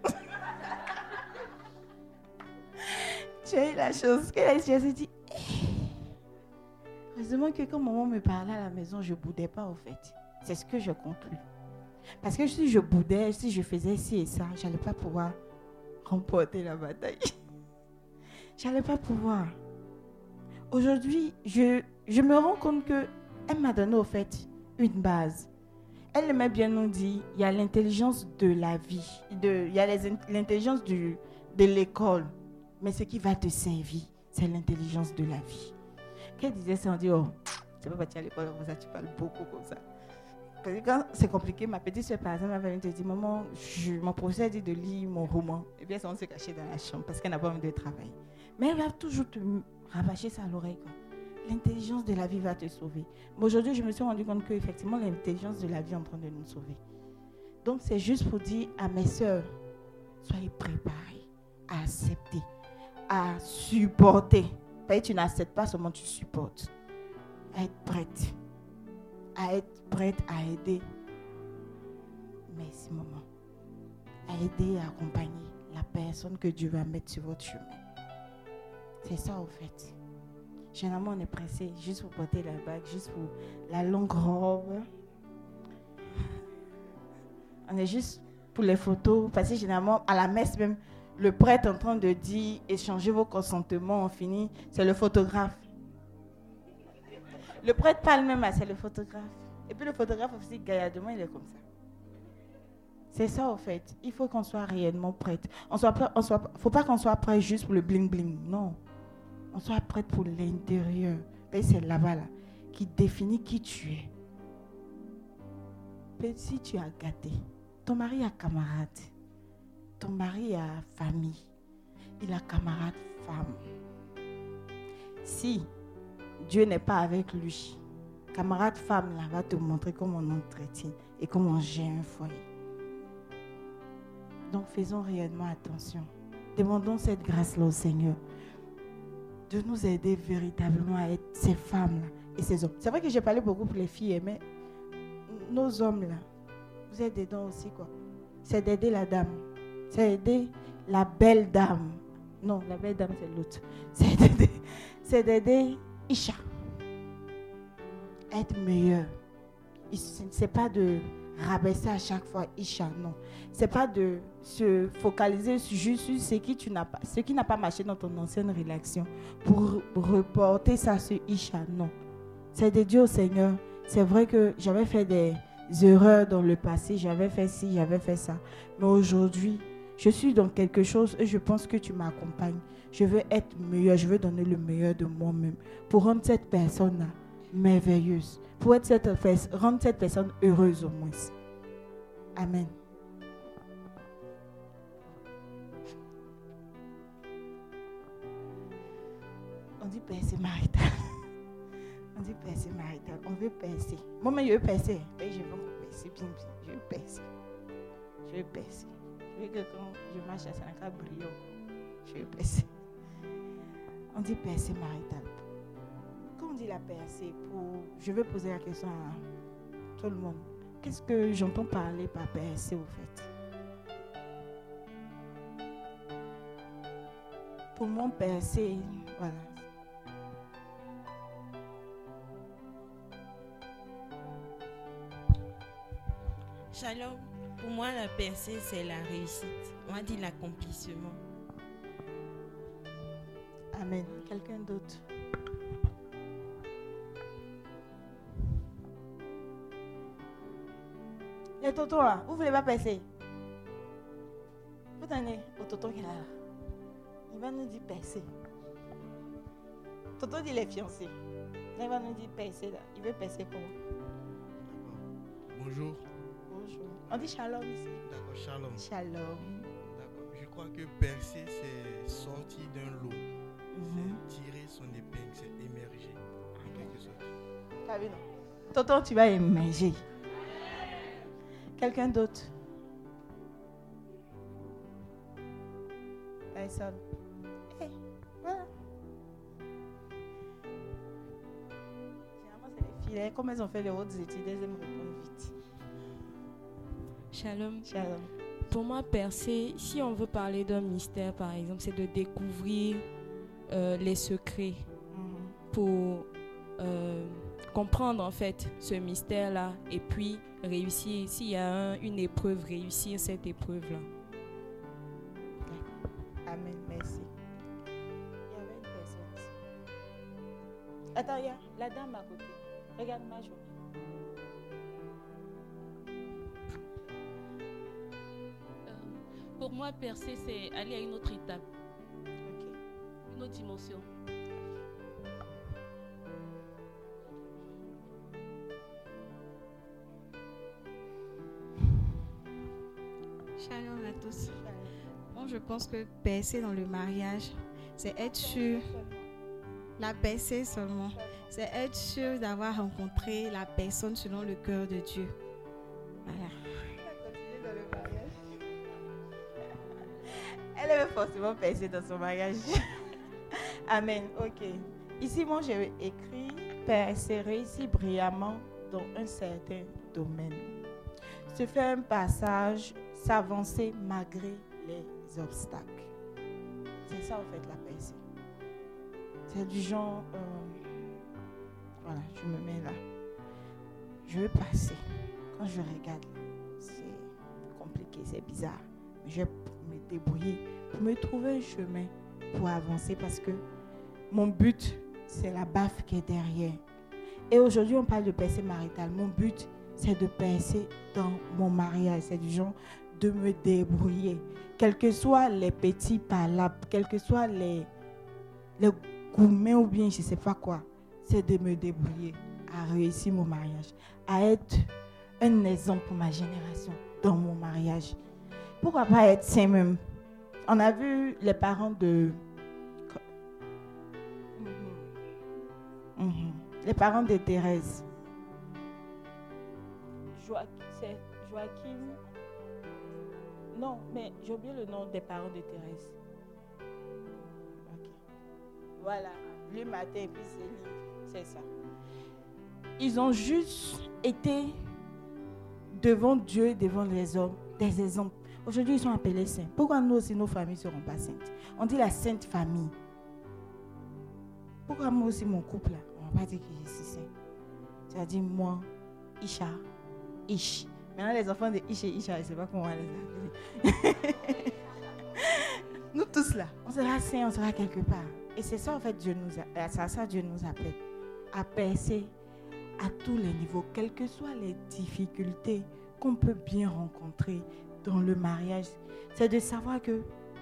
Tu as eu la chance. Qu'elle a dit, j'ai dit, heureusement que quand maman me parlait à la maison, je ne boudais pas au fait. C'est ce que je conclus. Parce que si je boudais, si je faisais ci et ça, je n'allais pas pouvoir remporter la bataille. Je n'allais pas pouvoir. Aujourd'hui, je, je me rends compte qu'elle m'a donné au fait une base. Elle aimait bien nous dire, il y a l'intelligence de la vie, de, il y a les, l'intelligence du, de l'école, mais ce qui va te servir, c'est l'intelligence de la vie. Qu'elle disait ça, on dit, oh, tu ne peux pas partir à l'école comme ça, tu parles beaucoup comme ça. Parce que quand c'est compliqué, ma petite soeur, par exemple, elle va te dire, maman, je, mon professeur dit de lire mon roman. Et bien, ça, on se cachait dans la chambre parce qu'elle n'a pas envie de travailler. Mais elle va toujours te rabâcher ça à l'oreille, quoi. L'intelligence de la vie va te sauver. Mais aujourd'hui, je me suis rendu compte qu'effectivement, l'intelligence de la vie est en train de nous sauver. Donc, c'est juste pour dire à mes soeurs, soyez préparées à accepter, à supporter. Parce que tu n'acceptes pas seulement, tu supportes. À être prête. À être prête à aider. Merci, maman. À aider et à accompagner la personne que Dieu va mettre sur votre chemin. C'est ça, au fait. Généralement, on est pressé juste pour porter la bague, juste pour la longue robe. On est juste pour les photos. Parce que généralement, à la messe même, le prêtre est en train de dire, échangez vos consentements, on finit. C'est le photographe. Le prêtre parle même, c'est le photographe. Et puis le photographe aussi, gaillardement, il est comme ça. C'est ça, au fait. Il faut qu'on soit réellement prête. On soit, on soit, faut pas qu'on soit prêt juste pour le bling-bling. Non. On soit prête pour l'intérieur. Et c'est là-bas, là, qui définit qui tu es. Mais si tu as gâté, ton mari a camarade. Ton mari a famille. Il a camarade femme. Si Dieu n'est pas avec lui, camarade femme là, va te montrer comment on entretient et comment on gère un foyer. Donc faisons réellement attention. Demandons cette grâce-là au Seigneur de nous aider véritablement à être ces femmes-là et ces hommes. C'est vrai que j'ai parlé beaucoup pour les filles, mais nos hommes-là, vous êtes dedans aussi, quoi. C'est d'aider la dame. C'est d'aider la belle dame. Non, la belle dame, c'est l'autre. C'est d'aider, c'est d'aider Isha à être meilleure. C'est pas de rabaisser à chaque fois Isha, non. C'est pas de se focaliser juste sur ce qui, tu n'as pas, ce qui n'a pas marché dans ton ancienne relation pour reporter ça sur Isha, non. C'est de Dieu au Seigneur. C'est vrai que j'avais fait des erreurs dans le passé, j'avais fait ci, j'avais fait ça. Mais aujourd'hui, je suis dans quelque chose et je pense que tu m'accompagnes. Je veux être meilleur, je veux donner le meilleur de moi-même pour rendre cette personne-là merveilleuse, pour être cette, rendre cette personne heureuse au moins. Amen. On dit percer marital. On dit percer marital. On veut percer. Moi-même, je veux percer. Et je veux percer bien, bien. Je veux percer. Je veux percer. Je veux que quand je marche à Sanaka brillant, je veux percer. On dit percer marital. Quand on dit la percer, pour... je veux poser la question à tout le monde. Qu'est-ce que j'entends parler par percer au fait? Pour moi, percer, voilà. Shalom, pour moi la percée c'est la réussite. On dit l'accomplissement. Amen. Quelqu'un d'autre? Les tontons là, vous voulez pas percer? Vous tenez au tonton qui est là. Il va nous dire percer. Tonton dit les fiancés. Il va nous dire percer là. Il veut percer comment? Bonjour. Bonjour. On dit shalom ici. D'accord, shalom. Shalom. D'accord. Je crois que percer, c'est sortir d'un lot. Mm-hmm. C'est tirer son épingle, c'est émerger. En quelque sorte. T'as vu, non? Tonton, tu vas émerger. Quelqu'un d'autre? Personne. Hey, voilà. Généralement, c'est les filles. Comme elles ont fait les hautes études, elles aiment répondre vite. Shalom. Shalom. Pour moi, percer, si on veut parler d'un mystère, par exemple, c'est de découvrir euh, les secrets mm-hmm. pour euh, comprendre en fait ce mystère-là et puis réussir. S'il y a un, une épreuve, réussir cette épreuve-là. Amen, merci. Il y avait une personne ici. Attends, il y a la dame à côté. Regarde ma journée. Pour moi, percer, c'est aller à une autre étape, okay. Une autre dimension. Shalom à tous. Bon, je pense que percer dans le mariage, c'est être sûr, la percer seulement, c'est être sûr d'avoir rencontré la personne selon le cœur de Dieu. Voilà. Elle veut forcément percer dans son mariage. Amen. Ok. Ici, moi, j'ai écrit percer, réussir brillamment dans un certain domaine. Se faire un passage, s'avancer malgré les obstacles. C'est ça, en fait, la percée. C'est du genre, euh, voilà, je me mets là. Je veux passer. Quand je regarde, c'est compliqué, c'est bizarre. Mais je vais me débrouiller pour me trouver un chemin pour avancer parce que mon but, c'est la baffe qui est derrière. Et aujourd'hui, on parle de percée maritale. Mon but, c'est de percer dans mon mariage. C'est du genre de me débrouiller. Quels que soient les petits palabres, quels que soient les, les gourmets ou bien je ne sais pas quoi, c'est de me débrouiller à réussir mon mariage, à être un exemple pour ma génération dans mon mariage. Pourquoi pas être saint même? On a vu les parents de... Mm-hmm. Mm-hmm. Les parents de Thérèse. Joachim, c'est Joachim. Non, mais j'ai oublié le nom des parents de Thérèse. Okay. Voilà, lui matin et puis c'est lui, c'est ça. Ils ont juste été devant Dieu et devant les hommes des exemples. Aujourd'hui, ils sont appelés saints. Pourquoi nous aussi, nos familles ne seront pas saintes? On dit la sainte famille. Pourquoi moi aussi, mon couple, là, on ne va pas dire que je suis saint? C'est-à-dire moi, Isha, Ish. Maintenant, les enfants de Ish et Isha, je ne sais pas comment on va les appeler. Nous tous là, on sera saints, on sera quelque part. Et c'est ça, en fait, Dieu nous a, c'est à ça Dieu nous appelle. À percer à tous les niveaux, quelles que soient les difficultés qu'on peut bien rencontrer dans le mariage, c'est de savoir que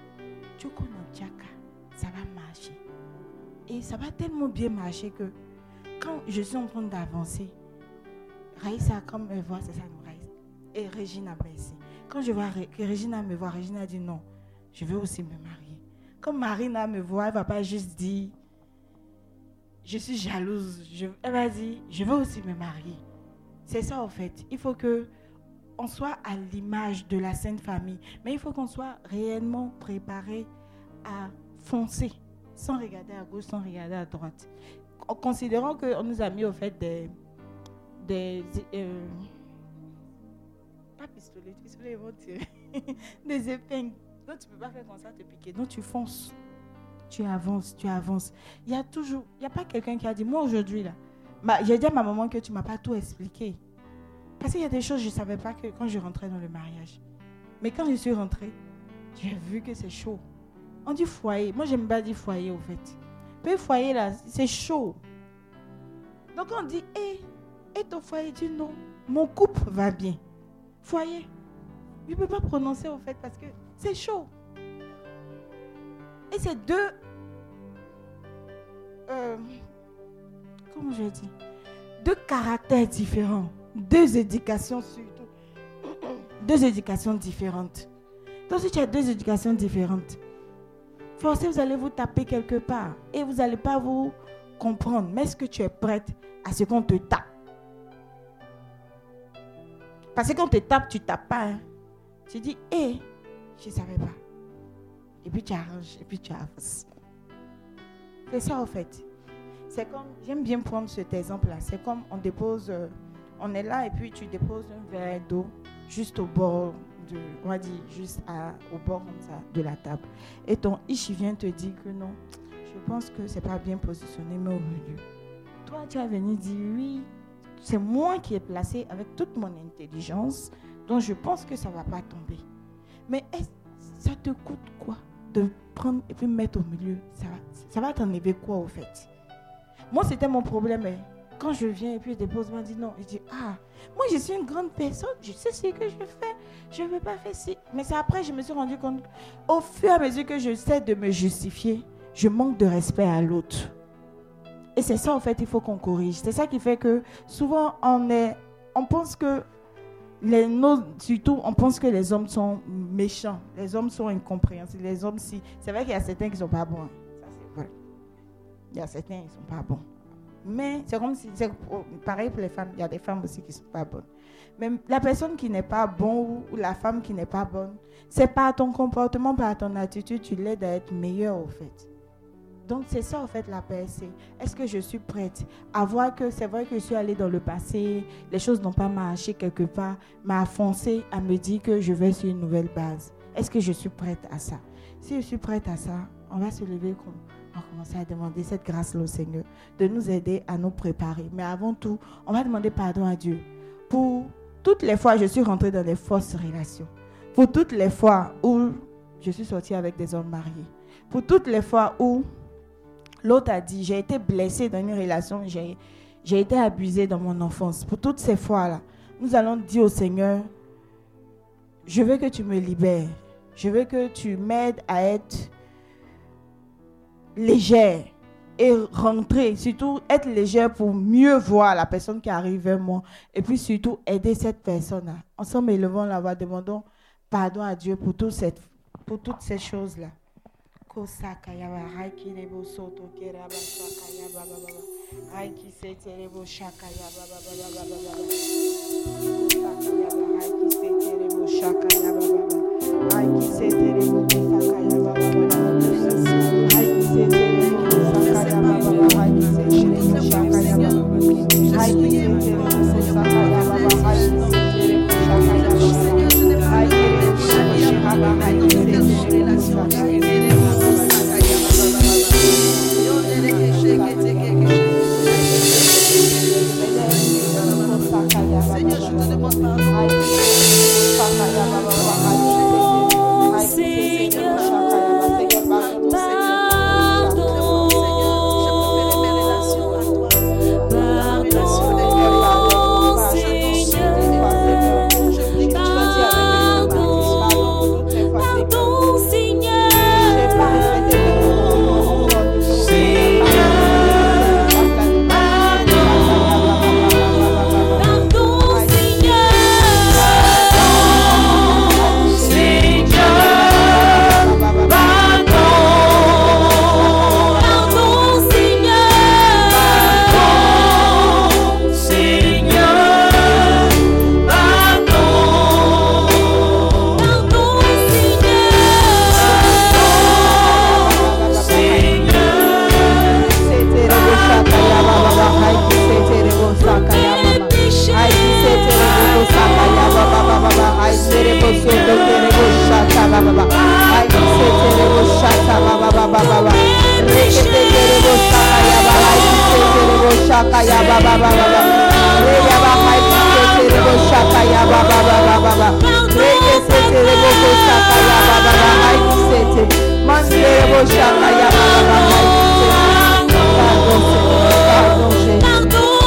ça va marcher. Et ça va tellement bien marcher que quand je suis en train d'avancer, Raïssa, comme elle voit, c'est ça, nous, Raïssa. Et Régina, merci. Quand je vois que Régina me voit, Régina dit non, je veux aussi me marier. Comme Marina me voit, elle ne va pas juste dire je suis jalouse. Je, elle va dire je veux aussi me marier. C'est ça, en fait. Il faut que on soit à l'image de la Sainte Famille. Mais il faut qu'on soit réellement préparé à foncer, sans regarder à gauche, sans regarder à droite. En considérant qu'on nous a mis au fait des... des euh, pas pistolets, pistolets, ils vont tirer. Des épingles. Donc tu ne peux pas faire comme ça, te piquer. Donc tu fonces. Tu avances, tu avances. Il y a toujours... Il n'y a pas quelqu'un qui a dit, moi aujourd'hui, là, bah, j'ai dit à ma maman que tu ne m'as pas tout expliqué. Parce qu'il y a des choses que je ne savais pas que quand je rentrais dans le mariage. Mais quand je suis rentrée, j'ai vu que c'est chaud. On dit foyer. Moi, je n'aime pas dire foyer, au fait. Mais foyer, là, c'est chaud. Donc, on dit, hé, hey, et ton foyer dit non. Mon couple va bien. Foyer. Je ne peux pas prononcer au fait parce que c'est chaud. Et c'est deux... Euh, comment je dis? Deux caractères différents. Deux éducations surtout. Deux éducations différentes. Donc si tu as deux éducations différentes, forcément vous allez vous taper quelque part. Et vous n'allez pas vous comprendre. Mais est-ce que tu es prête à ce qu'on te tape? Parce que quand on te tape, tu ne tapes pas. Hein. Tu dis, hé, hey, je ne savais pas. Et puis tu arranges, et puis tu avances. C'est ça en fait. C'est comme, j'aime bien prendre cet exemple-là. C'est comme on dépose, euh, on est là et puis tu déposes un verre d'eau juste au bord, de, on va dire juste à, au bord comme ça de la table. Et ton ichi vient te dire que non, je pense que c'est pas bien positionné, mais au milieu. Toi, tu vas venir dire oui, c'est moi qui ai placé avec toute mon intelligence, donc je pense que ça ne va pas tomber. Mais ça te coûte quoi de prendre et puis mettre au milieu? Ça, ça va t'enlever quoi au fait? Moi, c'était mon problème. Hein. Quand je viens et puis je dépose, je me dis non. Je dis, ah, moi je suis une grande personne, je sais ce que je fais, je ne vais pas faire ci. Mais c'est après, je me suis rendu compte, au fur et à mesure que je sais de me justifier, je manque de respect à l'autre. Et c'est ça, en fait, il faut qu'on corrige. C'est ça qui fait que souvent, on, est, on pense que, les, nos, surtout, on pense que les hommes sont méchants. Les hommes sont incompréhensibles. Les hommes, si. C'est vrai qu'il y a certains qui ne sont pas bons. Ça, c'est vrai. Il y a certains qui ne sont pas bons. Mais c'est comme si, c'est pareil pour les femmes. Il y a des femmes aussi qui ne sont pas bonnes. Mais la personne qui n'est pas bonne ou la femme qui n'est pas bonne, c'est par ton comportement, par ton attitude, tu l'aides à être meilleur, au fait. Donc, c'est ça, en fait, la P S C. Est-ce que je suis prête à voir que c'est vrai que je suis allée dans le passé, les choses n'ont pas marché quelque part, mais à foncer, à me dire que je vais sur une nouvelle base. Est-ce que je suis prête à ça? Si je suis prête à ça, on va se lever, on va commencer à demander cette grâce au Seigneur de nous aider à nous préparer. Mais avant tout, on va demander pardon à Dieu pour toutes les fois où je suis rentrée dans des fausses relations, pour toutes les fois où je suis sortie avec des hommes mariés, pour toutes les fois où l'autre a dit, j'ai été blessée dans une relation, j'ai, j'ai été abusée dans mon enfance. Pour toutes ces fois-là, nous allons dire au Seigneur, je veux que tu me libères. Je veux que tu m'aides à être légère et rentrer, surtout être légère pour mieux voir la personne qui arrive vers moi et puis surtout aider cette personne-là. Ensemble, élevons la voix, demandons pardon à Dieu pour, tout cette, pour toutes ces choses-là. Kosaka yaba haiki lebo soto keraba shaka yaba baba baba haiki sete lebo shaka yaba baba baba baba kosaka yaba haiki sete lebo shaka yaba baba haiki sete lebo shaka yaba baba haiki sete lebo shaka yaba baba haiki sete lebo shaka yaba baba haiki sete lebo shaka yaba baba haiki sete lebo shaka yaba baba Seigneur, je te demande pardon.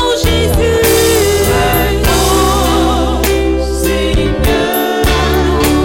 Pardon, Jésus.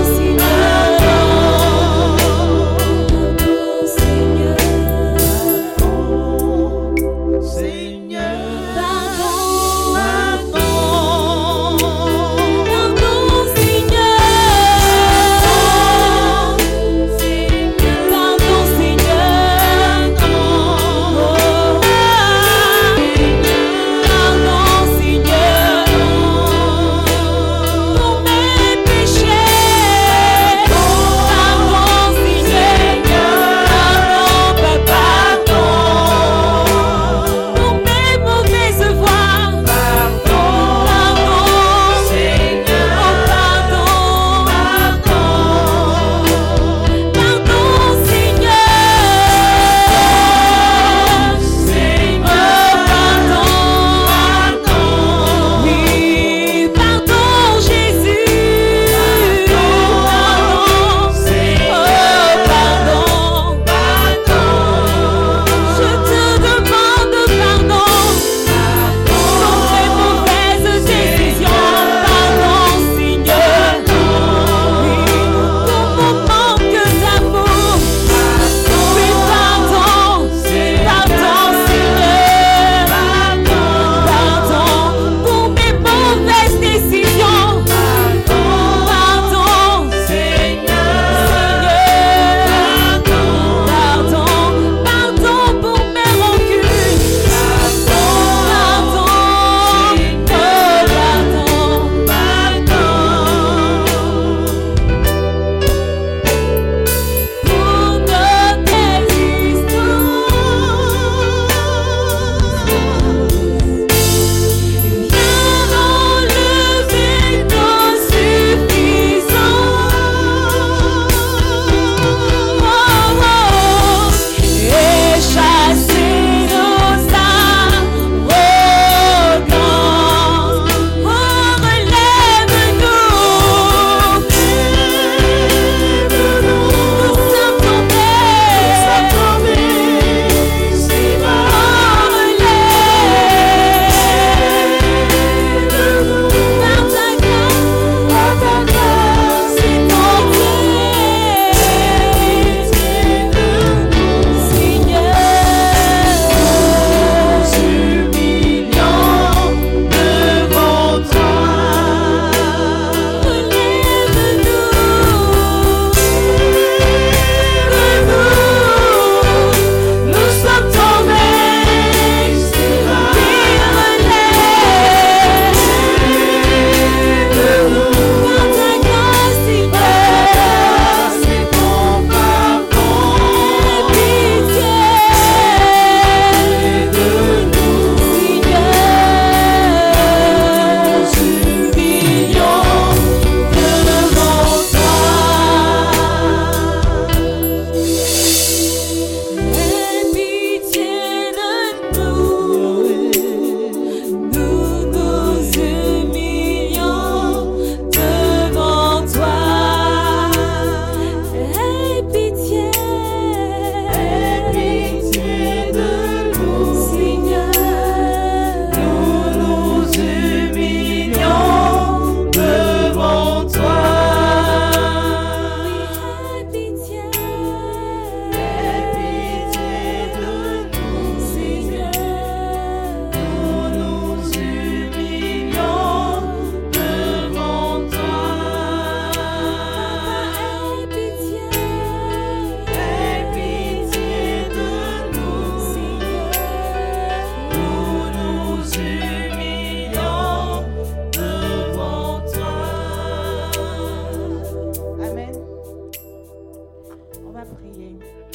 prier.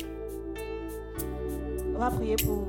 On va prier pour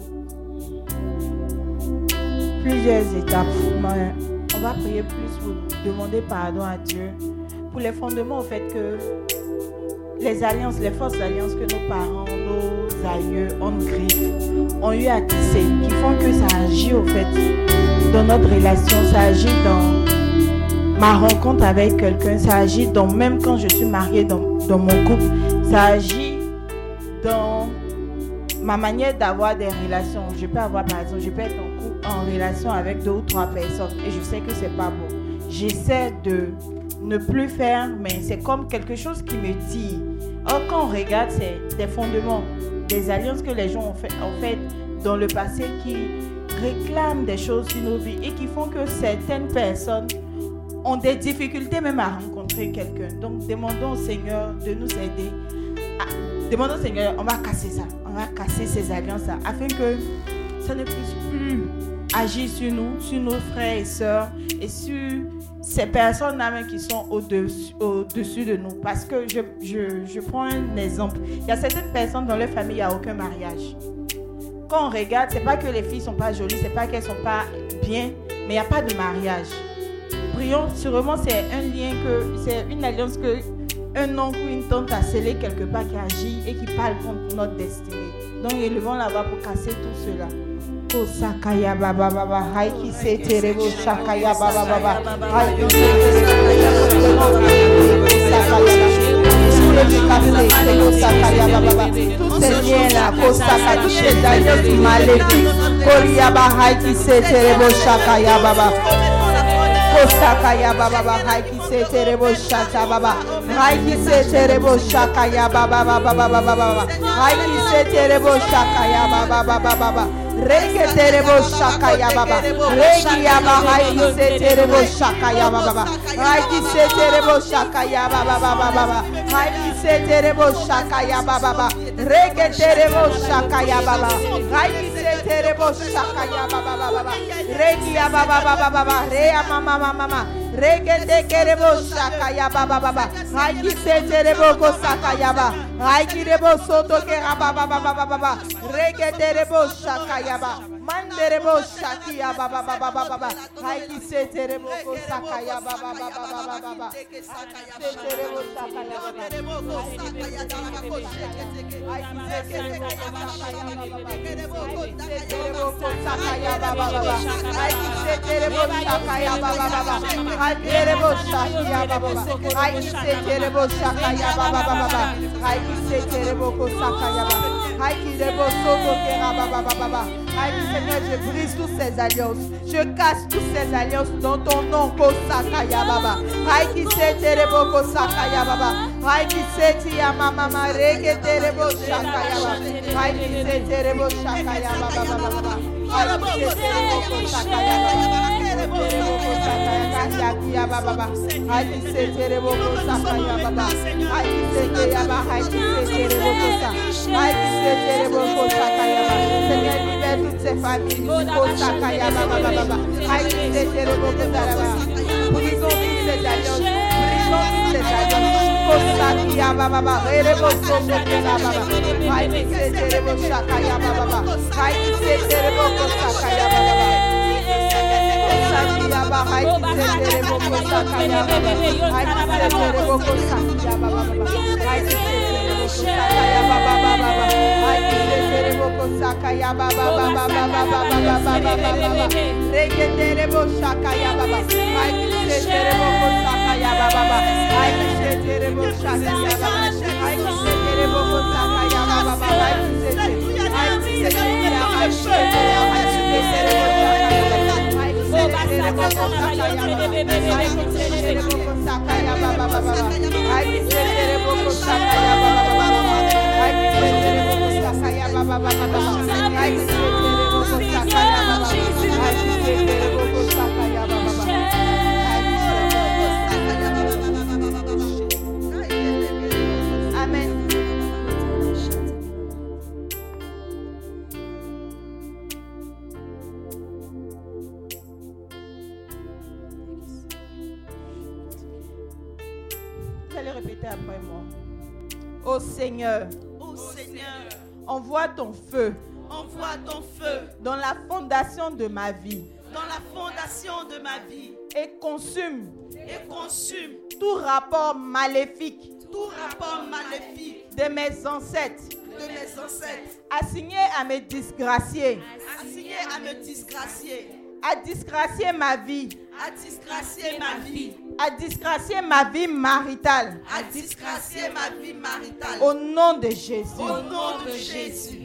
plusieurs étapes. Mais on va prier plus pour demander pardon à Dieu pour les fondements au fait que les alliances, les fausses alliances que nos parents, nos aïeux, on griffe, ont eu à tisser, qui font que ça agit au fait dans notre relation, ça agit dans ma rencontre avec quelqu'un, ça agit dans, même quand je suis mariée dans, dans mon couple, ça agit dans ma manière d'avoir des relations. Je peux avoir par exemple, je peux être en couple, en relation avec deux ou trois personnes et je sais que c'est pas bon. J'essaie de ne plus faire, mais c'est comme quelque chose qui me tire. Or, quand on regarde, c'est des fondements, des alliances que les gens ont fait, ont fait dans le passé qui réclament des choses sur nos vies et qui font que certaines personnes ont des difficultés même à rencontrer quelqu'un. Donc, demandons au Seigneur de nous aider. À, demandons au Seigneur, on va casser ça, on va casser ces alliances-là afin que ça ne puisse plus agir sur nous, sur nos frères et sœurs et sur ces personnes-là même qui sont au-dessus, au-dessus de nous. Parce que je, je, je prends un exemple. Il y a certaines personnes dans leur famille, il n'y a aucun mariage. Quand on regarde, c'est pas que les filles sont pas jolies, c'est pas qu'elles sont pas bien, mais il n'y a pas de mariage. Prions, sûrement c'est un lien que, c'est une alliance que un oncle ou une tante a scellé quelque part qui agit et qui parle contre notre destinée. Donc élevons la voix pour casser tout cela. Sakaya baba baba hai ki se terebo sakaya baba baba hai ki se terebo sakaya baba baba tous ces liens là kosaka tous ces alliances maléfiques koriaba hai ki se terebo sakaya baba kosakaya baba baba hai ki se terebo shata baba hai ki se terebo sakaya baba baba baba baba hai ki se terebo sakaya baba baba baba Rege terebo shaka ya baba, regi ya baba, haiki se terebo shaka ya baba, haiki se terebo shaka ya baba baba baba, haiki se terebo shaka ya baba, rege terebo shaka ya baba, haiki se terebo shaka ya baba baba, regi ya baba baba baba, re ya mama mama mama. Regete kerebo shaka ya baba baba, haiki se terebo ko saka ya baba, haiki rebo soto ke baba baba baba baba, regete rebo shaka ya baba, manderebo shaki ya baba baba baba, haiki se terebo ko saka ya baba baba baba baba, se terebo shaka ya baba, haiki se terebo ko saka ya baba baba, haiki se terebo shaka ya baba baba. Hai terebo shaki ya baba baba. Hai se terebo shaka ya baba baba. Hai se terebo ko saka ya baba. Hai terebo soto ke baba baba. Hai Seigneur, je brise toutes ces alliances. Je casse toutes ces alliances dans ton nom ko saka ya baba. Hai ki se terebo ko saka ya baba. Hai ki se ti ya mama mama rege terebo shaka ya baba. Hai ki se terebo shaka ya baba baba. Hai ki se terebo ko saka ya baba. Terebo ko saka ya ya baba, hai ki se terebo ko saka ya baba, hai ki se te ya baba, hai ki se terebo ko saka, hai ki se terebo ko saka ya baba. Seigneur, libère toutes ces familles ko saka ya baba baba, hai ki se terebo ko saka ya baba. Brisons toutes ces alliances, brisons toutes ces alliances ko saka ya baba baba, terebo ko saka ya baba, hai ki se terebo saka ya baba, hai ki se terebo ko saka ya baba. Ya baba, hai ki se terebo ko saka ya baba, hai ki se terebo ko saka ya baba baba, hai ki se terebo ko saka ya baba baba, hai ki se terebo ko saka ya baba baba baba baba baba baba, rege terebo saka ya baba, hai ki se terebo ko saka ya baba baba, hai ki se terebo saka ya baba, hai ki se terebo ko saka ya baba baba, hai ki se terebo, hai ki se terebo, hai ki se terebo, hai ki se terebo saka ya baba. Hai ki se terebo ko saka ya baba, hai ki se terebo ko saka ya baba baba, hai ki se terebo ko saka ya baba baba, hai ki se terebo ko saka ya baba baba, hai ki se terebo ko saka ya baba, hai ki se terebo ko saka ya baba baba. Amen. Répétez après moi. Ô Seigneur, Ô Seigneur, envoie ton feu envoie ton feu dans la fondation de ma vie dans la fondation de ma vie et consume et consume tout rapport maléfique tout rapport maléfique de mes ancêtres, de mes ancêtres, assigné à me disgracier, assigné à me disgracier, à disgracier ma vie, à disgracier ma vie, à disgracier ma vie maritale, à disgracier ma vie maritale. Au nom de Jésus. Au nom de Jésus.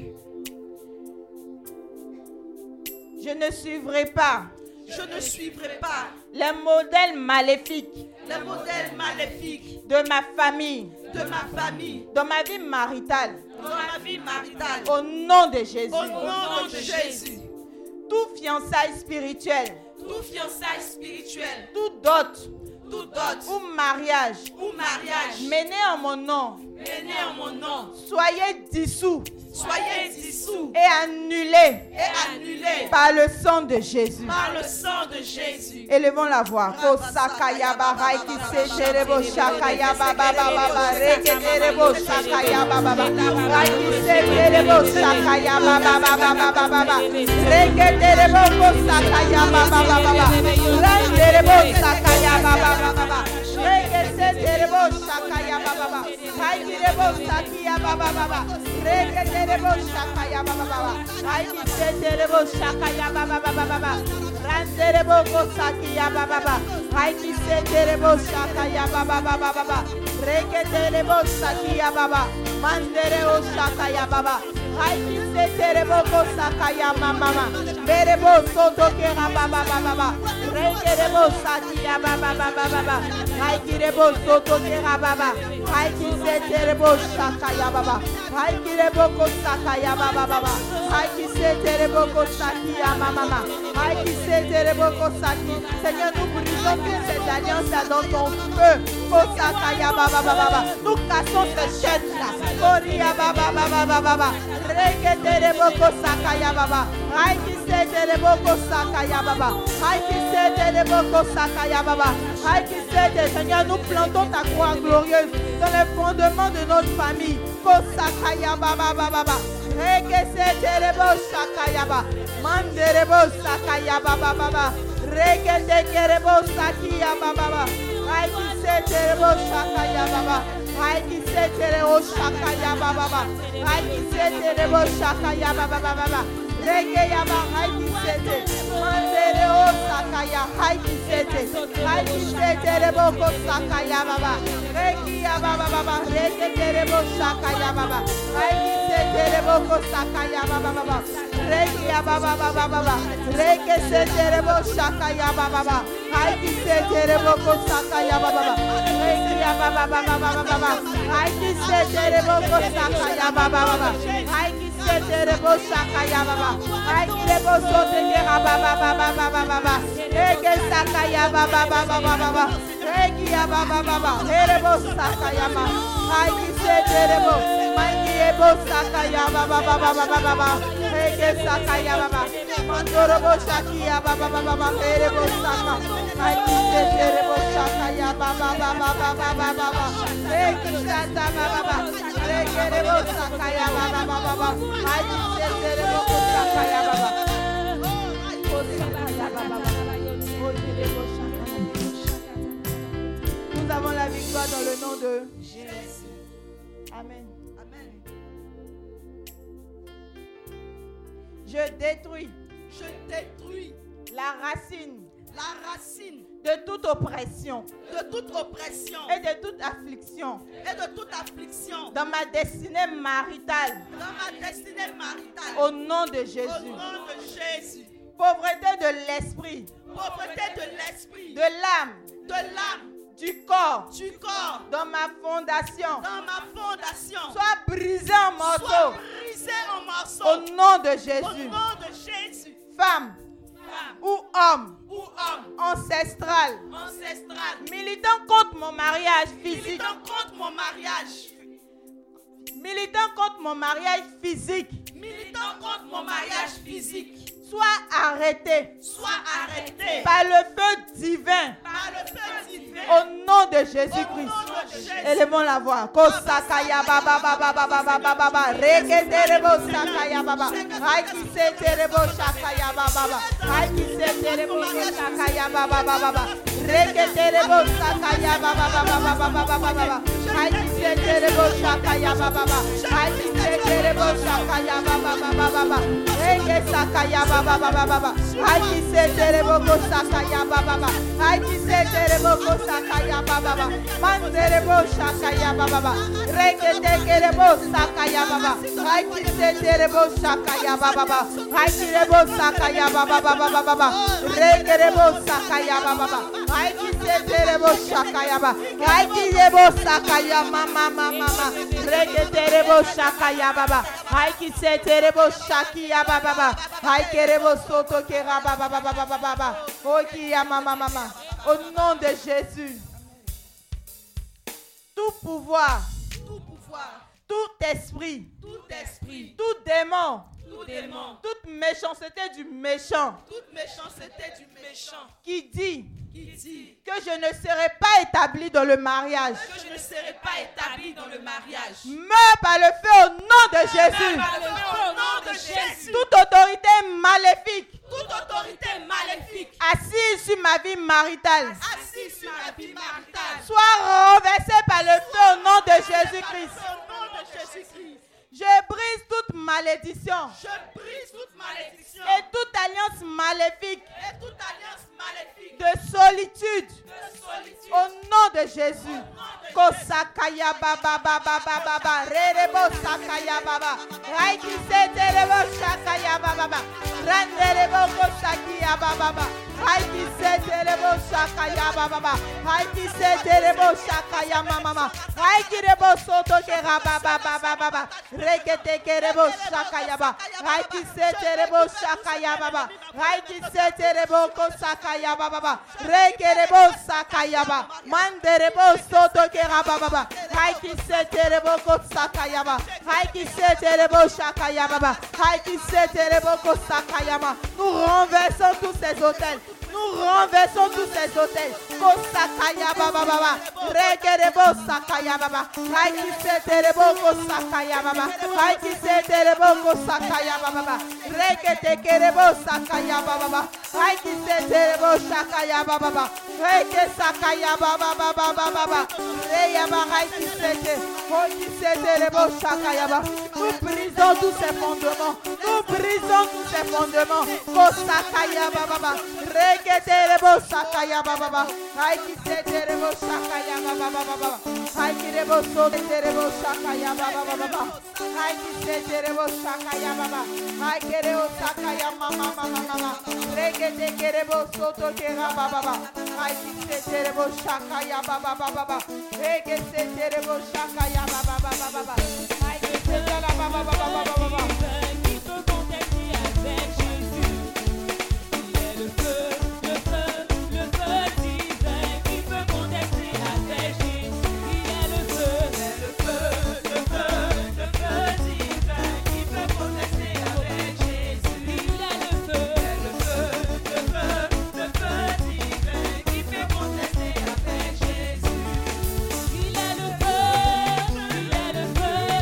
Je ne suivrai pas. Je ne suivrai pas les modèles maléfiques. Les modèles maléfiques de ma famille. De ma famille. Dans ma vie maritale. Dans ma vie maritale. Au nom de Jésus. Au nom de Jésus. Tout fiançailles spirituel. Tout fiançailles spirituel. Tout dot. Tout dot. Ou mariage. Ou mariage. Mené en mon nom. Mené en mon nom. Soyez dissous. Soyez dissous. Et annulés. Et annulés. Par le sang de Jésus. Par le sang de Jésus. Élevons la voix. Kosakaya barai ki se terebo shakaya baba baba reke terebo shakaya baba baba rai ki se terebo shakaya baba baba baba baba reke terebo kosakaya baba baba baba rai terebo shakaya baba baba baba reke se terebo shakaya baba baba rai terebo shakaya baba baba reke terebo shakaya baba baba rai ki se terebo shakaya baba baba baba randerebo kosakaya baba baba rai ki se terebo shakaya baba baba baba reke terebo shakaya baba manderebo shakaya baba rai ki se terebo kosakaya mama berebo soto kera baba baba reke terebo shakaya baba baba baba rai ki terebo soto kera baba rai ki se terebo shakaya baba rai ki terebo kosakaya baba baba rai ki se terebo kosakaya mama rai ki se terebo kosaki. Seigneur, nous brisons toute cette alliance dans ton feu. Kosakaya baba baba. Nous cassons cette chaîne là. Koria baba baba baba. Reke terebo kosakaya baba. Rai ki se terebo kosakaya baba. Rai ki se terebo kosakaya baba. Rai ki se terebo. Seigneur, nous plantons ta croix glorieuse dans les fondements de notre famille. Kosakaya baba baba. Reke se terebo shakaya baba. Manderebo sakaya baba baba. Reke tekerebo sakia baba baba. Rai ki se terebo shakaya baba. Rai ki se terebo shakaya baba baba. Rai ki se terebo shakaya baba baba. Reke yaba rai ki se te. Manderebo sakaya rai ki se te. Rai ki se terebo sakaya baba. Reke yaba baba baba. Reke terebo shakaya baba. Rai ki se terebo sakaya baba baba. Reke ya baba baba baba. Reke se terebo shakaya baba baba. Hai ki se terebo kosakaya baba baba. Reke ya baba baba baba baba. Hai ki se terebo kosakaya baba baba. Hai ki se terebo shakaya baba. Hai ki terebo sote kera baba baba baba baba. Reke sakaya baba baba baba baba. Reke ya baba baba. Terebo sakaya baba. Hai ki se terebo. Mangi ebo sakaya baba baba baba baba. Reke sakaya baba. Mandorobo shakia baba baba baba. Terebo saka. Hai ki se terebo sakaya baba baba baba baba. Reke sata baba baba. Reke terebo sakaya baba baba baba. Hai ki se terebo sakaya baba. Nous avons la victoire dans le nom de Jésus. Amen. Amen. Je détruis. Je détruis la racine. La racine de toute oppression. De toute oppression. Et de toute affliction. Et de toute affliction. Dans ma destinée maritale. Dans ma destinée maritale. Au nom de Jésus. Au nom de Jésus. Pauvreté de l'esprit. Pauvreté de l'esprit. De l'âme. De l'âme. Du corps. Du corps. Dans ma fondation. Dans ma fondation. Soit brisé en morceaux. Soit brisé en morceaux. Au nom de Jésus. Au nom de Jésus. Femme. Femme. Ou homme. Ou homme. Ancestral. Ancestral. Militant contre mon mariage physique. Militant contre mon mariage. Militant contre mon mariage physique. Militant contre mon mariage physique. Sois arrêté. Sois arrêté. Par le feu divin. Par le feu divin. Au nom de Jésus-Christ. Élevons la voix. Kosakaya baba baba baba baba baba. Reketerebo sakaya baba. Haiki seterebo shakaya baba baba. Haiki seterebo shakaya baba baba baba. Reketerebo sakaya baba baba baba baba baba. Haiki seterebo shakaya baba baba. Haiki seterebo shakaya baba baba baba. Reke sakaya baba baba baba. Haiki seterebo sakaya baba baba. Haiki seterebo sakaya baba baba. Manderebo shakaya baba baba. Reke tekerebo sakaya baba. Haiki seterebo shakaya baba baba. Haiki rebo sakaya baba baba baba. Reke rebo sakaya baba baba. Haiki seterebo shakaya baba. Haiki rebo sakaya mama mama mama. Reke terebo shakaya baba. Haiki seterebo shakia baba baba. Haiki rebo soto kera baba baba baba baba. Okia mama mama. Au nom de Jésus. Tout pouvoir, tout pouvoir, tout esprit, tout esprit, tout démon, tout démon, toute méchanceté du méchant, toute méchanceté du méchant, qui dit, qui dit que je ne serai pas établi dans le mariage, que je ne serai pas établi dans le mariage, meurs par le feu au nom de Jésus. Meurs par le feu au nom de Jésus. Toute autorité maléfique, toute autorité maléfique, assise sur ma vie maritale, assise sur ma vie maritale, soit renversée par le feu au nom de Jésus-Christ. Au nom de Jésus-Christ. Je brise toute malédiction. Je brise toute malédiction. Et toute alliance maléfique. Et toute alliance maléfique. De solitude. De solitude. Au nom de Jésus. Kosakaya baba baba baba baba. Rerebo sakaya baba. Raiki seterebo shakaya baba baba. Randerebo kosakia baba baba. Raiki seterebo shakaya baba baba. Raiki seterebo shakaya mama. Raiki rebo soto kera baba baba baba. Rekete kerebo shakayaba. Raiki seterebo shakayaba. Raiki seterebo kosakaya baba. Rekerebo sakayaba. Manderebo soto keraba baba. Raiki seterebo kosakayaba. Raiki seterebo shakayaba. Raiki seterebo kosakayama. Nous renversons tous ces hôtels. Nous renversons tous ces hôtels. Kosakaya baba baba. Rekerebo sakaya baba. Raiki seterebo kosakaya baba. Raiki seterebo kosakaya baba. Rekete kerebo sakaya baba. Raiki seterebo shakaya baba. Reke sakaya baba baba baba. Reya ba raiki sete. Raiki seterebo shakaya baba. Nous brisons tous ces fondements. Nous brisons tous ces fondements. Kosakaya baba. Reketerebo sakaya baba. Raiki seterebo shakaya baba baba. Raiki rebo soterebo shakaya baba baba. Raiki seterebo shakaya baba. Raiki rebo sakaya mama mama mama. Rekete kerebo soto kera baba. Raiki seterebo shakaya baba baba. Reke seterebo shakaya baba baba baba. Raiki seterebo baba baba baba. Qui peut contester avec Jésus? Il est le feu, le feu, le feu divin. Qui peut contester avec Jésus? Il est le feu, le feu, le feu, le feu divin. Qui peut contester avec Jésus? Il est le feu, le feu, le feu, le feu divin. Qui peut contester avec Jésus? Il est le feu, il est le feu.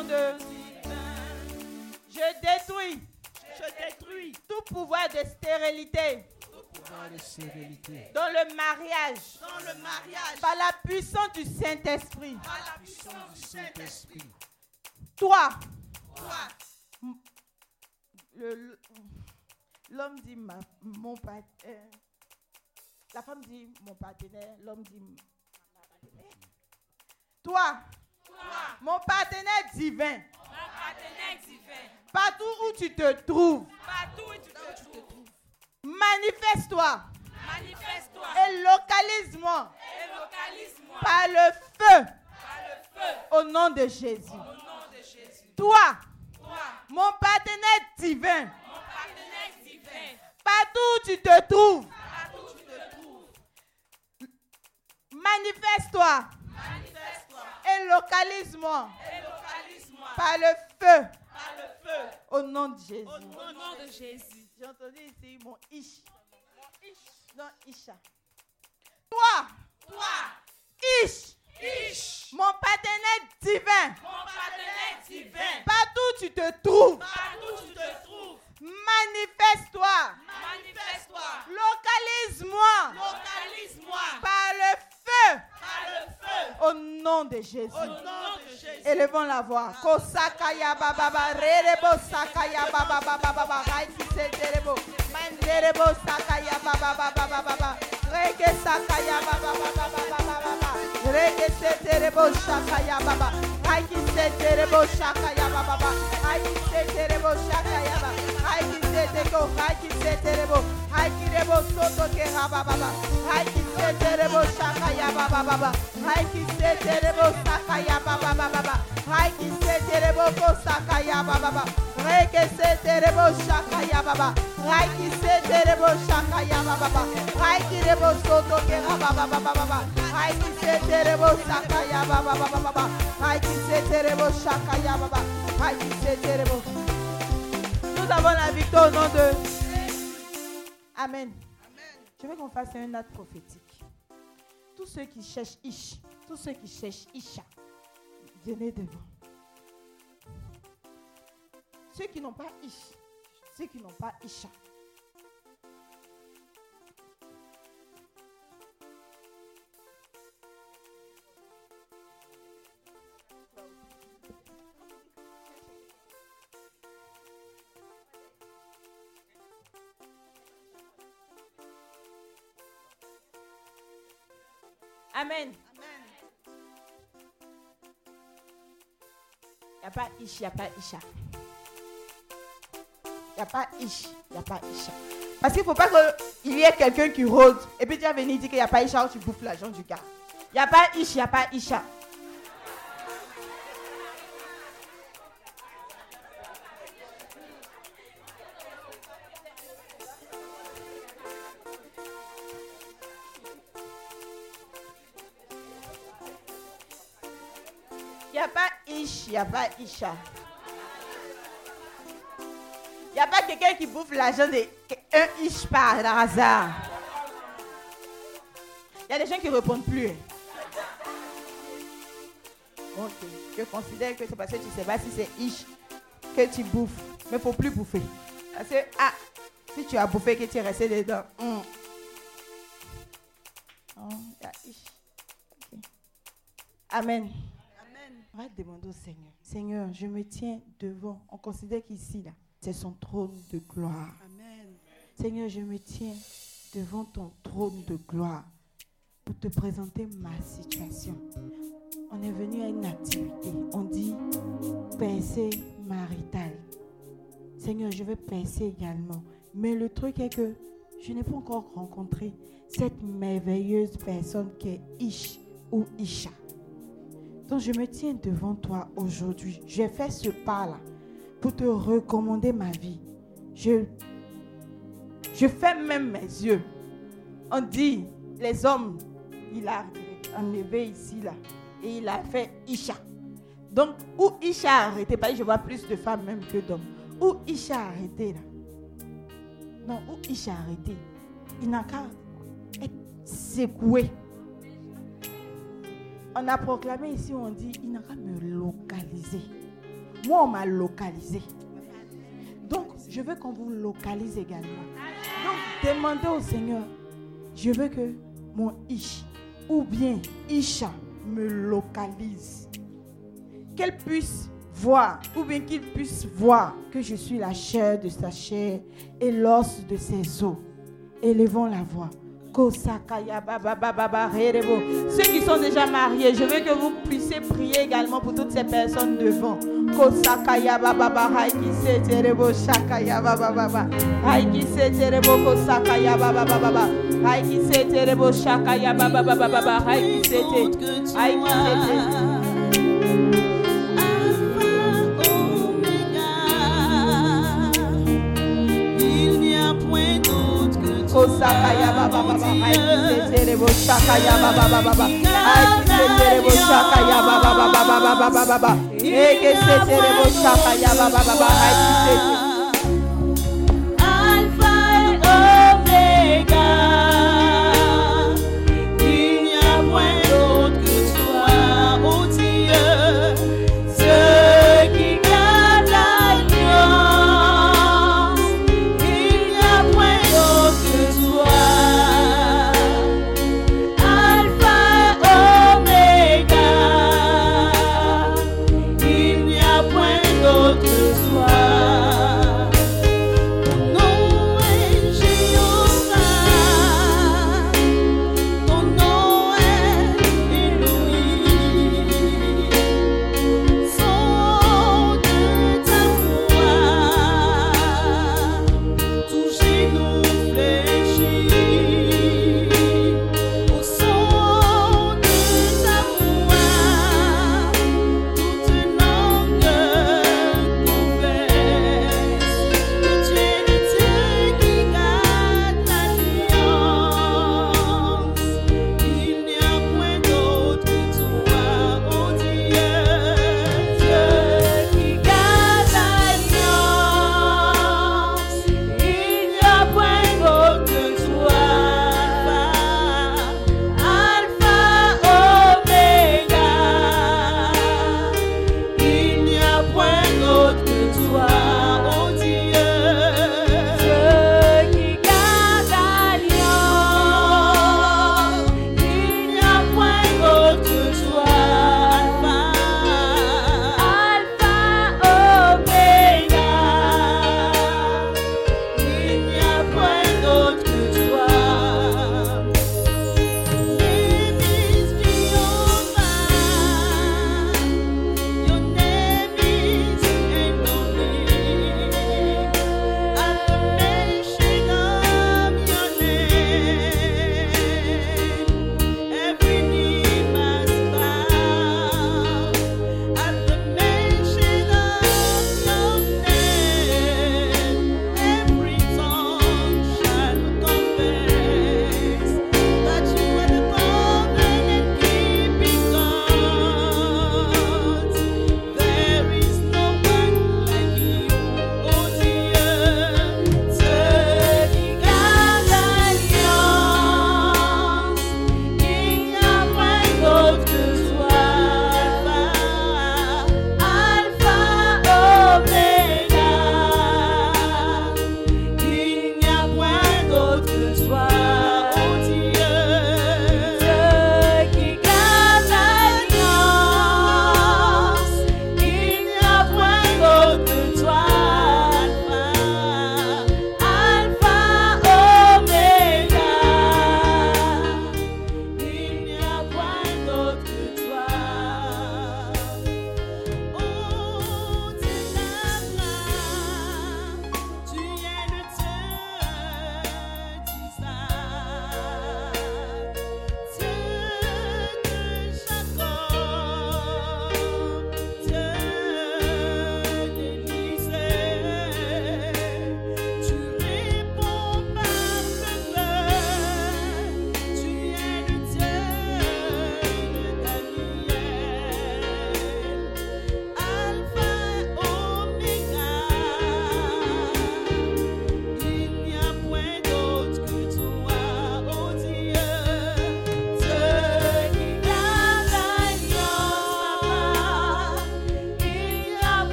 nom de... Je détruis. Je détruis tout pouvoir de stérilité. Dans le mariage. Dans le mariage. Par la puissance du Saint-Esprit. Par la puissance du Saint-Esprit. Toi. Toi. Le, l'homme dit ma, mon partenaire. La femme dit mon partenaire. L'homme dit ma partenaire. Toi. Toi. Mon partenaire divin. Mon partenaire divin. Partout où tu te trouves. Partout où tu te trouves. Manifeste-toi. Manifeste-toi. Et localise-moi. Et localise-moi. Par le feu. Par le feu. Au nom de Jésus. Au nom de Jésus. Toi. Toi. Mon partenaire divin. Mon partenaire divin. Partout où tu te trouves. Partout où tu te trouves. Manifeste-toi. Manifeste-toi. Et localise-moi. Et localise-moi. Par le feu. Par le feu. Au nom de Jésus. Au nom de Jésus. J'ai entendu ici mon ish. Non, Isha. Toi. Toi. Ish. Ish. Mon partenaire divin. Mon partenaire divin. Partout où tu te trouves. Partout où tu te trouves. Manifeste-toi. Manifeste-toi. Localise-moi. Localise-moi. Par le feu. Par le feu. Au nom de Jésus. Au nom de Jésus. Élevons la voix. Kosakaya baba rerebo sakaya baba baba baba raiki seterebo. Manderebo sakaya baba baba baba. Reke sakaya baba baba baba baba. Reke seterebo sakaya baba. Raiki seterebo sakaya baba baba. Raiki seterebo sakaya baba. Raiki seterebo raiki seterebo. Raiki rebo soto ke baba baba. Raiki seterebo sakaya baba baba. Raiki seterebo sakaya baba baba. Raiki seterebo sakaya baba baba. Raiki seterebo sakaya baba. Raiki seterebo sakaya baba baba. Raiki rebo soto ke baba baba baba. Raiki seterebo sakaya baba baba baba. Raiki seterebo sakaya baba. Raiki seterebo. Nous avons la victoire au nom de Amen. Je veux qu'on fasse un acte prophétique. Tous ceux qui cherchent Ish, tous ceux qui cherchent Isha, venez devant. Ceux qui n'ont pas Ish, ceux qui n'ont pas Isha. Amen. Il n'y a pas Ish, il n'y a pas Isha. Il n'y a pas Ish, il n'y a pas Isha. Parce qu'il ne faut pas qu'il y ait quelqu'un qui rôde et puis tu vas venir dire qu'il n'y a pas Isha ou tu bouffes l'argent du gars. Il n'y a pas Ish, il n'y a pas Isha. Il n'y a pas Ish, il n'y a pas Isha. Il n'y a pas quelqu'un qui bouffe l'argent d'un Ish par hasard. Il y a des gens qui ne répondent plus. Ok, je considère que c'est parce que tu ne sais pas si c'est Ish que tu bouffes. Mais il ne faut plus bouffer. Parce que, ah, si tu as bouffé, que tu es resté dedans. Mm. Oh, il y a Ish. Okay. Amen. On va demander au Seigneur. Seigneur, je me tiens devant. On considère qu'ici, là, c'est son trône de gloire. Amen. Seigneur, je me tiens devant ton trône de gloire pour te présenter ma situation. On est venu à une activité. On dit percée maritale. Seigneur, je veux percer également. Mais le truc est que je n'ai pas encore rencontré cette merveilleuse personne qui est Ish ou Isha. Donc je me tiens devant toi aujourd'hui. J'ai fait ce pas-là pour te recommander ma vie. Je, je ferme même mes yeux. On dit, les hommes, il a enlevé ici, là, et il a fait Isha. Donc, où Isha a arrêté, parce que je vois plus de femmes même que d'hommes. Où Isha a arrêté, là. Non, où Isha a arrêté. Il n'a qu'à être secoué. On a proclamé ici, on dit, il n'a qu'à me localiser. Moi, on m'a localisé. Donc, je veux qu'on vous localise également. Donc, demandez au Seigneur, je veux que mon Ish ou bien Isha me localise. Qu'elle puisse voir, ou bien qu'il puisse voir que je suis la chair de sa chair et l'os de ses os. Élevons la voix. Ceux qui sont déjà mariés, je veux que vous puissiez prier également pour toutes ces personnes devant. Kosakaya baba baba qui se terebo shakaya baba baba qui se terebo kosakaya baba baba qui se terebo shakaya baba baba qui se terebo qui se Il n'y a point d'autre que toi. Kosakaya baba baba qui se terebo shakaya baba baba qui se terebo shakaya baba baba baba baba et que se terebo shakaya baba baba qui se Alpha et Omega. Il n'y a point d'autre que toi, ô Dieu. Ceux qui gardent l'alliance. Il n'y a point d'autre que toi. Alpha et Omega. Il n'y a point d'autre que toi.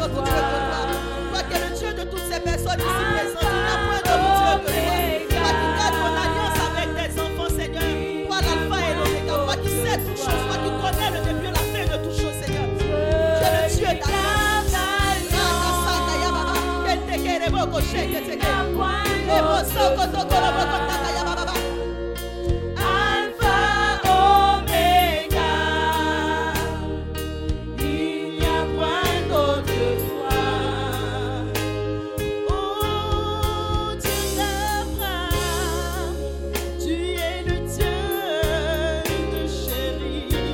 notre Dieu de gloire. Toi qui es le Dieu de toutes ces personnes ici présentes, il n'y a point d'autre Dieu que toi. Toi qui gardes ton alliance avec tes enfants, Seigneur. Toi l'alpha et l'oméga. Toi qui sais toutes choses. Toi qui connais le début et la fin de toutes choses, Seigneur. Tu es le Dieu d'alliance. Tu es le Dieu de chéri.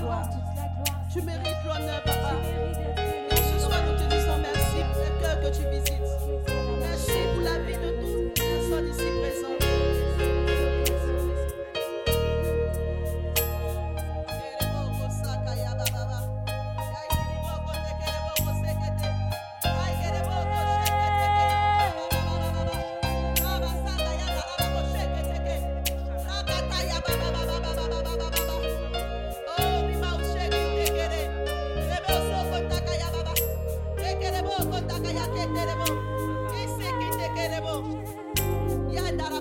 gloire. Tu mérites l'honneur, Papa. Et ce soir, nous te disons merci pour le cœur que tu visites. Merci pour la vie de toutes les personnes ici présentes. Yandara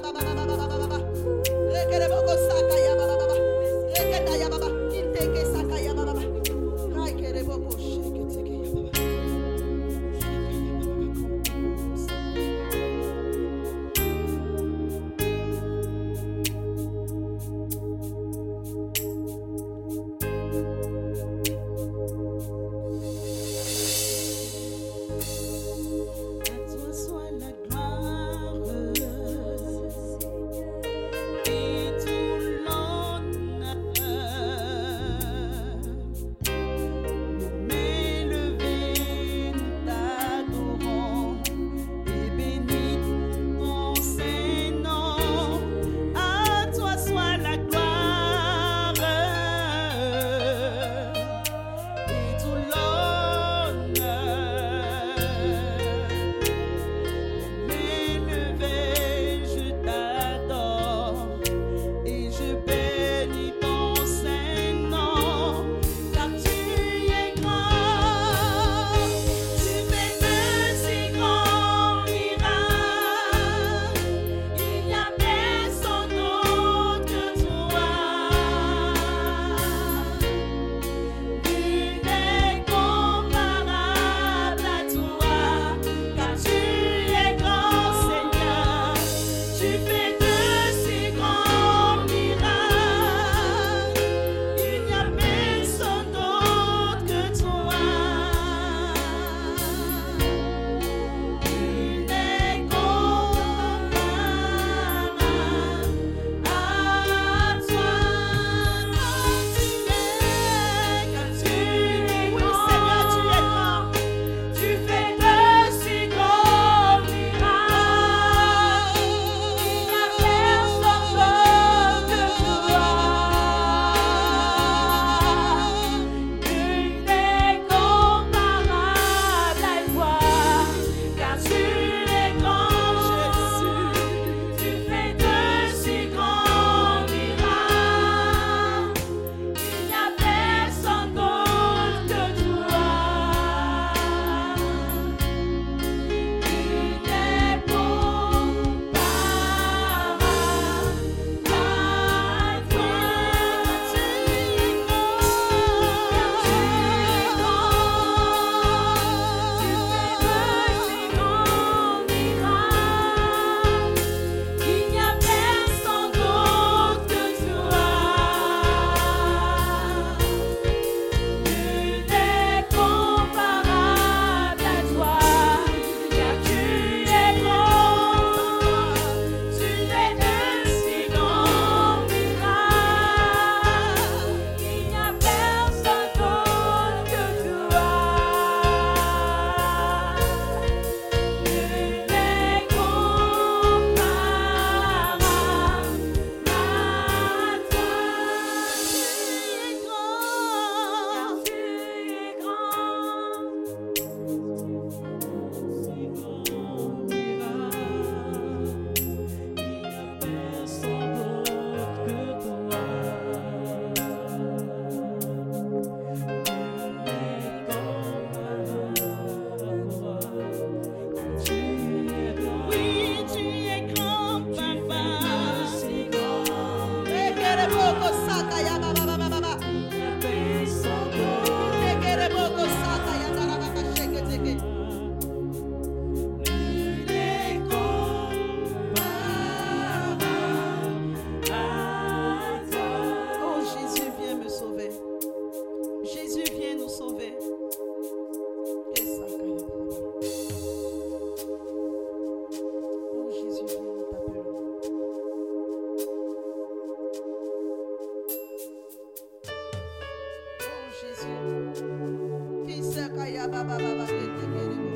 Jésus. Qui sait kaya baba baba kete kerebo.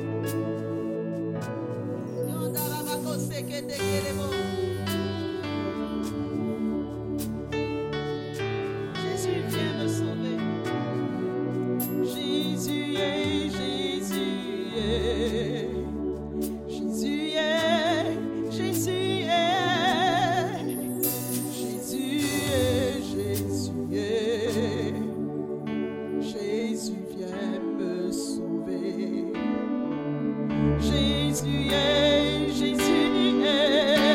Yondara bakose kete kerebo. Jésus vient me sauver. Jésus est, Jésus est. Jésus est, Jésus est. Jésus est, Jésus est. Jésus vient me sauver. Jésus est, Jésus est.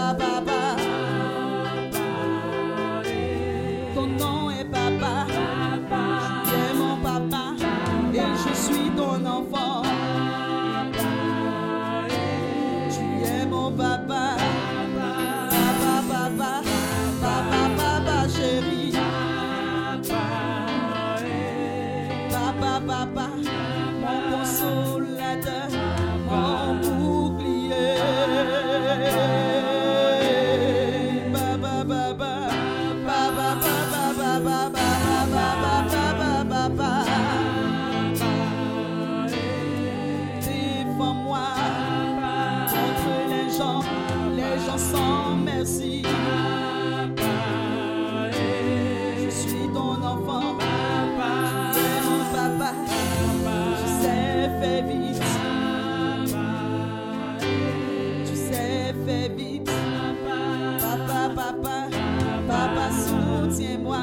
Papa, papa. Ton nom est papa. Tu es mon papa. Et je suis ton enfant. Tu es mon papa. Papa, papa. Papa, papa, chéri. Papa, papa. Mon consolateur. Mon bouclier. Papa, papa. Papa, papa, papa, papa, papa, papa, papa. Défends-moi contre les gens, les gens sans merci. Je suis ton enfant, tu es mon papa. Tu sais faire vite, tu sais faire vite. Papa, papa, papa, soutiens-moi.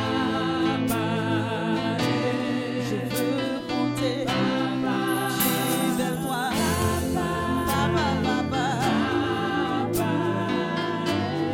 Je veux compter, marcher vers toi. Papa, papa,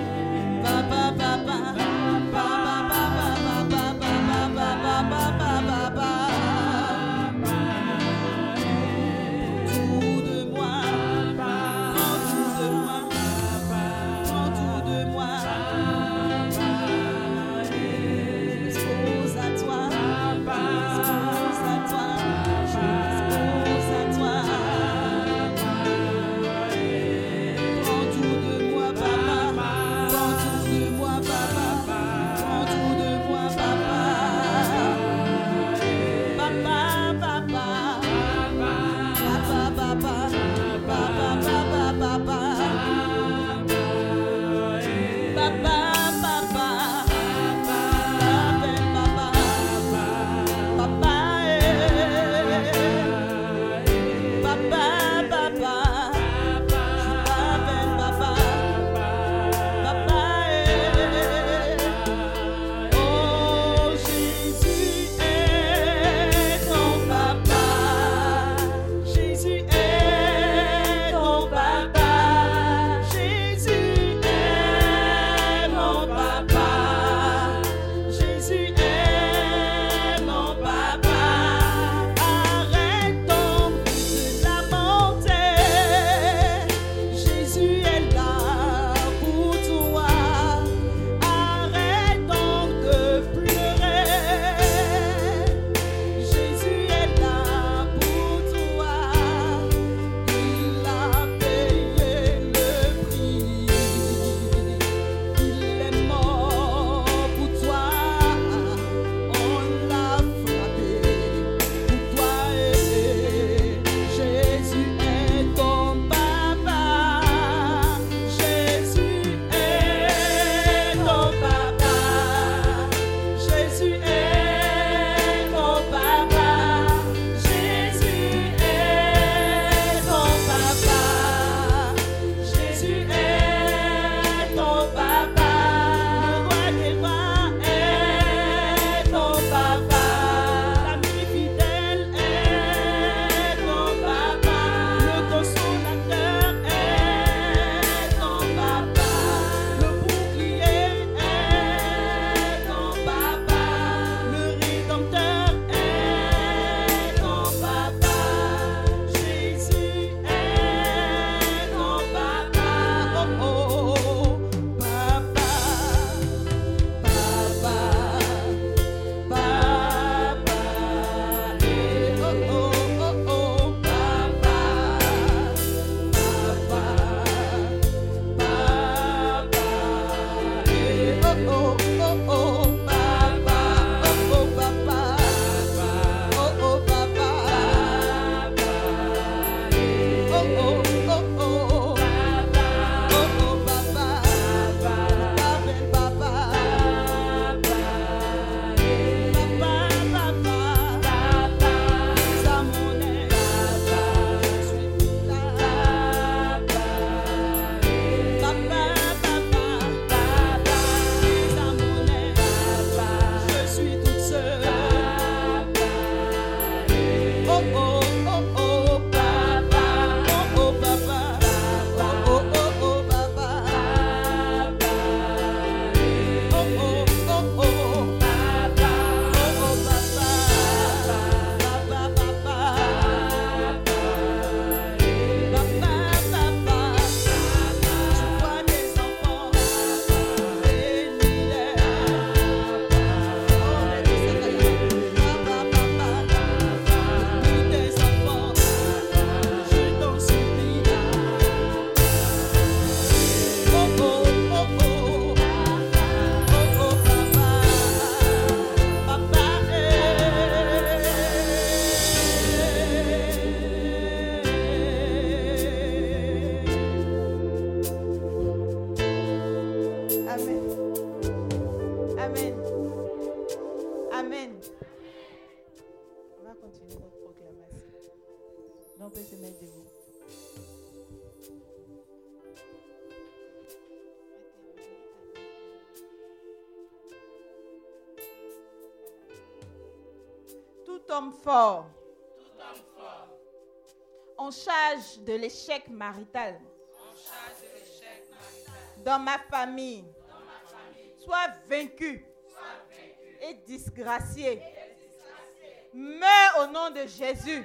on peut se mettre debout. Tout homme fort, Tout homme fort, en charge de l'échec marital en charge de l'échec marital, dans ma famille, dans ma famille, soit vaincu soit vaincu et disgracié. et disgracié. Meurs au nom de Jésus.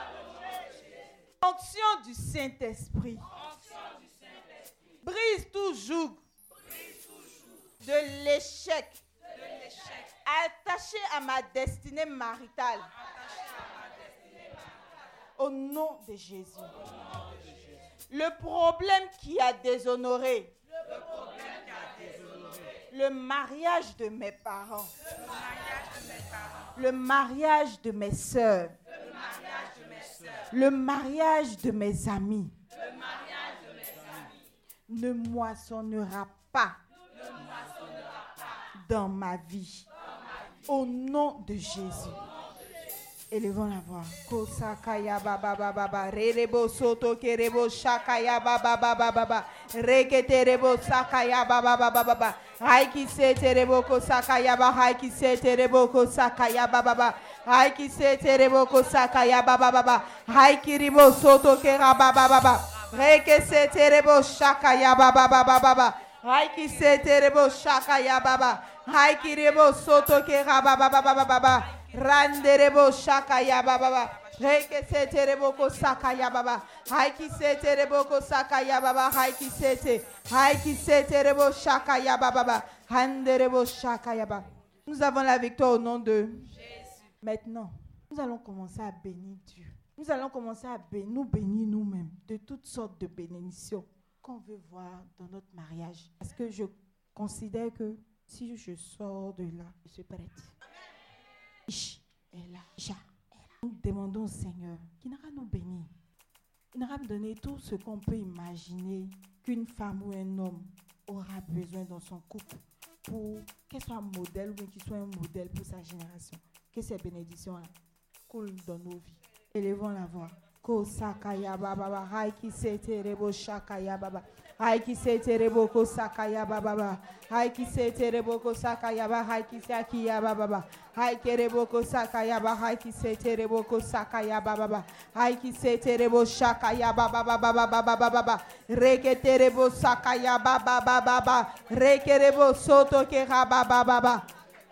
Fonction du Saint-Esprit. Onction du Saint-Esprit, Brise tout joug brise toujours de l'échec de l'échec, attaché à ma destinée maritale. attaché à ma destinée maritale, Au nom de Jésus. au nom de Jésus. Le problème qui a déshonoré Le problème qui a déshonoré le mariage de mes parents, le mariage de mes parents, le mariage de mes sœurs, le mariage de mes sœurs, le mariage de mes amis le mariage de mes amis, ne moissonnera pas ne moissonnera pas dans ma vie. Au nom de Jésus. Élevons la voix. Kosakaya baba baba baba rerebo soto kerebo shakaya baba baba baba reketerebo sakaya baba baba baba haiki seterebo kosakaya baba haiki seterebo kosakaya baba baba haiki seterebo kosakaya baba baba haiki ribo soto kera baba baba reke seterebo shakaya baba baba baba haiki seterebo shakaya baba haiki ribo soto kera baba baba baba Randerebo shakaya baba, reke seterebo ko sakaya baba, haiki seterebo ko sakaya baba, haiki sete, haiki seterebo shakaya baba, handerebo shakaya baba. Nous avons la victoire au nom de Jésus. Maintenant, nous allons commencer à bénir Dieu. Nous allons commencer à bénir, nous bénir nous-mêmes de toutes sortes de bénédictions qu'on veut voir dans notre mariage. Parce que je considère que si je sors de là, je suis prête. Et là, ja, et là. Nous demandons au Seigneur qu'il n'aura nous bénir. Il n'aura nous donner tout ce qu'on peut imaginer qu'une femme ou un homme aura besoin dans son couple pour qu'elle soit un modèle ou qu'il soit un modèle pour sa génération. Que ces bénédictions-là coulent dans nos vies. Élevons la voix. Kosakaya baba, haiki seterebo shakaya baba. Haiki seterebo kosakaya baba. Haiki seterebo kosakaya baba, haiki sakiya baba. Haiki rebo kosakaya baba, haiki seterebo kosakaya baba. Haiki seterebo shakaya baba baba baba baba. Reketerebo sakaya baba baba. Rekerebo soto kera baba baba.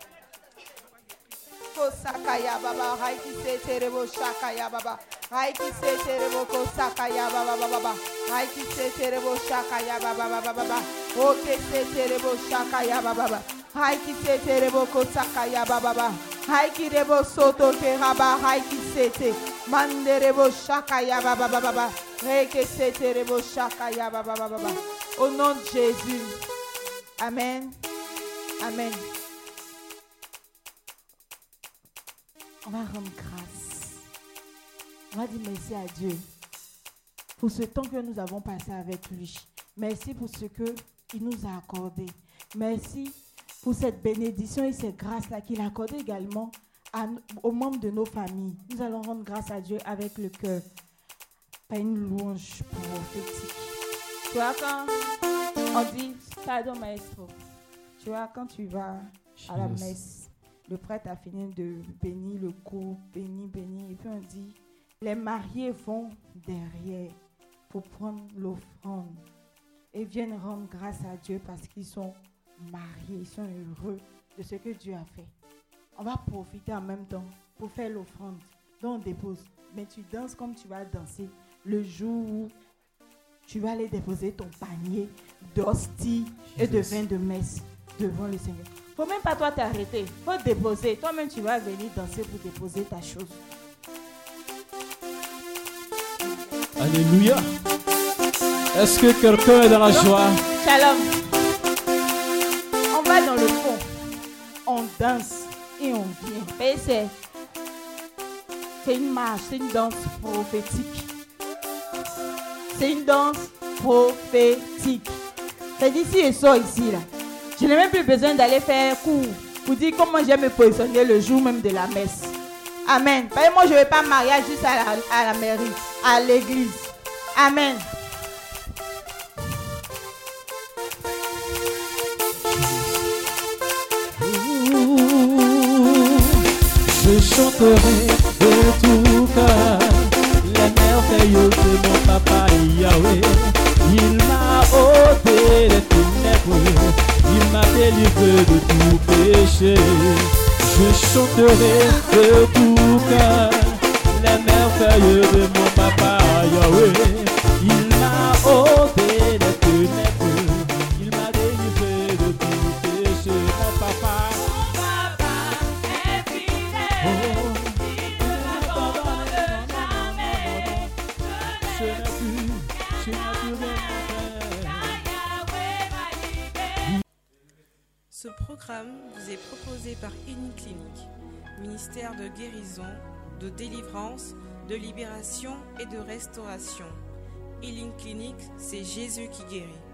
Kosakaya baba, haiki seterebo shakaya baba. Haiki seterebo kosakaya baba baba. Haiki seterebo shakaya baba baba baba. Oke seterebo shakaya baba baba. Haiki seterebo kosakaya baba baba. Haiki rebo soto ke raba haiki sete. Manderebo shakaya baba baba baba. Reke seterebo shakaya baba baba baba. Au nom de Jésus. Amen. Amen. On va rendre grâce. On va dire merci à Dieu pour ce temps que nous avons passé avec lui. Merci pour ce qu'il nous a accordé. Merci pour cette bénédiction et cette grâce-là qu'il a accordé également à, aux membres de nos familles. Nous allons rendre grâce à Dieu avec le cœur. Pas une louange prophétique. Tu vois, quand on dit « Pardon, maestro », tu vois, quand tu vas à la messe, le prêtre a fini de bénir le couple, bénir, bénir. Et puis on dit, les mariés vont derrière pour prendre l'offrande et viennent rendre grâce à Dieu parce qu'ils sont mariés, ils sont heureux de ce que Dieu a fait. On va profiter en même temps pour faire l'offrande. Donc on dépose. Mais tu danses comme tu vas danser le jour où tu vas aller déposer ton panier d'hosties et de vin de messe devant le Seigneur. Faut même pas toi t'arrêter. Faut déposer. Toi-même, tu vas venir danser pour déposer ta chose. Alléluia. Est-ce que quelqu'un est dans la joie? Shalom. On va dans le fond. On danse et on vient. Et c'est, c'est une marche, c'est une danse prophétique. C'est une danse prophétique. C'est d'ici et ça ici là. Je n'ai même plus besoin d'aller faire cours pour dire comment je vais me positionner le jour même de la messe. Amen. Parce que moi, je ne vais pas marier juste à la, à la mairie. à l'église. Amen. Je chanterai de tout cœur les merveilles de mon papa Yahweh. Il m'a ôté les ténèbres, il m'a délivré de tout péché. Je chanterai de tout cœur les merveilles de mon papa Yahweh. Il m'a ôté les ténèbres, il m'a délivré de tout péché. Mon papa, Ce programme vous est proposé par Healing Clinic, ministère de guérison, de délivrance, de libération et de restauration. Healing Clinic, c'est Jésus qui guérit.